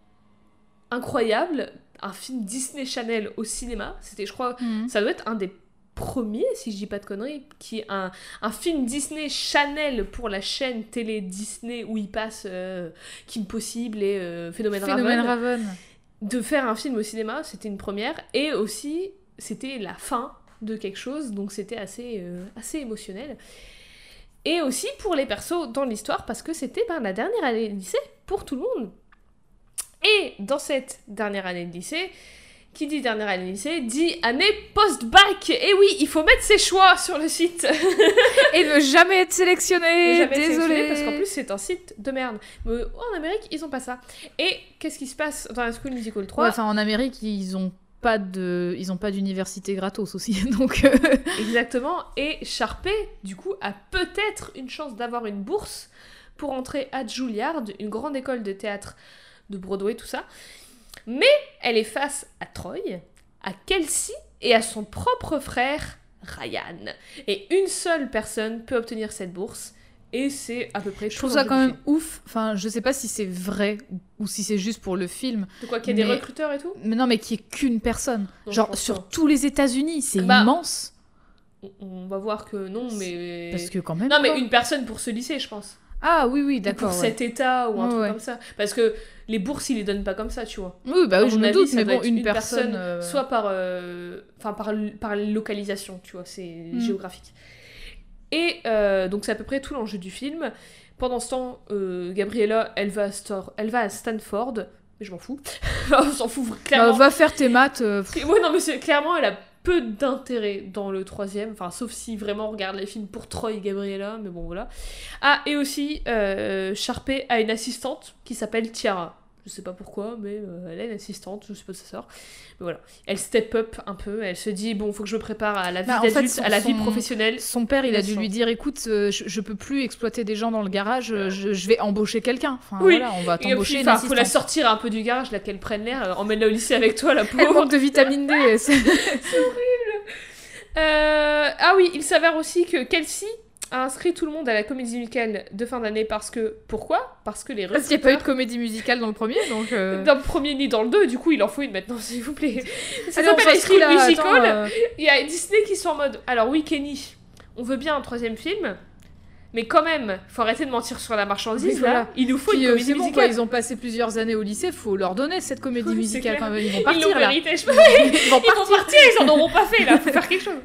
A: incroyable, un film Disney Channel au cinéma. C'était, je crois,
B: Mhm.
A: ça doit être un des premiers, si je dis pas de conneries, qui est un, un film Disney Channel pour la chaîne télé Disney où il passe euh, Kim Possible et euh, Phénomène,
B: Phénomène
A: Raven.
B: Raven.
A: De faire un film au cinéma, c'était une première, et aussi c'était la fin de quelque chose, donc c'était assez, euh, assez émotionnel. Et aussi pour les persos dans l'histoire, parce que c'était ben, la dernière année de lycée pour tout le monde. Et dans cette dernière année de lycée, qui dit dernière année de lycée, dit année post-bac. Et oui, il faut mettre ses choix sur le site.
B: Et ne jamais être sélectionné.
A: Jamais été sélectionné,
B: Désolé.
A: parce qu'en plus c'est un site de merde. Mais en Amérique, ils ont pas ça. Et qu'est-ce qui se passe dans la School Musical trois?
B: Ouais, enfin, en Amérique, ils ont pas de, ils ont pas d'université gratos aussi, donc. euh,
A: Exactement, et Sharpay, du coup, a peut-être une chance d'avoir une bourse pour entrer à Juilliard, une grande école de théâtre de Broadway, tout ça. Mais elle est face à Troy, à Kelsey et à son propre frère, Ryan. Et une seule personne peut obtenir cette bourse, Et c'est à peu près
B: Je
A: tout
B: trouve
A: l'enjeu
B: ça quand
A: du
B: même ouf. Enfin, je sais pas si c'est vrai ou si c'est juste pour le film.
A: film. De quoi, qu'il y a des
B: mais-
A: recruteurs et tout?
B: Mais non, mais qui est qu'une personne.
A: Non, je
B: Genre
A: pense
B: sur
A: pas.
B: tous les États-Unis, c'est
A: Bah,
B: immense.
A: On- On va voir que non, mais...
B: Parce que quand même.
A: Non, mais
B: quoi.
A: une personne pour ce lycée, je pense.
B: Ah oui, oui,
A: Ou
B: d'accord.
A: pour
B: ouais.
A: cet état ou un
B: Ouais,
A: truc
B: ouais.
A: comme ça. Parce que les bourses, ils les donnent pas comme ça, tu vois.
B: Oui, bah
A: À
B: oui, je
A: mon
B: me
A: avis,
B: doute,
A: ça
B: mais
A: doit
B: bon,
A: être
B: une personne. euh,
A: soit par, euh, enfin, par, par localisation, tu vois, c'est
B: Mm.
A: géographique. Et euh, donc c'est à peu près tout l'enjeu du film. Pendant ce temps, euh, Gabriella, elle va, à Stor- elle va à Stanford, mais je m'en fous. On s'en fout
B: bah,
A: clairement.
B: va faire tes maths. euh, pff.
A: Ouais, non, mais c'est- clairement, elle a peu d'intérêt dans le troisième, enfin, sauf si vraiment on regarde les films pour Troy et Gabriella, mais bon, voilà. Ah, et aussi, euh, Sharpay a une assistante qui s'appelle Tiara. Je sais pas pourquoi, mais euh, elle a une assistante, je sais pas de sa sort. Mais voilà. Elle step up un peu, elle se dit, bon, faut que je me prépare à la vie
B: Bah, en fait,
A: d'adulte,
B: son-
A: à la vie
B: son-
A: professionnelle.
B: Son père, il a dû
A: Bien
B: lui
A: sûr.
B: dire, écoute, euh, je, je peux plus exploiter des gens dans le garage, euh, je, je vais embaucher quelqu'un. Enfin,
A: Oui.
B: voilà, on va
A: Et puis,
B: t'embaucher une
A: enfin, faut la
B: assistante.
A: sortir un peu du garage, là, qu'elle prenne l'air, euh, emmène-la au lycée avec toi, la
B: Elle
A: pauvre.
B: manque de vitamine D. c'est-
A: Euh, ah oui, il s'avère aussi que Kelsey a inscrit tout le monde à la comédie musicale de fin d'année parce que... Pourquoi? Parce que les
B: Parce qu'il n'y a pas eu de
A: recruteurs-
B: comédie musicale dans le premier, donc... euh,
A: Dans le premier ni dans le deux, du coup il en faut une maintenant, s'il vous plaît. Ça
B: Allez, on
A: s'appelle High
B: s'inscrit
A: School
B: là,
A: Musical.
B: attends, euh,
A: Il y a Disney qui sont en mode, alors oui Kenny, on veut bien un troisième film, mais quand même, faut arrêter de mentir sur la marchandise,
B: Oui,
A: là.
B: voilà.
A: Il nous faut
B: Puis,
A: une
B: euh,
A: comédie
B: c'est bon, quoi,
A: musicale.
B: ils ont passé plusieurs années au lycée, faut leur donner cette comédie
A: Oui, c'est
B: musicale
A: clair.
B: quand même. Ils vont
A: Ils
B: partir
A: l'ont
B: là.
A: mérité, je pense.
B: Ils vont
A: Ils vont partir, ils en auront pas fait là, faut faire quelque chose.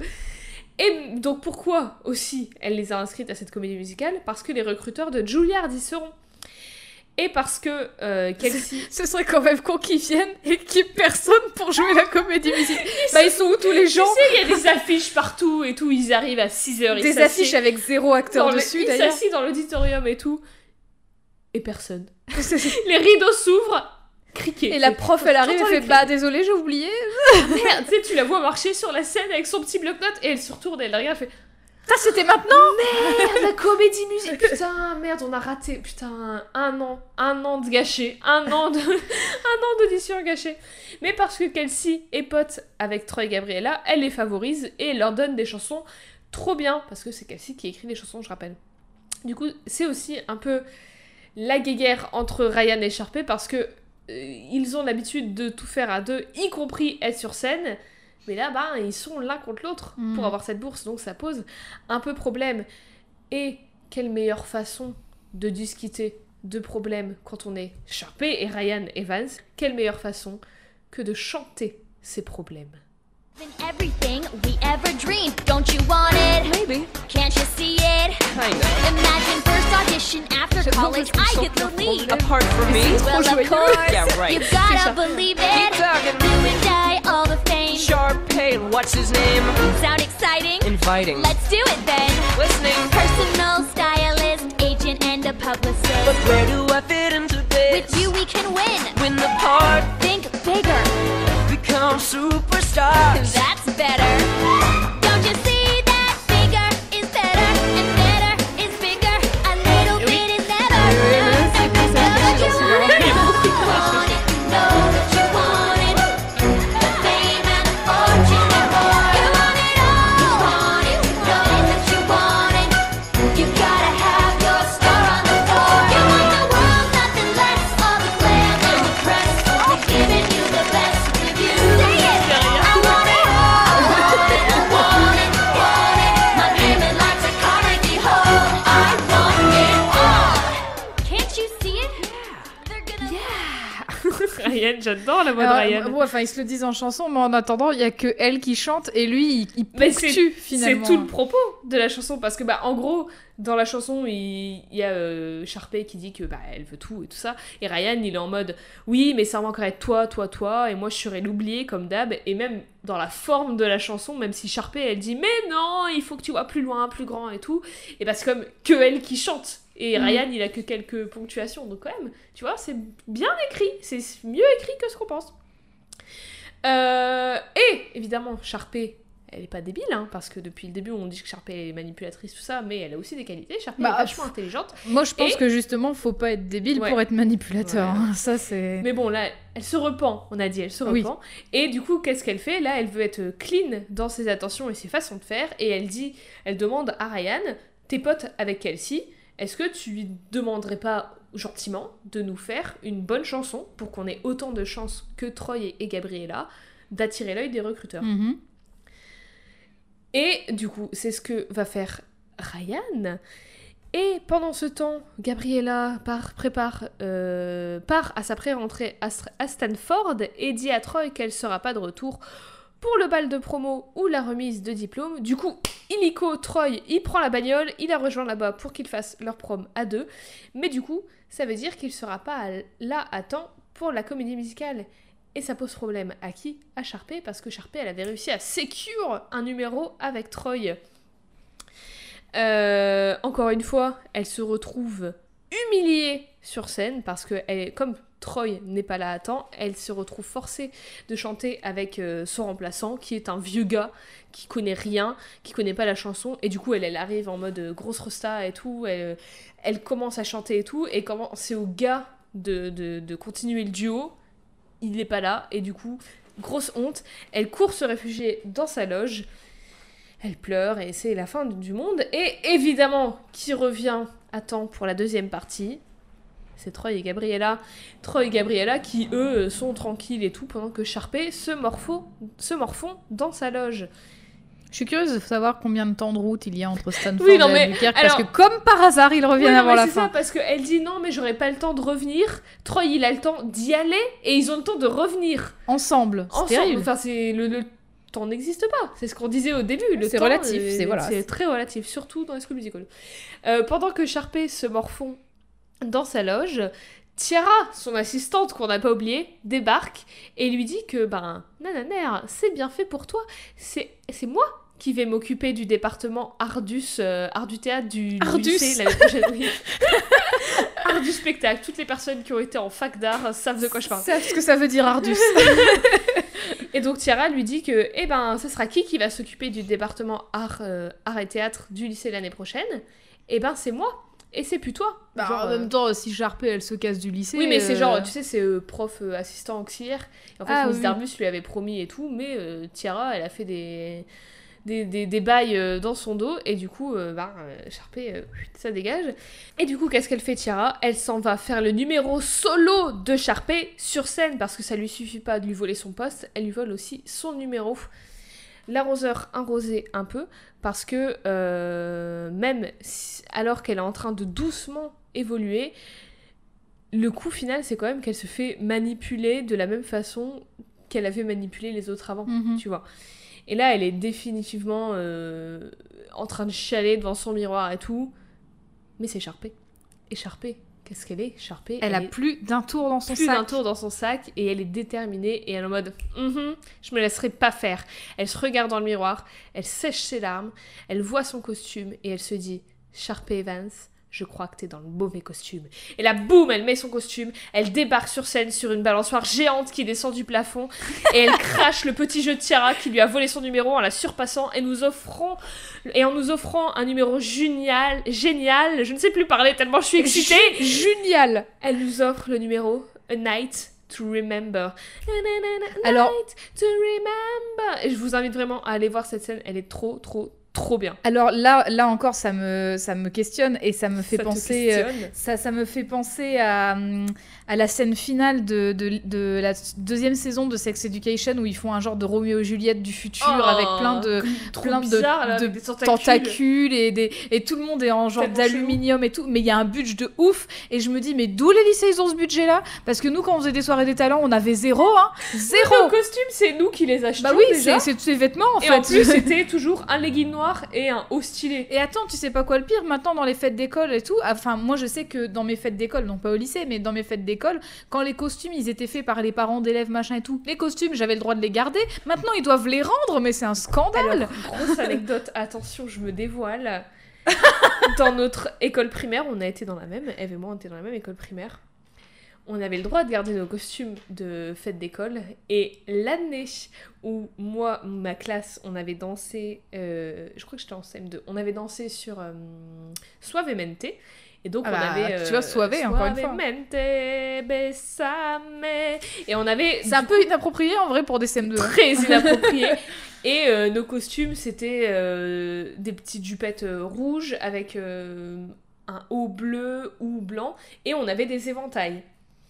A: Et donc pourquoi aussi elle les a inscrites à cette comédie musicale? Parce que les recruteurs de Juilliard y seront. Et parce que euh, Kelsey...
B: Ce serait quand même con qu'ils viennent et qu'il n'y ait personne pour jouer la comédie musicale. Bah ils sont où tous les
A: Tu
B: gens?
A: sais, il y a des affiches partout et tout, ils arrivent à six heures, ils
B: Des
A: s'assiedent
B: affiches avec zéro acteur
A: dans le-
B: dessus
A: Ils
B: d'ailleurs.
A: s'assiedent dans l'auditorium et tout. Et personne. Les rideaux s'ouvrent, criquet.
B: Et la prof elle arrive et
A: T'entends
B: fait
A: les
B: bah désolé j'ai oublié.
A: Merde, tu sais, tu la vois marcher sur la scène avec son petit bloc-notes et elle se retourne, elle regarde, elle fait
B: Ça c'était maintenant.
A: merde, la comédie musique. Putain, merde, on a raté. Putain, un an, un an de gâché, un an de, un an d'audition gâchée. Mais parce que Kelsey est pote avec Troy et Gabriella, elle les favorise et elle leur donne des chansons trop bien parce que c'est Kelsey qui écrit les chansons, je rappelle. Du coup, c'est aussi un peu la guéguerre entre Ryan et Sharpay parce que euh, ils ont l'habitude de tout faire à deux, y compris être sur scène. Mais là, bah, ils sont l'un contre l'autre
B: Mm.
A: pour avoir cette bourse, donc ça pose un peu problème. Et quelle meilleure façon de discuter de problèmes quand on est Sharpay et Ryan Evans? Quelle meilleure façon que de chanter ces problèmes?
D: And everything we ever dreamed. Don't you want it?
C: Maybe.
D: Can't you see it?
C: Kinda.
D: Imagine first audition after
B: J'adore
D: college.
B: parce qu'ils
D: I get the
B: chantent leurs
D: lead.
B: problèmes.
C: Apart from me.
D: Well, of course,
C: Yeah, right.
D: you gotta believe it.
C: Keep talking.
D: Do and die, all the fame.
C: Sharpay, what's his name?
D: Sound exciting?
C: Inviting.
D: Let's do it then.
C: Listening.
D: Personal stylist, agent, and a
C: But
D: publicist.
C: where do I fit into this?
D: With you, we can win.
C: Win the part,
D: Think bigger.
C: become superstars.
D: That's better. Don't you see that bigger is better and better is bigger? A little bit is never. Don't you want it? You want it. Know that you want it. The fame and the fortune and more. You want it all. You want it. Know that you want it. You gotta have your star on the floor. You want the world, nothing less. All the glam and the press. They're giving you the best of you. Say it. I want it all. I want it, want it. My name is like a Carnegie Hall. I want it all. Can't you see it? They're gonna
A: Ryan, j'adore la voix de
B: Alors,
A: Ryan.
B: bon, enfin ils se le disent en chanson, mais en attendant il y a que elle qui chante et lui il, il
A: Mais
B: ponctue
A: c'est
B: finalement.
A: tout le propos de la chanson parce que bah en gros dans la chanson il, il y a euh, Sharpay qui dit que bah elle veut tout et tout ça et Ryan il est en mode oui mais ça manquerait de toi toi toi et moi je serais l'oublié comme d'hab et même dans la forme de la chanson même si Sharpay elle dit mais non il faut que tu vois plus loin plus grand et tout et bah c'est comme que elle qui chante et
B: Mhm.
A: Ryan il a que quelques ponctuations donc quand même tu vois c'est bien écrit c'est mieux écrit que ce qu'on pense. Euh, et évidemment Sharpay elle est pas débile, hein, parce que depuis le début on dit que Sharpay est manipulatrice, tout ça, mais elle a aussi des qualités. Sharpay
B: Bah,
A: est vachement intelligente.
B: Moi je pense
A: Et-
B: que justement faut pas être débile
A: Ouais.
B: pour être manipulateur.
A: Ouais.
B: hein. Ça c'est.
A: Mais bon, là, elle se repent, on a dit, elle se
B: Oui.
A: repent. Et du coup, qu'est-ce qu'elle fait? Là, elle veut être clean dans ses attentions et ses façons de faire, et elle dit, elle demande à Ryan, t'es pote avec Kelsey? est-ce que tu lui demanderais pas gentiment de nous faire une bonne chanson pour qu'on ait autant de chances que Troy et Gabriella d'attirer l'œil des recruteurs.
B: Mhm.
A: Et du coup, c'est ce que va faire Ryan. Et pendant ce temps, Gabriella part, prépare, euh, part à sa pré-rentrée à, à Stanford et dit à Troy qu'elle sera pas de retour pour le bal de promo ou la remise de diplôme. Du coup, illico, Troy, il prend la bagnole, il la rejoint là-bas pour qu'ils fassent leur prom à deux. Mais du coup, ça veut dire qu'il sera pas là à temps pour la comédie musicale. Et ça pose problème à qui ? À Sharpay, parce que Sharpay, elle avait réussi à secure un numéro avec Troy. Euh, encore une fois, elle se retrouve humiliée sur scène, parce que elle, comme Troy n'est pas là à temps, elle se retrouve forcée de chanter avec euh, son remplaçant, qui est un vieux gars, qui connaît rien, qui connaît pas la chanson, et du coup, elle, elle arrive en mode euh, grosse resta et tout, elle, elle commence à chanter et tout, et quand c'est au gars de, de, de continuer le duo, il n'est pas là, et du coup, grosse honte, elle court se réfugier dans sa loge, elle pleure, et c'est la fin du monde, et évidemment, qui revient à temps pour la deuxième partie, c'est Troy et Gabriella. Troy et Gabriella qui, eux, sont tranquilles et tout, pendant que Sharpay se, morpho, se morfond dans sa loge.
B: Je suis curieuse de savoir combien de temps de route il y a entre Stanford
A: oui, non,
B: et
A: mais,
B: Albuquerque,
A: alors,
B: parce que comme par hasard, ils reviennent
A: oui, non,
B: avant
A: mais
B: la
A: c'est
B: fin.
A: ça, parce qu'elle dit non, mais j'aurais pas le temps de revenir. Troy, il a le temps d'y aller, et ils ont le temps de revenir.
B: Ensemble, c'est
A: Ensemble.
B: terrible.
A: Enfin, c'est le, le temps n'existe pas. C'est ce qu'on disait au début. Le
B: C'est
A: temps,
B: relatif,
A: euh,
B: c'est voilà.
A: C'est très relatif, surtout dans les School Musical. Euh, pendant que Sharpay se morfond dans sa loge, Tiara, son assistante qu'on n'a pas oubliée, débarque et lui dit que, ben, nanana, c'est bien fait pour toi. C'est, c'est moi qui vais m'occuper du département Ardus, euh, art du théâtre du
B: Ardus.
A: lycée l'année prochaine. Oui. Art du spectacle. Toutes les personnes qui ont été en fac d'art savent de quoi je parle.
B: C'est ce que ça veut dire, Ardus.
A: Et donc Tiara lui dit que, eh ben, ce sera qui qui va s'occuper du département art, euh, art et théâtre du lycée l'année prochaine ? Eh ben, c'est moi. Et c'est plus toi.
B: Bah,
A: Genre,
B: en
A: euh,
B: même temps, si Sharpay, elle se casse du lycée...
A: Oui, mais c'est
B: euh,
A: genre, tu sais, c'est euh, prof euh, assistant auxiliaire. Et en fait,
B: Ah,
A: Miss
B: oui.
A: Darbus lui avait promis et tout, mais euh, Tiara, elle a fait des, des, des, des bails euh, dans son dos, et du coup, euh, bah, euh, Sharpay, euh, ça dégage. Et du coup, qu'est-ce qu'elle fait, Tiara ? Elle s'en va faire le numéro solo de Sharpay sur scène, parce que ça lui suffit pas de lui voler son poste, elle lui vole aussi son numéro. L'arroseur arrosé un peu, parce que euh, même si, alors qu'elle est en train de doucement évoluer, le coup final, c'est quand même qu'elle se fait manipuler de la même façon qu'elle avait manipulé les autres avant,
B: Mhm.
A: tu vois. Et là, elle est définitivement euh, en train de chialer devant son miroir et tout, mais c'est Sharpay. Et Sharpay, qu'est-ce qu'elle est, Sharpay ?
B: Elle, a
A: est
B: plus d'un tour dans son
A: plus
B: sac.
A: d'un tour dans son sac, et elle est déterminée, et elle est en mode Mhm, je me laisserai pas faire. Elle se regarde dans le miroir, elle sèche ses larmes, elle voit son costume, et elle se dit Sharpay Evans, je crois que t'es dans le mauvais costume. Et là, boum, elle met son costume, elle débarque sur scène sur une balançoire géante qui descend du plafond, et elle crache le petit jeu de Tiara qui lui a volé son numéro en la surpassant, et nous offrant, et en nous offrant un numéro génial, génial, je ne sais plus parler tellement je suis excitée.
B: Génial.
A: Elle nous offre le numéro A Night to Remember. A
B: Alors-
A: Night to Remember. Et je vous invite vraiment à aller voir cette scène, elle est trop, trop, trop bien.
B: Alors là, là encore, ça me, ça me questionne et ça me fait
A: Ça te
B: penser... euh,
A: questionne.
B: Ça, ça me fait penser à, hum, à la scène finale de, de, de la deuxième saison de Sex Education où ils font un genre de Roméo et Juliette du futur
A: Oh,
B: avec plein de,
A: trop
B: plein de,
A: bizarre, là,
B: de
A: avec des tentacules.
B: tentacules et, des, et tout le monde est en genre
A: Tellement
B: d'aluminium et tout. Mais il y a un budget de ouf et je me dis, mais d'où les lycées ils ont ce budget-là ? Parce que nous, quand on faisait des soirées des talents, on avait zéro, hein Zéro.
A: Nos costumes, c'est nous qui les achetions
B: Bah oui,
A: déjà.
B: c'est c'est tous ces vêtements en
A: Et
B: fait.
A: en plus, c'était toujours un legging noir et un haut stylet.
B: Et attends, tu sais pas quoi le pire maintenant dans les fêtes d'école et tout. Enfin, moi je sais que dans mes fêtes d'école, donc pas au lycée, mais dans mes fêtes d'école, quand les costumes ils étaient faits par les parents d'élèves machin et tout, les costumes j'avais le droit de les garder. Maintenant ils doivent les rendre, mais c'est un scandale.
A: Alors, grosse anecdote, attention, je me dévoile. Dans notre école primaire, on a été dans la même, Eve et moi, on était dans la même école primaire. On avait le droit de garder nos costumes de fête d'école. Et l'année où moi, ma classe, on avait dansé, euh, je crois que j'étais en C M deux, on avait dansé sur euh, Suavemente. Et donc
B: Ah
A: on
B: bah,
A: avait... euh,
B: tu vois, Suave, encore une fois.
A: Suavemente, besame. Et on avait...
B: C'est un peu inapproprié en vrai pour des C M deux. hein.
A: Très inapproprié. Et euh, nos costumes, c'était euh, des petites jupettes euh, rouges avec euh, un haut bleu ou blanc, et on avait des éventails.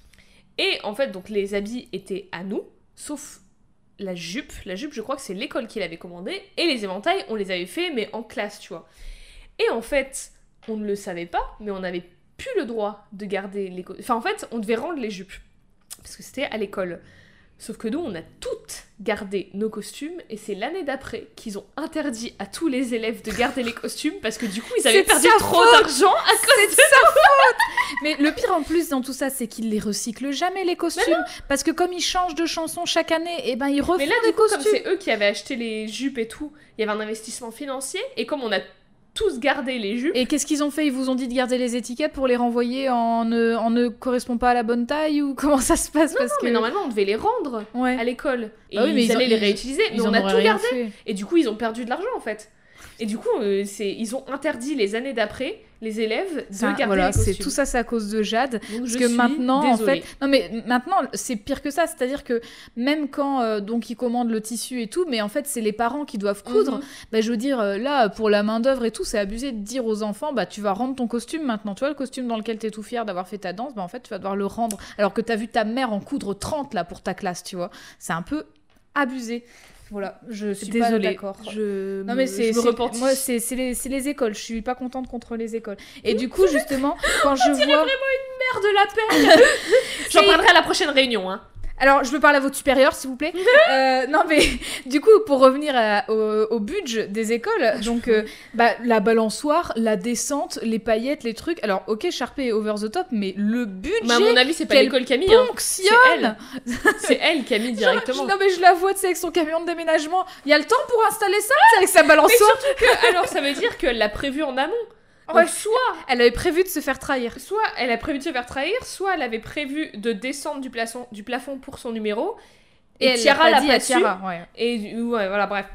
A: Et en fait, donc les habits étaient à nous, sauf la jupe. La jupe, je crois que c'est l'école qui l'avait commandée, et les éventails, on les avait fait, mais en classe, tu vois. Et en fait, on ne le savait pas, mais on n'avait plus le droit de garder les... co- Enfin, en fait, on devait rendre les jupes, parce que c'était à l'école. Sauf que nous, on a toutes gardé nos costumes, et c'est l'année d'après qu'ils ont interdit à tous les élèves de garder les costumes, parce que du coup, ils avaient
B: C'est de
A: perdu
B: sa
A: trop
B: faute.
A: d'argent à cause
B: C'est de sa faute. Mais le pire en plus dans tout ça, c'est qu'ils les recyclent jamais les costumes, parce que comme ils changent de chanson chaque année, et ben ils refont
A: Mais là,
B: des
A: du coup, comme
B: costumes.
A: c'est eux qui avaient acheté les jupes et tout, il y avait un investissement financier, et comme on a tous gardé les jupes,
B: Et qu'est-ce qu'ils ont fait? Ils vous ont dit de garder les étiquettes pour les renvoyer en ne, en ne correspond pas à la bonne taille, ou comment ça se passe? Parce
A: non,
B: que
A: mais normalement, on devait les rendre
B: ouais.
A: à l'école. Et
B: Bah oui, mais
A: ils,
B: ils ont-
A: allaient les
B: ils-
A: réutiliser, mais
B: Ils
A: on
B: en
A: a
B: auraient
A: tout
B: rien
A: gardé.
B: fait.
A: Et du coup, ils ont perdu de l'argent, en fait. Et du coup, euh, c'est... ils ont interdit les années d'après, les élèves, de
B: Ça,
A: garder
B: voilà,
A: les
B: c'est
A: costumes.
B: tout ça, c'est à cause de Jade.
A: Donc,
B: Parce
A: je
B: que
A: suis
B: maintenant,
A: désolée.
B: en fait, non mais maintenant c'est pire que ça, c'est-à-dire que même quand euh, donc ils commandent le tissu et tout, mais en fait c'est les parents qui doivent coudre.
A: Mhm.
B: Bah, je veux dire euh, là pour la main d'œuvre et tout, c'est abusé de dire aux enfants bah tu vas rendre ton costume maintenant, tu vois le costume dans lequel t'es tout fier d'avoir fait ta danse, bah en fait tu vas devoir le rendre alors que t'as vu ta mère en coudre trente là pour ta classe, tu vois. C'est un peu abusé. Voilà, je suis pas
A: Désolée,
B: d'accord.
A: je
B: Non mais
A: me-
B: c'est
A: je me
B: c'est-
A: repentis.
B: moi c'est c'est les, c'est les écoles, je suis pas contente contre les écoles. Et du coup justement quand je vois
A: Mère de la peine. J'en
B: C'est-
A: parlerai à la prochaine réunion, hein.
B: Alors, je peux parler à votre supérieur, s'il vous plaît. Euh, non, mais du coup, pour revenir à- au, au budget des écoles, donc euh, bah, la balançoire, la descente, les paillettes, les trucs. Alors, ok, Sharpay est over the top, mais le budget
A: Mais à mon avis, c'est pas
B: qu'elle
A: l'école qui a mis, hein.
B: ponctionne.
A: C'est elle. C'est elle qui a mis
B: Genre,
A: directement.
B: je- non, mais je la vois, tu sais, avec son camion de déménagement. Il y a le temps pour installer ça, tu sais, avec sa balançoire.
A: Que- alors, ça veut dire qu'elle l'a prévu en amont. Donc,
B: Ouais.
A: soit,
B: Elle avait prévu de se faire trahir.
A: soit elle a prévu de se faire trahir, soit elle avait prévu de descendre du plafond, du plafond pour son numéro. Et,
B: elle
A: Tiara
B: l'a
A: l'a
B: pas dit
A: pas
B: à
A: su.
B: Tiara. Ouais.
A: Et du- ouais, voilà, bref.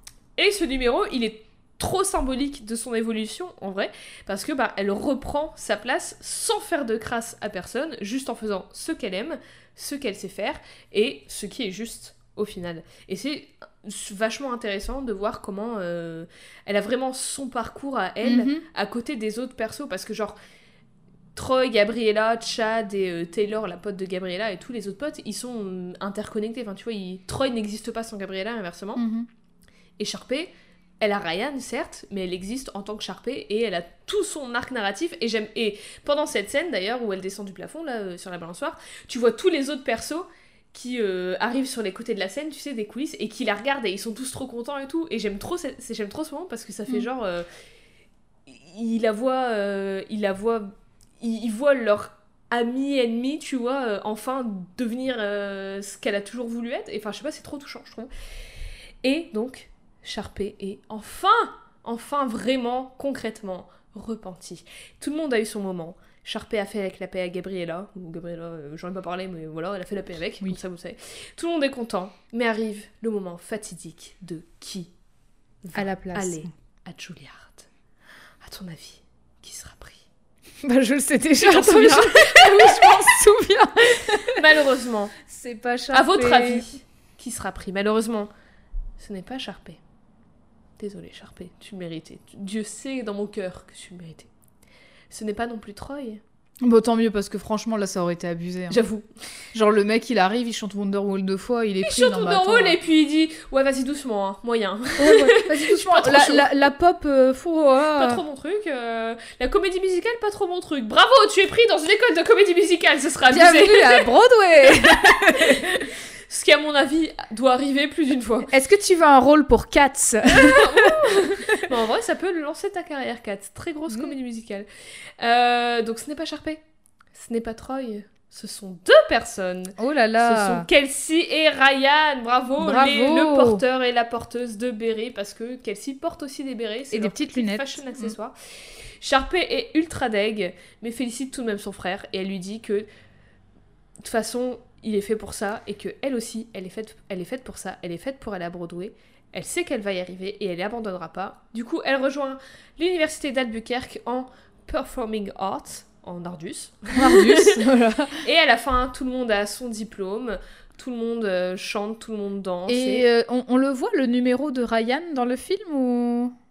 A: Et ce numéro, il est trop symbolique de son évolution, en vrai, parce que bah, elle reprend sa place sans faire de crasse à personne, juste en faisant ce qu'elle aime, ce qu'elle sait faire, et ce qui est juste au final. Et c'est vachement intéressant de voir comment euh, elle a vraiment son parcours à elle,
B: Mhm.
A: à côté des autres persos, parce que genre Troy, Gabriella, Chad et euh, Taylor, la pote de Gabriella, et tous les autres potes, ils sont euh, interconnectés. Enfin, tu vois, ils- Troy n'existe pas sans Gabriella, inversement.
B: Mhm.
A: Et Sharpay, elle a Ryan, certes, mais elle existe en tant que Sharpay, et elle a tout son arc narratif. Et j'aime. Et pendant cette scène, d'ailleurs, où elle descend du plafond, là, euh, sur la balançoire, tu vois tous les autres persos qui euh, arrivent sur les côtés de la scène, tu sais, des coulisses, et qui la regardent, et ils sont tous trop contents et tout. Et j'aime trop, cette- c'est- j'aime trop ce moment, parce que ça fait
B: Mm.
A: genre... euh, ils la voient... euh, ils la voient... Ils, ils voient leur amie, ennemie, tu vois, euh, enfin devenir euh, ce qu'elle a toujours voulu être. Et enfin, je sais pas, c'est trop touchant, je trouve. Et donc, Sharpay est enfin, enfin vraiment, concrètement repenti. Tout le monde a eu son moment. Sharpay a fait avec la paix à Gabriella, ou Gabriella, euh, j'en ai pas parlé, mais voilà, elle a fait la paix avec,
B: Oui.
A: comme ça vous le savez. Tout le monde est content, mais arrive le moment fatidique de qui va
B: À la place.
A: aller à Juilliard. À ton avis, qui sera pris?
B: Bah, je le sais déjà.
A: Tu t'en
B: attends,
A: souviens
B: je- oui, je m'en souviens.
A: Malheureusement,
B: C'est pas Sharpay.
A: à votre avis, qui sera pris? Malheureusement, ce n'est pas Sharpay. Désolé Sharpay, tu le méritais. Dieu sait dans mon cœur que tu le méritais. Ce n'est pas non plus Troy.
B: Bon, tant mieux, parce que franchement, là, ça aurait été abusé. hein.
A: J'avoue.
B: Genre, le mec, il arrive, il chante Wonderwall deux fois, il est
A: Il
B: pris.
A: chante
B: non, mais
A: Wonderwall
B: attends.
A: et puis il dit ouais vas-y doucement, hein, moyen.
B: Ouais, ouais, vas-y, doucement.
A: pas trop
B: La,
A: chaud.
B: la, la pop, euh, faut... ah.
A: Pas trop mon truc. euh, La comédie musicale, pas trop mon truc. Bravo, tu es pris dans une école de comédie musicale, ce sera abusé.
B: Bienvenue à Broadway.
A: Ce qui à mon avis doit arriver plus d'une fois.
B: Est-ce que tu veux un rôle pour Cats?
A: Mais en vrai, ça peut lancer ta carrière, Kat. Très grosse
B: Mm.
A: comédie musicale. Euh, donc ce n'est pas Sharpay, ce n'est pas Troy. Ce sont deux personnes.
B: Oh là
A: Ce
B: là.
A: sont Kelsey et Ryan. Bravo,
B: Bravo.
A: les- le porteur et la porteuse de bérets, parce que Kelsey porte aussi des bérets. c'est
B: Et des
A: leur
B: petites
A: petit
B: lunettes.
A: Fashion accessoire. Sharpay est ultra deg, mais félicite tout de même son frère et elle lui dit que de toute façon, il est fait pour ça et que elle aussi, elle est faite, elle est faite pour ça. Elle est faite pour aller à Broadway. Elle sait qu'elle va y arriver et elle n'abandonnera pas. Du coup, elle rejoint l'université d'Albuquerque en Performing Arts, en Ardus.
B: Marius, voilà.
A: Et à la fin, tout le monde a son diplôme, tout le monde euh, chante, tout le monde danse.
B: Et euh, on, on le voit, le numéro de Ryan dans le film ou...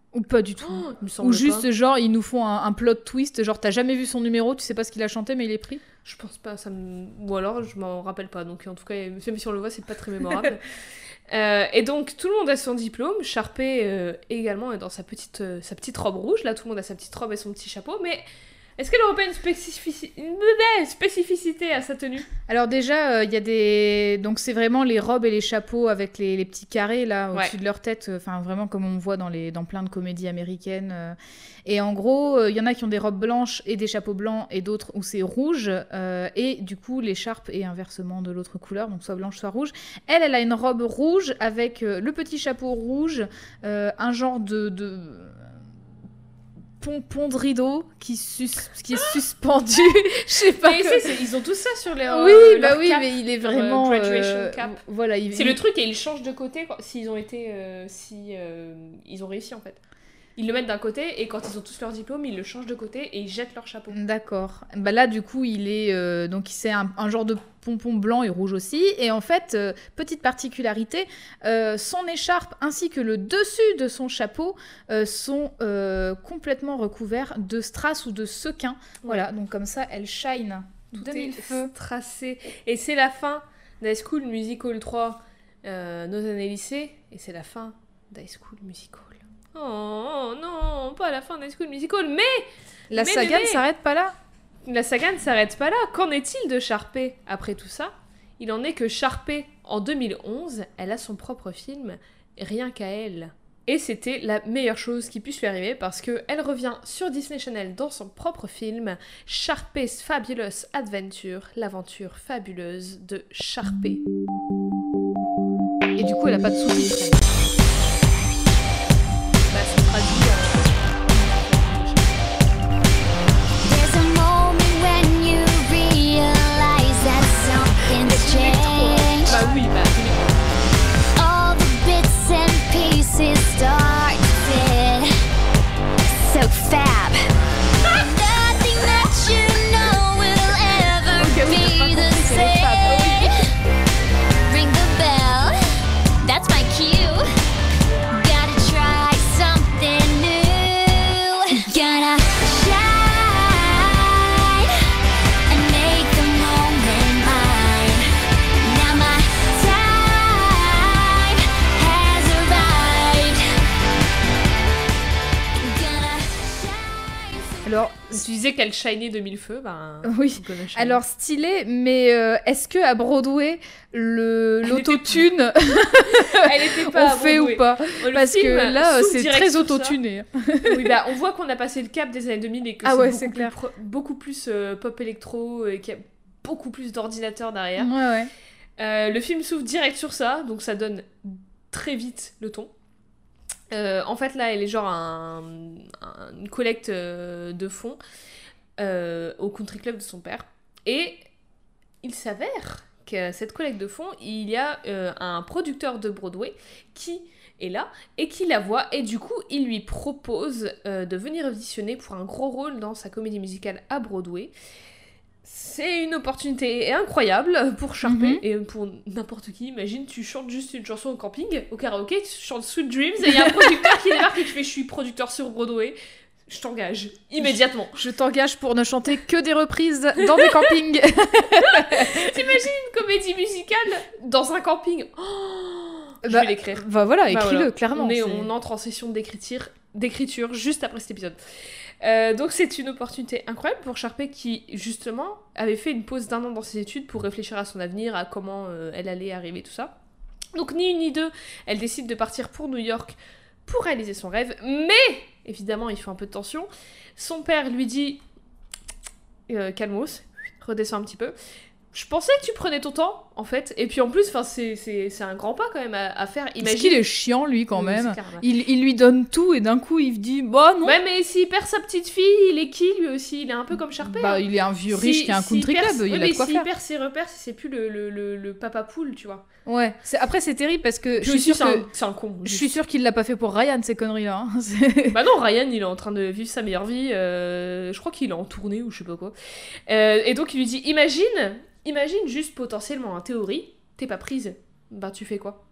B: Ou pas du tout.
A: Oh, il me semble
B: Ou juste,
A: pas.
B: genre, ils nous font un, un plot twist, genre, t'as jamais vu son numéro, tu sais pas ce qu'il a chanté, mais il est pris.
A: Je pense pas, ça me... ou alors je m'en rappelle pas, donc en tout cas, même si on le voit, c'est pas très mémorable. euh, et donc, tout le monde a son diplôme, Sharpay euh, également est dans sa petite, euh, sa petite robe rouge, là tout le monde a sa petite robe et son petit chapeau, mais est-ce qu'elle aurait pas une, spécifici... une spécificité à sa tenue?
B: Alors déjà, il euh, y a des... Donc c'est vraiment les robes et les chapeaux avec les, les petits carrés, là, au-dessus
A: Ouais.
B: de leur tête, enfin vraiment comme on voit dans, les... dans plein de comédies américaines. euh. Et en gros, il euh, y en a qui ont des robes blanches et des chapeaux blancs, et d'autres où c'est rouge, euh, et du coup, l'écharpe est inversement de l'autre couleur, donc soit blanche, soit rouge. Elle, elle a une robe rouge avec euh, le petit chapeau rouge, euh, un genre de... de... pompon de rideau qui, sus... qui est suspendu. Je sais pas.
A: Mais
B: que-
A: c'est- c'est- ils ont tous ça sur les
B: Oui,
A: euh,
B: bah
A: leur
B: oui,
A: cap.
B: mais il est vraiment.
A: Euh, graduation
B: euh,
A: cap.
B: Voilà, il...
A: C'est le truc et ils changent de côté quoi, s'ils ont été, euh, si euh, ils ont réussi en fait. Ils le mettent d'un côté et quand ils ont tous leur diplôme, ils le changent de côté et ils jettent leur chapeau.
B: D'accord. Bah là, du coup, il est euh, donc c'est un, un genre de pompon blanc et rouge aussi. Et en fait, euh, petite particularité, euh, son écharpe ainsi que le dessus de son chapeau euh, sont euh, complètement recouverts de strass ou de sequins. Voilà, donc comme ça, elle shine
A: Tout
B: de
A: est
B: mille feux.
A: tracé. Et c'est la fin d'High School Musical trois, euh, nos années lycée, et c'est la fin d'High School Musical. Oh non, pas la fin d'High School Musical, mais
B: La
A: Mais,
B: saga
A: mais,
B: ne
A: mais.
B: s'arrête pas là.
A: la saga ne s'arrête pas là. Qu'en est-il de Sharpay après tout ça? Il en est que Sharpay, en deux mille onze, elle a son propre film, Rien qu'à elle. Et c'était la meilleure chose qui puisse lui arriver parce qu'elle revient sur Disney Channel dans son propre film, Sharpay's Fabulous Adventure, l'aventure fabuleuse de Sharpay.
B: Et du coup, elle a pas de sous-titres. elle.
A: Bah, c'est traduit
D: There's a moment when you realize that something's changed.
A: Bah oui, bah
D: All the bits and pieces start to fit. So fab. Nothing that you know will ever
A: Ok, oui, t'as pas
D: be the
A: compris, c'est les fab,
D: same. Ring the bell. That's my cue. Gotta try something new. Gotta shine and make the moment mine. Now my time has arrived. Gonna shine.
B: Alors,
A: Tu disais qu'elle shinait de mille feux, ben...
B: oui.
A: gonna shine.
B: Alors stylé, mais euh, est-ce que à Broadway le
A: Elle
B: l'autotune
A: elle était pas
B: on fait
A: Broadway.
B: ou pas?
A: Le
B: Parce
A: film
B: que là
A: s'ouvre
B: c'est
A: direct
B: très
A: sur ça.
B: autotuné.
A: Oui, bah on voit qu'on a passé le cap des années deux mille et que
B: Ah
A: c'est
B: ouais,
A: beaucoup,
B: c'est
A: plus
B: clair.
A: pro- beaucoup plus euh, pop électro et qu'il y a beaucoup plus d'ordinateurs derrière.
B: Ouais ouais.
A: Euh, le film s'ouvre direct sur ça, donc ça donne très vite le ton. Euh, en fait, là, elle est genre un, un- une collecte euh, de fonds euh, au country club de son père. Et il s'avère qu'à cette collecte de fonds, il y a euh, un producteur de Broadway qui est là et qui la voit. Et du coup, il lui propose euh, de venir auditionner pour un gros rôle dans sa comédie musicale à Broadway. C'est une opportunité incroyable pour Sharpay
B: Mhm.
A: et pour n'importe qui. Imagine, tu chantes juste une chanson au camping, au karaoké, tu chantes Sweet Dreams et il y a un producteur qui débarque et qui fait « Je suis producteur sur Broadway, je t'engage immédiatement.
B: Je t'engage pour ne chanter que des reprises dans des campings. »
A: T'imagines une comédie musicale dans un camping? Oh, je
B: Bah,
A: vais l'écrire.
B: Bah voilà,
A: Bah
B: écris-le
A: voilà.
B: clairement.
A: On, est-
B: c'est-
A: on entre en session d'écriture, d'écriture juste après cet épisode. Euh, donc c'est une opportunité incroyable pour Sharpay qui justement avait fait une pause d'un an dans ses études pour réfléchir à son avenir, à comment euh, elle allait arriver, tout ça. Donc ni une ni deux, elle décide de partir pour New York pour réaliser son rêve, mais évidemment il faut un peu de tension. Son père lui dit euh, calmos, redescends un petit peu. Je pensais que tu prenais ton temps, en fait. Et puis en plus, c'est, c'est, c'est un grand pas quand même à, à faire.
B: Parce
A: Imagine.
B: qu'il est chiant lui quand
A: Oui,
B: même.
A: c'est clair, ouais.
B: Il, il lui donne tout et d'un coup il dit bah non.
A: Ouais, mais s'il perd sa petite fille, il est qui lui aussi? Il est un peu comme Sharpay.
B: Bah
A: hein.
B: il est un vieux
A: Si-
B: riche qui a un
A: s'il
B: country
A: perd-
B: club,
A: oui,
B: il a
A: mais
B: de quoi
A: s'il
B: faire.
A: perd ses repères, c'est plus le, le, le, le papa poule, tu vois.
B: Ouais. C'est- Après c'est terrible parce que je
A: Puis
B: suis
A: aussi,
B: sûre
A: c'est
B: que
A: un, c'est un con.
B: je
A: juste.
B: suis sûre qu'il l'a pas fait pour Ryan ces conneries là. C'est-
A: Bah non, Ryan, il est en train de vivre sa meilleure vie. euh, je crois qu'il est en tournée ou je sais pas quoi. Euh, et donc il lui dit, imagine, imagine juste potentiellement en théorie, t'es pas prise. Bah tu fais quoi?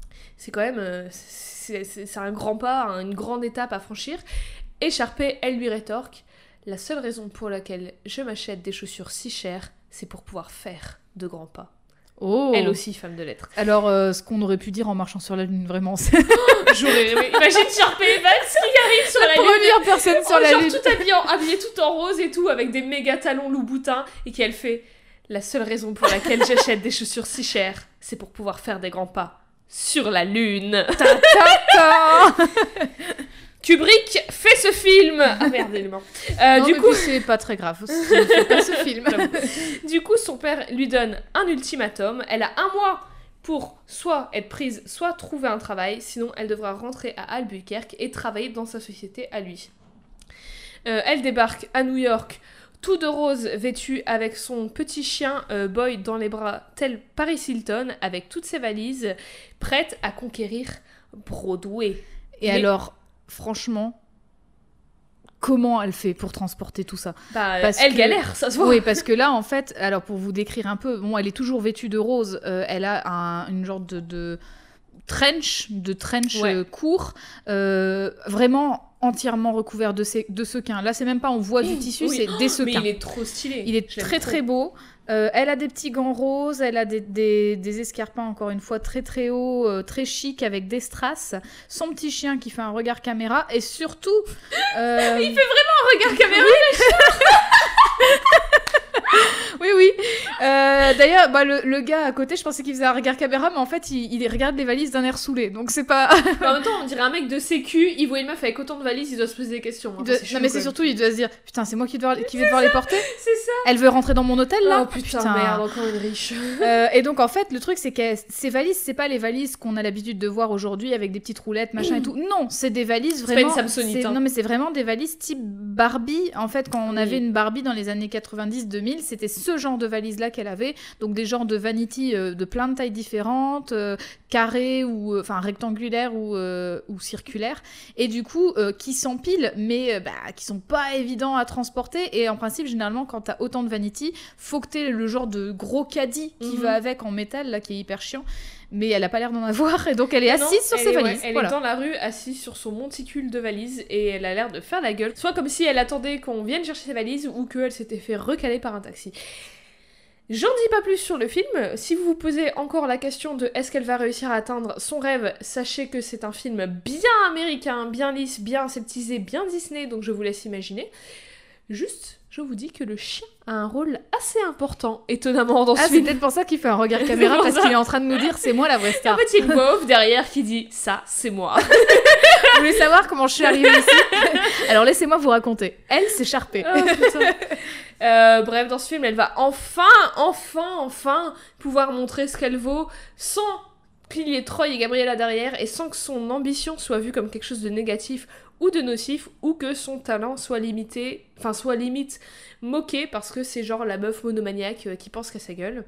A: C'est quand même... euh, c'est, c'est, c'est un grand pas, hein, une grande étape à franchir. Et Sharpay, elle lui rétorque « La seule raison pour laquelle je m'achète des chaussures si chères, c'est pour pouvoir faire de grands pas. »
B: Oh.
A: Elle aussi, femme de lettres.
B: Alors, euh, ce qu'on aurait pu dire en marchant sur la lune, vraiment, c'est
A: J'aurais aimé. Imagine Sharpay Evans qui arrive sur la,
B: la
A: lune.
B: première personne sur
A: Oh,
B: la
A: genre
B: lune.
A: tout habillée, en- habillée tout en rose et tout, avec des méga talons loup-boutin, et qu'elle fait « La seule raison pour laquelle j'achète des chaussures si chères, c'est pour pouvoir faire des grands pas sur la lune. »
B: Ta-ta.
A: Kubrick fait ce film. Ah merde, il est mort. Euh,
B: Non,
A: du
B: mais
A: coup,
B: puis c'est pas très grave. Je fais pas ce film.
A: du coup, son père lui donne un ultimatum. Elle a un mois pour soit être prise, soit trouver un travail. Sinon, elle devra rentrer à Albuquerque et travailler dans sa société à lui. Euh, elle débarque à New York, tout de rose, vêtue avec son petit chien euh, Boyd dans les bras, tel Paris Hilton, avec toutes ses valises, prête à conquérir Broadway.
B: Et
A: Mais-
B: alors, franchement, comment elle fait pour transporter tout ça?
A: Bah,
B: Parce
A: elle
B: que-
A: galère, ça se voit.
B: Oui, parce que là, en fait, alors pour vous décrire un peu, bon, elle est toujours vêtue de rose. euh, elle a un, une genre de, de trench, de trench
A: Ouais.
B: euh, court, euh, vraiment entièrement recouvert de, ces, de sequins. Là, c'est même pas en voie du tissu,
A: Oui.
B: c'est des
A: Mais
B: sequins.
A: il est trop stylé.
B: Il est
A: Je l'aime
B: très
A: trop.
B: très beau. Euh, elle a des petits gants roses, elle a des, des, des escarpins encore une fois très très hauts, euh, très chic avec des strass. Son petit chien qui fait un regard caméra et surtout... euh,
A: Il fait vraiment un regard caméra.
B: Oui, oui. Euh, D'ailleurs, bah, le, le gars à côté, je pensais qu'il faisait un regard caméra, mais en fait, il, il regarde les valises d'un air saoulé. Donc c'est pas...
A: Mais en même temps, on dirait un mec de sécu, il voit une meuf avec autant de valises, il doit se poser des questions.
B: il
A: Enfin,
B: doit-
A: c'est
B: Non
A: chelou,
B: mais
A: quand
B: c'est
A: même.
B: surtout, il doit se dire, putain, c'est moi qui, dois, qui vais devoir les porter.
A: C'est ça.
B: Elle veut rentrer dans mon hôtel là.
A: Oh putain, merde, encore une riche.
B: Euh, et donc en fait, le truc c'est que ces valises, c'est pas les valises qu'on a l'habitude de voir aujourd'hui avec des petites roulettes, machin et tout. Non, c'est des valises
A: C'est pas
B: vraiment.
A: une Samsonite,
B: c'est-
A: hein.
B: Non mais c'est vraiment des valises type Barbie. En fait, quand on
A: Oui.
B: avait une Barbie dans les années quatre-vingt-dix deux mille, c'était ce genre de valises là qu'elle avait. Donc des genres de vanity euh, de plein de tailles différentes, euh, carrées ou euh, enfin rectangulaires ou, euh, ou circulaires. Et du coup, euh, qui s'empilent, mais euh, bah, qui sont pas évidents à transporter. Et en principe, généralement, quand t'as autant de vanity, faut que t'aies le genre de gros caddie qui
A: Mhm.
B: va avec en métal, là, qui est hyper chiant. Mais elle a pas l'air d'en avoir, et donc elle est
A: Ah non,
B: assise sur
A: elle
B: ses
A: est- ouais,
B: valises.
A: elle
B: voilà.
A: est dans la rue, assise sur son monticule de valises, et elle a l'air de faire la gueule. Soit comme si elle attendait qu'on vienne chercher ses valises, ou qu'elle s'était fait recaler par un taxi. J'en dis pas plus sur le film. Si vous vous posez encore la question de est-ce qu'elle va réussir à atteindre son rêve, sachez que c'est un film bien américain, bien lisse, bien aseptisé, bien Disney, donc je vous laisse imaginer. Juste, je vous dis que le chien a un rôle assez important, étonnamment, dans ce
B: Ah, c'est
A: film.
B: peut-être pour ça qu'il fait un regard caméra,
A: pour
B: parce
A: ça.
B: qu'il est en train de nous dire c'est moi la vraie
A: En
B: star.
A: fait, il y a une voix off derrière qui dit « ça, c'est moi ».
B: Vous voulez savoir comment je suis arrivée ici? Alors laissez-moi vous raconter. Elle, c'est Sharpay.
A: Oh, putain. Euh, bref, dans ce film, elle va enfin, enfin, enfin pouvoir montrer ce qu'elle vaut sans qu'il y ait Troy et Gabriella derrière et sans que son ambition soit vue comme quelque chose de négatif ou de nocif ou que son talent soit limité, enfin soit limite moqué parce que c'est genre la meuf monomaniaque euh, qui pense qu'à sa gueule.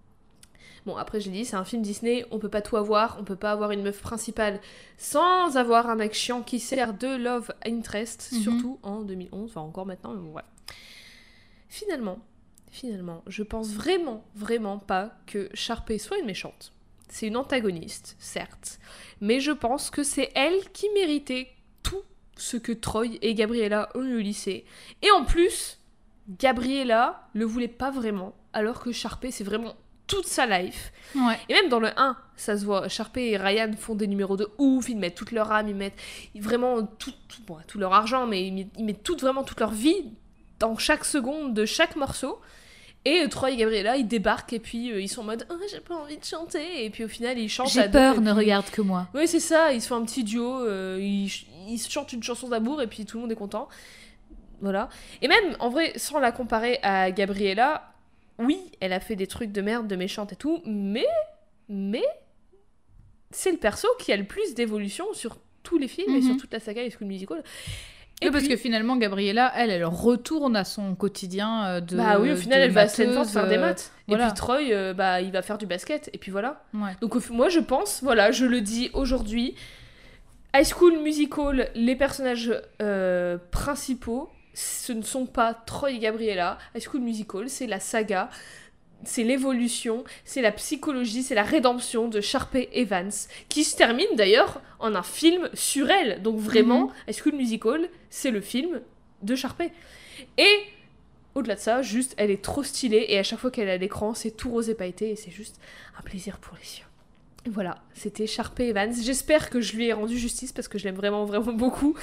A: Bon, après j'ai dit, c'est un film Disney, on peut pas tout avoir, on peut pas avoir une meuf principale sans avoir un mec chiant qui sert de love interest,
B: Mhm.
A: surtout en deux mille onze, enfin encore maintenant, mais bon, ouais. Finalement, finalement, je pense vraiment, vraiment pas que Sharpay soit une méchante. C'est une antagoniste, certes, mais je pense que c'est elle qui méritait tout ce que Troy et Gabriella ont eu au lycée. Et en plus, Gabriella le voulait pas vraiment, alors que Sharpay, c'est vraiment toute sa life.
B: Ouais.
A: Et même dans le un, ça se voit, Sharpay et Ryan font des numéros de ouf, ils mettent toute leur âme, ils mettent vraiment tout, tout, bon, tout leur argent, mais ils mettent, ils mettent toute, vraiment toute leur vie dans chaque seconde de chaque morceau. Et euh, Troy et Gabriella, ils débarquent et puis euh, ils sont en mode « Oh, j'ai pas envie de chanter » et puis au final, ils chantent à
B: J'ai
A: deux,
B: peur,
A: et
B: ne
A: puis-
B: regarde que moi.
A: Oui, c'est ça, ils se font un petit duo, euh, ils, ch- ils se chantent une chanson d'amour et puis tout le monde est content. Voilà. Et même, en vrai, sans la comparer à Gabriella, oui, elle a fait des trucs de merde, de méchante et tout, mais, mais, c'est le perso qui a le plus d'évolution sur tous les films et
B: Mhm.
A: sur toute la saga High School Musical. Et
B: Oui, parce
A: puis-
B: que finalement, Gabriella, elle, elle retourne à son quotidien euh, de.
A: Bah oui, au final,
B: de
A: elle va à
B: mateuse,
A: Stanford faire des
B: euh,
A: maths.
B: voilà.
A: Et puis Troy, euh, bah, il va faire du basket. Et puis voilà.
B: Ouais.
A: Donc au f- moi, je pense, voilà, je le dis aujourd'hui, High School Musical, les personnages euh, principaux, ce ne sont pas Troy et Gabriella. High School Musical, c'est la saga c'est l'évolution, c'est la psychologie, c'est la rédemption de Sharpay Evans, qui se termine d'ailleurs en un film sur elle. Donc vraiment, mm-hmm. High School Musical, c'est le film de Sharpay. Et au-delà de ça, juste, elle est trop stylée, et à chaque fois qu'elle est à l'écran, c'est tout rose et pailleté, et c'est juste un plaisir pour les yeux. Voilà, c'était Sharpay Evans. J'espère que je lui ai rendu justice, parce que je l'aime vraiment, vraiment beaucoup.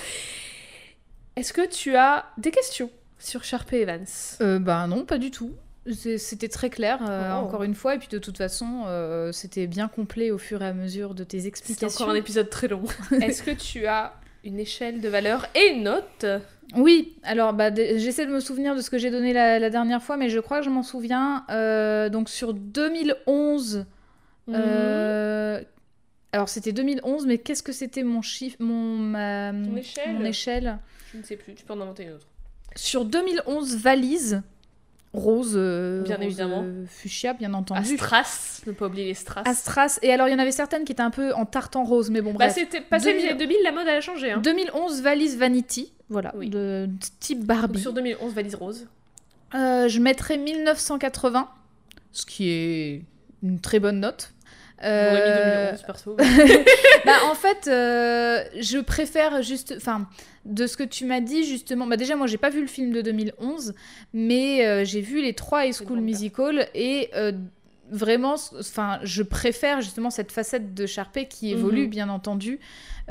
A: Est-ce que tu as des questions sur Sharpay Evans ?
B: euh, Bah non, pas du tout. C'était très clair, euh,
A: oh.
B: encore une fois, et puis de toute façon, euh, c'était bien complet au fur et à mesure de tes explications.
A: C'est encore un épisode très long. Est-ce que tu as une échelle de valeur et une note ?
B: Oui, alors bah, d- j'essaie de me souvenir de ce que j'ai donné la, la dernière fois, mais je crois que je m'en souviens. Euh, donc sur deux mille onze, mmh. euh, alors c'était deux mille onze, mais qu'est-ce que c'était mon chiffre, mon, ma,
A: Ton échelle
B: mon échelle
A: Je ne sais plus, tu peux en inventer une autre.
B: Sur deux mille onze, valise. Rose, euh,
A: bien
B: rose,
A: évidemment.
B: Euh, fuchsia, bien entendu.
A: Astras, ne pas oublier les strass.
B: Astras, et alors il y en avait certaines qui étaient un peu en tartan rose, mais bon
A: bah,
B: bref.
A: C'était passé les années deux mille, la mode elle a changé. Hein.
B: deux mille onze, valise Vanity, voilà,
A: oui.
B: de, de type Barbie.
A: Donc sur deux mille onze, valise rose.
B: Euh, je mettrais mille neuf cent quatre-vingts, ce qui est une très bonne note.
A: Euh... J'aurais mis deux mille onze, perso.
B: bah, en fait, euh, je préfère juste... Enfin, de ce que tu m'as dit, justement... Bah, déjà, moi, j'ai pas vu le film de deux mille onze, mais euh, j'ai vu les trois High School Musical, et euh, vraiment, enfin, je préfère justement cette facette de Sharpay qui évolue, mm-hmm. bien entendu,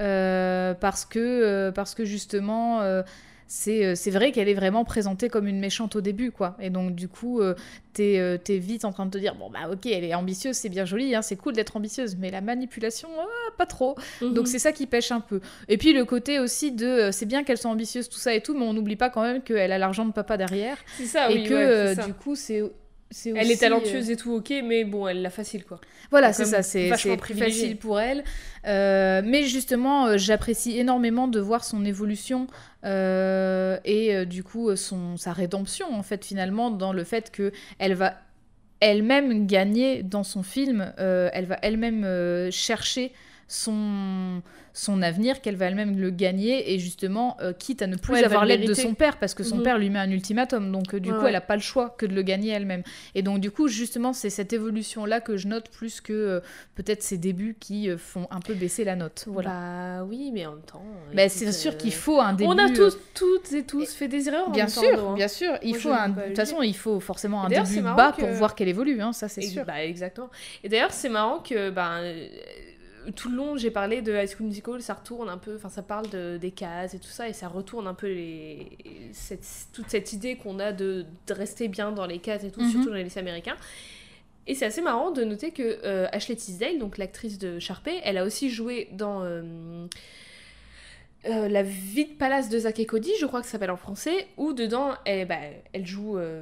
B: euh, parce, que, euh, parce que, justement... Euh, C'est, c'est vrai qu'elle est vraiment présentée comme une méchante au début, quoi. Et donc, du coup, euh, t'es, euh, t'es vite en train de te dire, bon, bah, ok, elle est ambitieuse, c'est bien joli, hein, c'est cool d'être ambitieuse, mais la manipulation, euh, pas trop. Mm-hmm. Donc, c'est ça qui pêche un peu. Et puis, le côté aussi de, euh, c'est bien qu'elle soit ambitieuse, tout ça et tout, mais on n'oublie pas quand même qu'elle a l'argent de papa derrière.
A: C'est ça,
B: et
A: oui,
B: que,
A: ouais,
B: euh,
A: c'est ça.
B: Du coup, c'est... C'est
A: elle
B: aussi,
A: est talentueuse
B: euh...
A: et tout, ok, mais bon, elle l'a facile, quoi.
B: Voilà, c'est ça, c'est, c'est plus
A: privilégié.
B: facile pour elle. Euh, mais justement, euh, j'apprécie énormément de voir son évolution euh, et euh, du coup, son, sa rédemption, en fait, finalement, dans le fait qu'elle va elle-même gagner dans son film, euh, elle va elle-même euh, chercher son... son avenir, qu'elle va elle-même le gagner, et justement, euh, quitte à ne plus
A: ouais,
B: avoir l'aide de son père, parce que son
A: mmh.
B: père lui met un ultimatum, donc euh, du ouais, coup, ouais. elle n'a pas le choix que de le gagner elle-même. Et donc, du coup, justement, c'est cette évolution-là que je note plus que euh, peut-être ses débuts qui euh, font un peu baisser la note. Voilà.
A: Bah oui, mais en même temps...
B: Bah, écoute, c'est sûr euh... qu'il faut un début...
A: On a tous, toutes et tous fait des erreurs
B: bien
A: en
B: sûr,
A: même temps. Hein.
B: Bien sûr, il
A: Moi,
B: faut un... De toute façon, il faut forcément un début bas que... pour voir qu'elle évolue, hein, ça c'est
A: et
B: sûr.
A: Bah, exactement. Et d'ailleurs, c'est marrant que... Bah, tout le long, j'ai parlé de High School Musical, ça retourne un peu, enfin ça parle de, des cases et tout ça, et ça retourne un peu les, cette, toute cette idée qu'on a de, de rester bien dans les cases et tout, mm-hmm. surtout dans les lycées américains. Et c'est assez marrant de noter que euh, Ashley Tisdale, donc l'actrice de Sharpay, elle a aussi joué dans euh, euh, La vie de palace de Zack et Cody, je crois que ça s'appelle en français, où dedans, elle, bah, elle joue... Euh...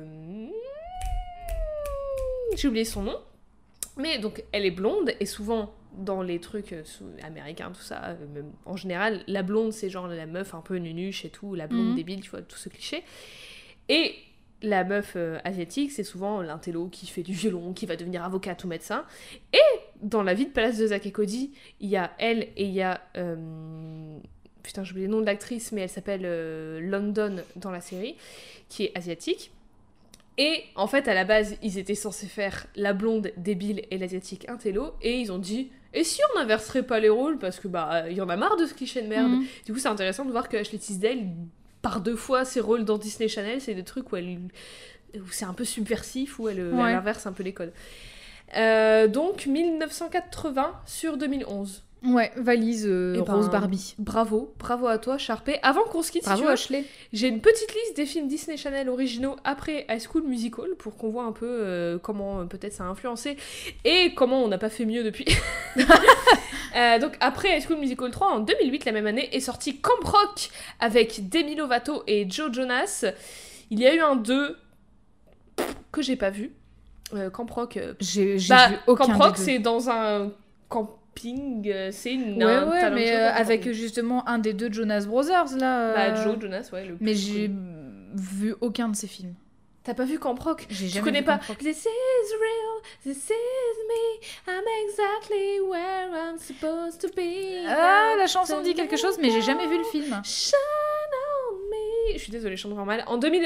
A: J'ai oublié son nom. Mais donc, elle est blonde, et souvent... dans les trucs euh, américains, tout ça, euh, même, en général, la blonde, c'est genre la meuf un peu nunuche et tout, la blonde mmh. débile, tu vois, tout ce cliché. Et la meuf euh, asiatique, c'est souvent l'intello qui fait du violon, qui va devenir avocate ou médecin. Et dans La vie de palace de Zack et Cody, il y a elle et il y a... Euh... Putain, j'ai oublié le nom de l'actrice, mais elle s'appelle euh, London dans la série, qui est asiatique. Et en fait, à la base, ils étaient censés faire la blonde débile et l'asiatique intello, et ils ont dit « Et si on n'inverserait pas les rôles » parce que bah, il y en a marre de ce cliché de merde. Mm-hmm. Du coup, c'est intéressant de voir que Ashley Tisdale, par deux fois, ses rôles dans Disney Channel, c'est des trucs où, elle, où c'est un peu subversif, où elle, ouais. elle inverse un peu les codes. Euh, donc, mille neuf cent quatre-vingts sur deux mille onze.
B: Ouais, valise euh, ben, rose Barbie.
A: Bravo, bravo à toi, Sharpay. Avant qu'on se quitte,
B: bravo
A: si tu veux,
B: Ashley.
A: J'ai une petite liste des films Disney Channel originaux après High School Musical pour qu'on voit un peu euh, comment euh, peut-être ça a influencé et comment on n'a pas fait mieux depuis. euh, donc après High School Musical trois, en deux mille huit, la même année, est sorti Camp Rock avec Demi Lovato et Joe Jonas. Il y a eu un deux que j'ai pas vu. Euh, Camp Rock. Euh,
B: j'ai j'ai
A: bah,
B: vu aucun
A: Camp Rock,
B: des deux.
A: c'est dans un camp. C'est une
B: ouais ouais mais euh, avec justement un des deux Jonas Brothers là euh...
A: bah Joe Jonas ouais le
B: mais j'ai vu aucun de ces films.
A: T'as pas vu Camp Rock?
B: J'ai
A: tu
B: jamais
A: connais
B: vu
A: pas
B: Camp Rock.
A: This is real, this is me, I'm exactly where I'm supposed to be.
B: Ah, la chanson dit quelque chose mais j'ai jamais vu le film.
A: Shine on me. Je suis désolée, je chante vraiment mal. En deux mille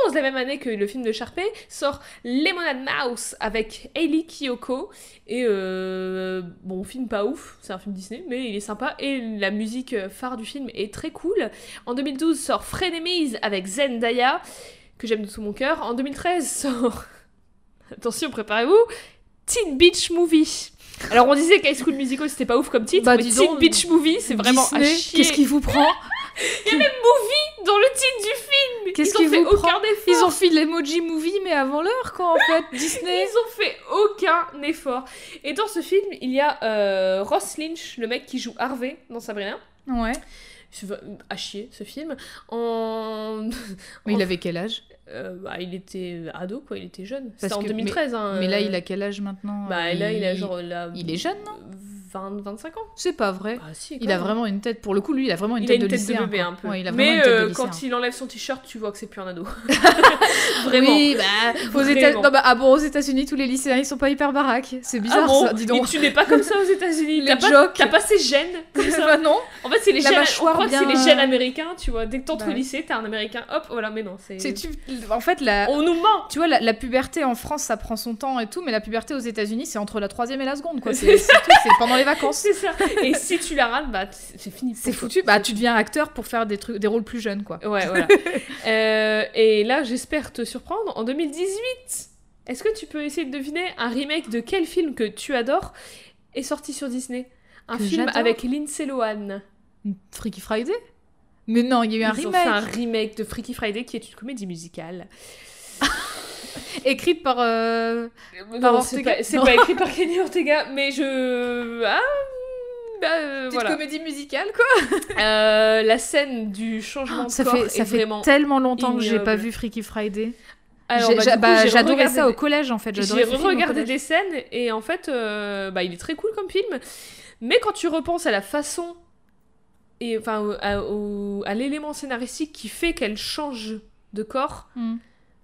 A: onze, la même année que le film de Sharpay, sort Lemonade Mouth avec Hayley Kiyoko. Et euh, bon, film pas ouf, c'est un film Disney, mais il est sympa. Et la musique phare du film est très cool. En deux mille douze sort Frenemies avec Zendaya, que j'aime de tout mon cœur. En deux mille treize sort... Attention, préparez-vous, Teen Beach Movie. Alors on disait qu'High School Musical c'était pas ouf comme titre,
B: Bah,
A: mais
B: dis
A: Teen
B: donc,
A: Beach Movie c'est vraiment à
B: Disney,
A: chier.
B: qu'est-ce qui vous prend?
A: Il y a même Movie dans le titre du film.
B: Qu'est-ce
A: Ils ont
B: qui
A: fait
B: vous
A: aucun
B: prend?
A: effort.
B: Ils ont fait l'emoji movie, mais avant l'heure, quoi, en fait, Disney.
A: Ils ont fait aucun effort. Et dans ce film, il y a euh, Ross Lynch, le mec qui joue Harvey dans Sabrina.
B: Ouais.
A: Je veux- À chier ce film. En...
B: Mais
A: en-
B: il avait quel âge?
A: euh, bah, il était ado quoi, il était jeune.
B: Parce
A: C'était en
B: que-
A: deux mille treize. hein,
B: Mais là,
A: euh,
B: il a quel âge maintenant?
A: Bah là, il a genre là,
B: il est jeune, non
A: vingt, vingt-cinq ans.
B: C'est pas vrai.
A: Ah si.
B: Il a vraiment une tête, pour le coup, lui, il a vraiment une
A: Il
B: tête
A: a une
B: de
A: tête
B: lycéen.
A: de bébé
B: quoi.
A: un peu.
B: Ouais, il a vraiment
A: Mais
B: une tête
A: euh,
B: de lycéen.
A: quand il enlève son t-shirt, tu vois que c'est plus un ado. Vraiment.
B: Oui, bah, aux
A: Vraiment.
B: États... non, bah, ah bon, aux États-Unis, tous les lycéens, ils sont pas hyper baraques. C'est bizarre,
A: Ah bon
B: ça, dis donc.
A: Et tu n'es pas comme ça aux États-Unis.
B: Les
A: T'as pas,
B: jocks.
A: t'as pas ces gènes comme ça.
B: Bah non.
A: En fait, c'est les
B: La
A: gènes. On
B: mâchoire
A: croit que c'est
B: bien-
A: les gènes américains, tu vois. Dès que t'entres
B: Bah.
A: au lycée, t'es un américain. Hop, voilà. Mais non, c'est.
B: C'est tu... En fait, la...
A: On nous ment.
B: tu vois, la, la puberté en France, ça prend son temps et tout, mais la puberté aux États-Unis, c'est entre la troisième et la seconde, quoi. C'est c'est tout, c'est pendant les vacances.
A: C'est ça. Et si tu la rates, bah t- c'est fini. pour
B: C'est
A: toi.
B: foutu. Bah, tu deviens acteur pour faire des trucs, des rôles plus jeunes, quoi.
A: Ouais, voilà. Euh, et là, j'espère te surprendre. En deux mille dix-huit, est-ce que tu peux essayer de deviner un remake de quel film que tu adores est sorti sur Disney? Un
B: Que
A: film
B: j'adore.
A: avec Lindsay Lohan.
B: Freaky Friday? Mais non, il y a eu un
A: Ils ont
B: remake.
A: fait un remake de Freaky Friday qui est une comédie musicale.
B: Écrite par. euh,
A: Non,
B: Par
A: c'est
B: Ortega
A: pas, c'est
B: Non.
A: pas écrit par Kenny Ortega, mais je... Ah, bah, euh,
B: Petite
A: voilà.
B: comédie musicale, quoi.
A: Euh, la scène du changement de
B: Ça
A: corps
B: fait, ça
A: est
B: fait
A: vraiment...
B: tellement longtemps que j'ai pas
A: ignoble.
B: vu Freaky Friday.
A: Alors,
B: J'ai-
A: bah,
B: j'a-
A: du coup,
B: bah,
A: j'ai
B: J'adorais
A: re-regardé
B: ça au
A: des-
B: collège, en fait.
A: J'ai
B: J'adorais ce film au
A: regardé
B: collège.
A: des scènes et en fait, euh, bah, il est très cool comme film. Mais quand tu repenses à la façon et enfin au- à, au- à l'élément scénaristique qui fait qu'elle change de corps,
B: Mm.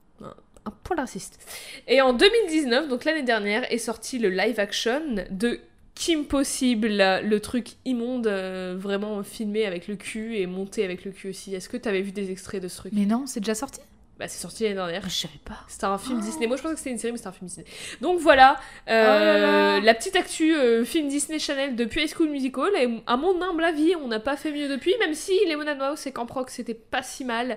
A: un poil raciste. Et en deux mille dix-neuf, donc l'année dernière, est sorti le live action de Kim Possible, le truc immonde, euh, vraiment filmé avec le cul et monté avec le cul aussi. Est-ce que t'avais vu des extraits de ce truc?
B: Mais non, c'est déjà sorti?
A: Bah, c'est sorti l'année dernière.
B: Je savais pas.
A: C'était un film Disney. Moi, je pensais que c'était une série, mais c'était un film Disney. Donc voilà, euh,
B: Oh là là.
A: la petite actu euh, film Disney Channel depuis High School Musical. Et à mon humble avis, on n'a pas fait mieux depuis, même si Lemonade Mouth et Camp Rock, c'était pas si mal.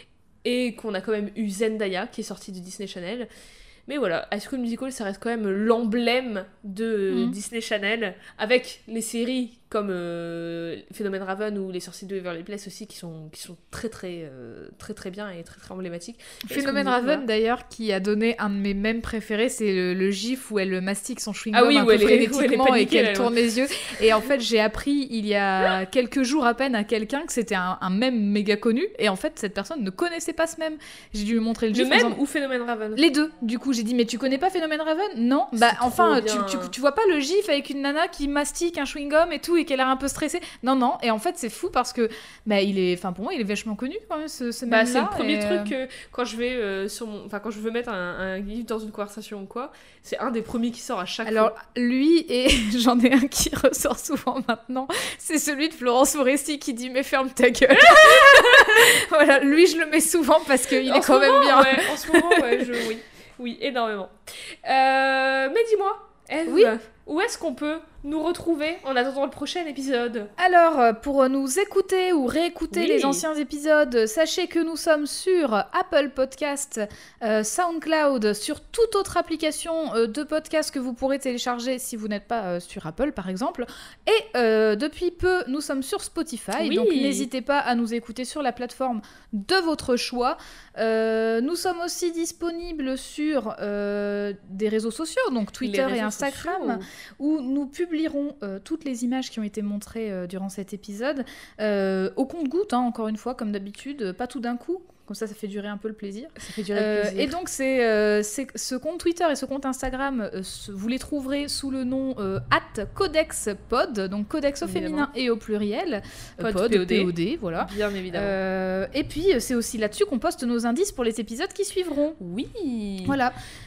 A: Et qu'on a quand même eu Zendaya, qui est sortie de Disney Channel. Mais voilà, High School Musical, ça reste quand même l'emblème de euh,
B: Mm.
A: Disney Channel, avec les séries comme euh, Phénomène Raven ou Les Sorciers de Waverly Place aussi, qui sont, qui sont très très, euh, très très bien et très très emblématiques. Et
B: Phénomène
A: High School
B: Raven,
A: Musical,
B: d'ailleurs, qui a donné un de mes mèmes préférés, c'est le, le gif où elle mastique son chewing-gum
A: Ah oui,
B: un
A: où
B: peu
A: elle est- où elle est
B: frénétiquement et
A: paniquée,
B: qu'elle
A: elle,
B: tourne les yeux. Et en fait, j'ai appris il y a quelques jours à peine à quelqu'un que c'était un, un mème méga connu. Et en fait, cette personne ne connaissait pas ce mème. J'ai dû lui montrer le
A: Le
B: gif. en
A: même
B: disant,
A: ou Phénomène Raven?
B: les deux, du coup, j'ai dit, mais tu connais pas Phénomène Raven? Non.
A: C'est
B: Bah,
A: trop
B: enfin, tu,
A: bien.
B: tu, tu vois pas le gif avec une nana qui mastique un chewing-gum et tout et qui a l'air un peu stressée? Non, non. Et en fait, c'est fou parce que, bah, il est, enfin, pour moi, il est vachement connu quand même, ce, ce
A: Bah,
B: mème-là.
A: c'est le premier
B: et, euh,
A: truc que quand je vais euh, sur mon... Enfin, quand je veux mettre un, un gif dans une conversation ou quoi, c'est un des premiers qui sort à chaque
B: Alors,
A: fois.
B: lui, et j'en ai un qui ressort souvent maintenant, c'est celui de Florence Foresti qui dit « Mais ferme ta gueule !» Voilà, lui, je le mets souvent parce qu'il
A: En
B: est
A: ce
B: quand même
A: moment,
B: bien.
A: ouais, en ce moment, ouais, je... oui. Oui, énormément. Euh, mais dis-moi, Eve,
B: Oui.
A: où est-ce qu'on peut nous retrouver en attendant le prochain épisode?
B: Alors, euh, pour nous écouter ou réécouter
A: Oui.
B: les anciens épisodes, sachez que nous sommes sur Apple Podcast, euh, SoundCloud, sur toute autre application euh, de podcast que vous pourrez télécharger si vous n'êtes pas euh, sur Apple, par exemple. Et euh, depuis peu, nous sommes sur Spotify,
A: Oui.
B: donc n'hésitez pas à nous écouter sur la plateforme de votre choix. Euh, nous sommes aussi disponibles sur euh, des réseaux sociaux, donc Twitter
A: Les
B: et
A: réseaux
B: Instagram,
A: sociaux.
B: où nous publierons euh, toutes les images qui ont été montrées euh, durant cet épisode, euh, au compte-gouttes, hein, encore une fois, comme d'habitude, euh, pas tout d'un coup, comme ça, ça fait durer un peu le plaisir.
A: Ça fait durer
B: Euh,
A: le plaisir.
B: et donc, c'est, euh, c'est- ce compte Twitter et ce compte Instagram, euh, ce- vous les trouverez sous le nom euh, at CodexPod, donc Codex au
A: Évidemment.
B: féminin et au pluriel. Euh,
A: Pod, P O D.
B: P O D, voilà.
A: Bien évidemment.
B: Euh, et puis, euh, c'est aussi là-dessus qu'on poste nos indices pour les épisodes qui suivront.
A: Oui.
B: Voilà.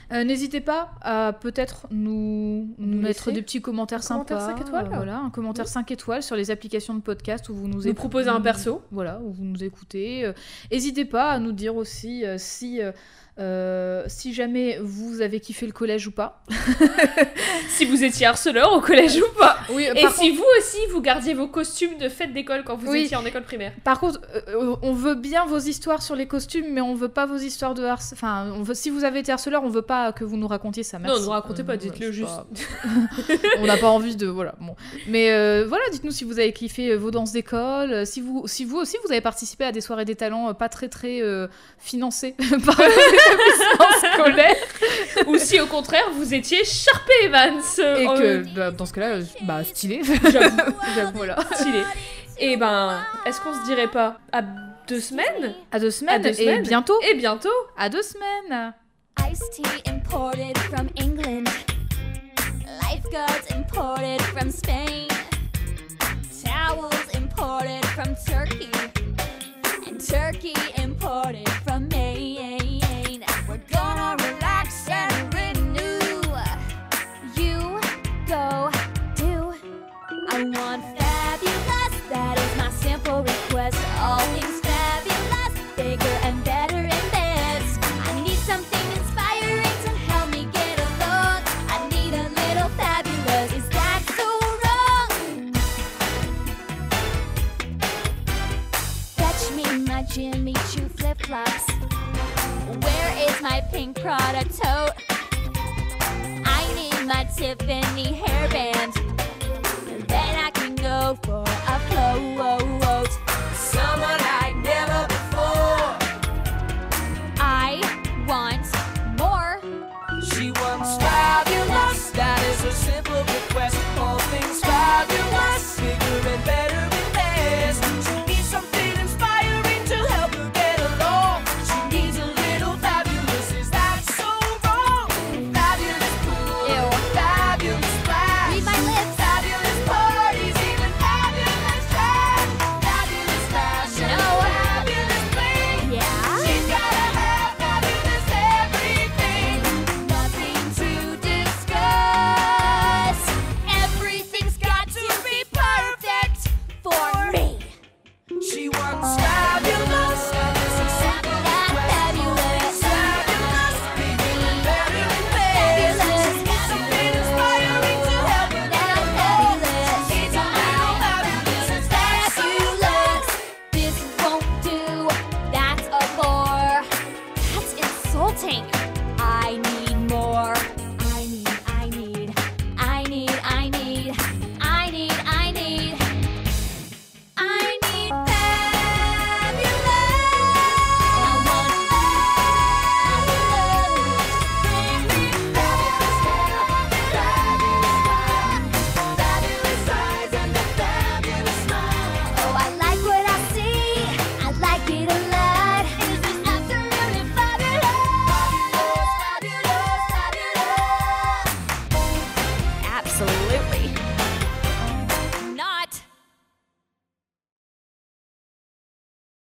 B: Euh, n'hésitez pas à peut-être nous, nous mettre
A: laisser
B: des petits commentaires
A: un
B: sympas.
A: commentaire cinq étoiles.
B: euh, voilà, un commentaire
A: Oui.
B: cinq étoiles sur les applications de podcast où vous nous,
A: Nous
B: écoutez-
A: proposer un perso.
B: Voilà, où vous nous écoutez. Euh, N'hésitez pas à nous dire aussi euh, si, euh, euh, si jamais vous avez kiffé le collège ou pas.
A: Si vous étiez harceleur au collège ou pas.
B: Oui,
A: Et si vous aussi, vous gardiez vos costumes de fête d'école quand vous
B: Oui.
A: étiez en école primaire.
B: Par contre, euh, on veut bien vos histoires sur les costumes, mais on veut pas vos histoires de harcèlement. Enfin, on veut... si vous avez été harceleur, on veut pas que vous nous racontiez ça. Merci.
A: Non, ne racontez pas,
B: Euh,
A: dites-le
B: voilà,
A: juste.
B: c'est pas- on n'a pas envie de voilà. Bon, mais euh, voilà, dites-nous si vous avez kiffé euh, vos danses d'école, euh, si vous, si vous aussi vous avez participé à des soirées des talents euh, pas très très euh, financées par les établissements scolaires,
A: Ou si au contraire, vous étiez Sharpay Evans.
B: et
A: euh,
B: que bah, dans ce cas-là, euh, bah stylé.
A: J'avoue,
B: J'avoue, voilà.
A: stylé. Et ben, est-ce qu'on se dirait pas à deux semaines
B: À deux semaines,
A: À deux
B: et
A: semaines.
B: bientôt.
A: Et bientôt.
B: À deux semaines.
D: Iced tea imported from England. Lifeguards imported from Spain. Towels imported from Turkey. And turkey imported from Maine. We're gonna relax and renew. You go do. I want fabulous. That is my simple request. All things fabulous, bigger and better and best. I need something inspiring to help me get along. I need a little fabulous. Is that so wrong? Fetch me my Jimmy Choo flip flops. Where is my pink Prada tote? I need my Tiffany hair.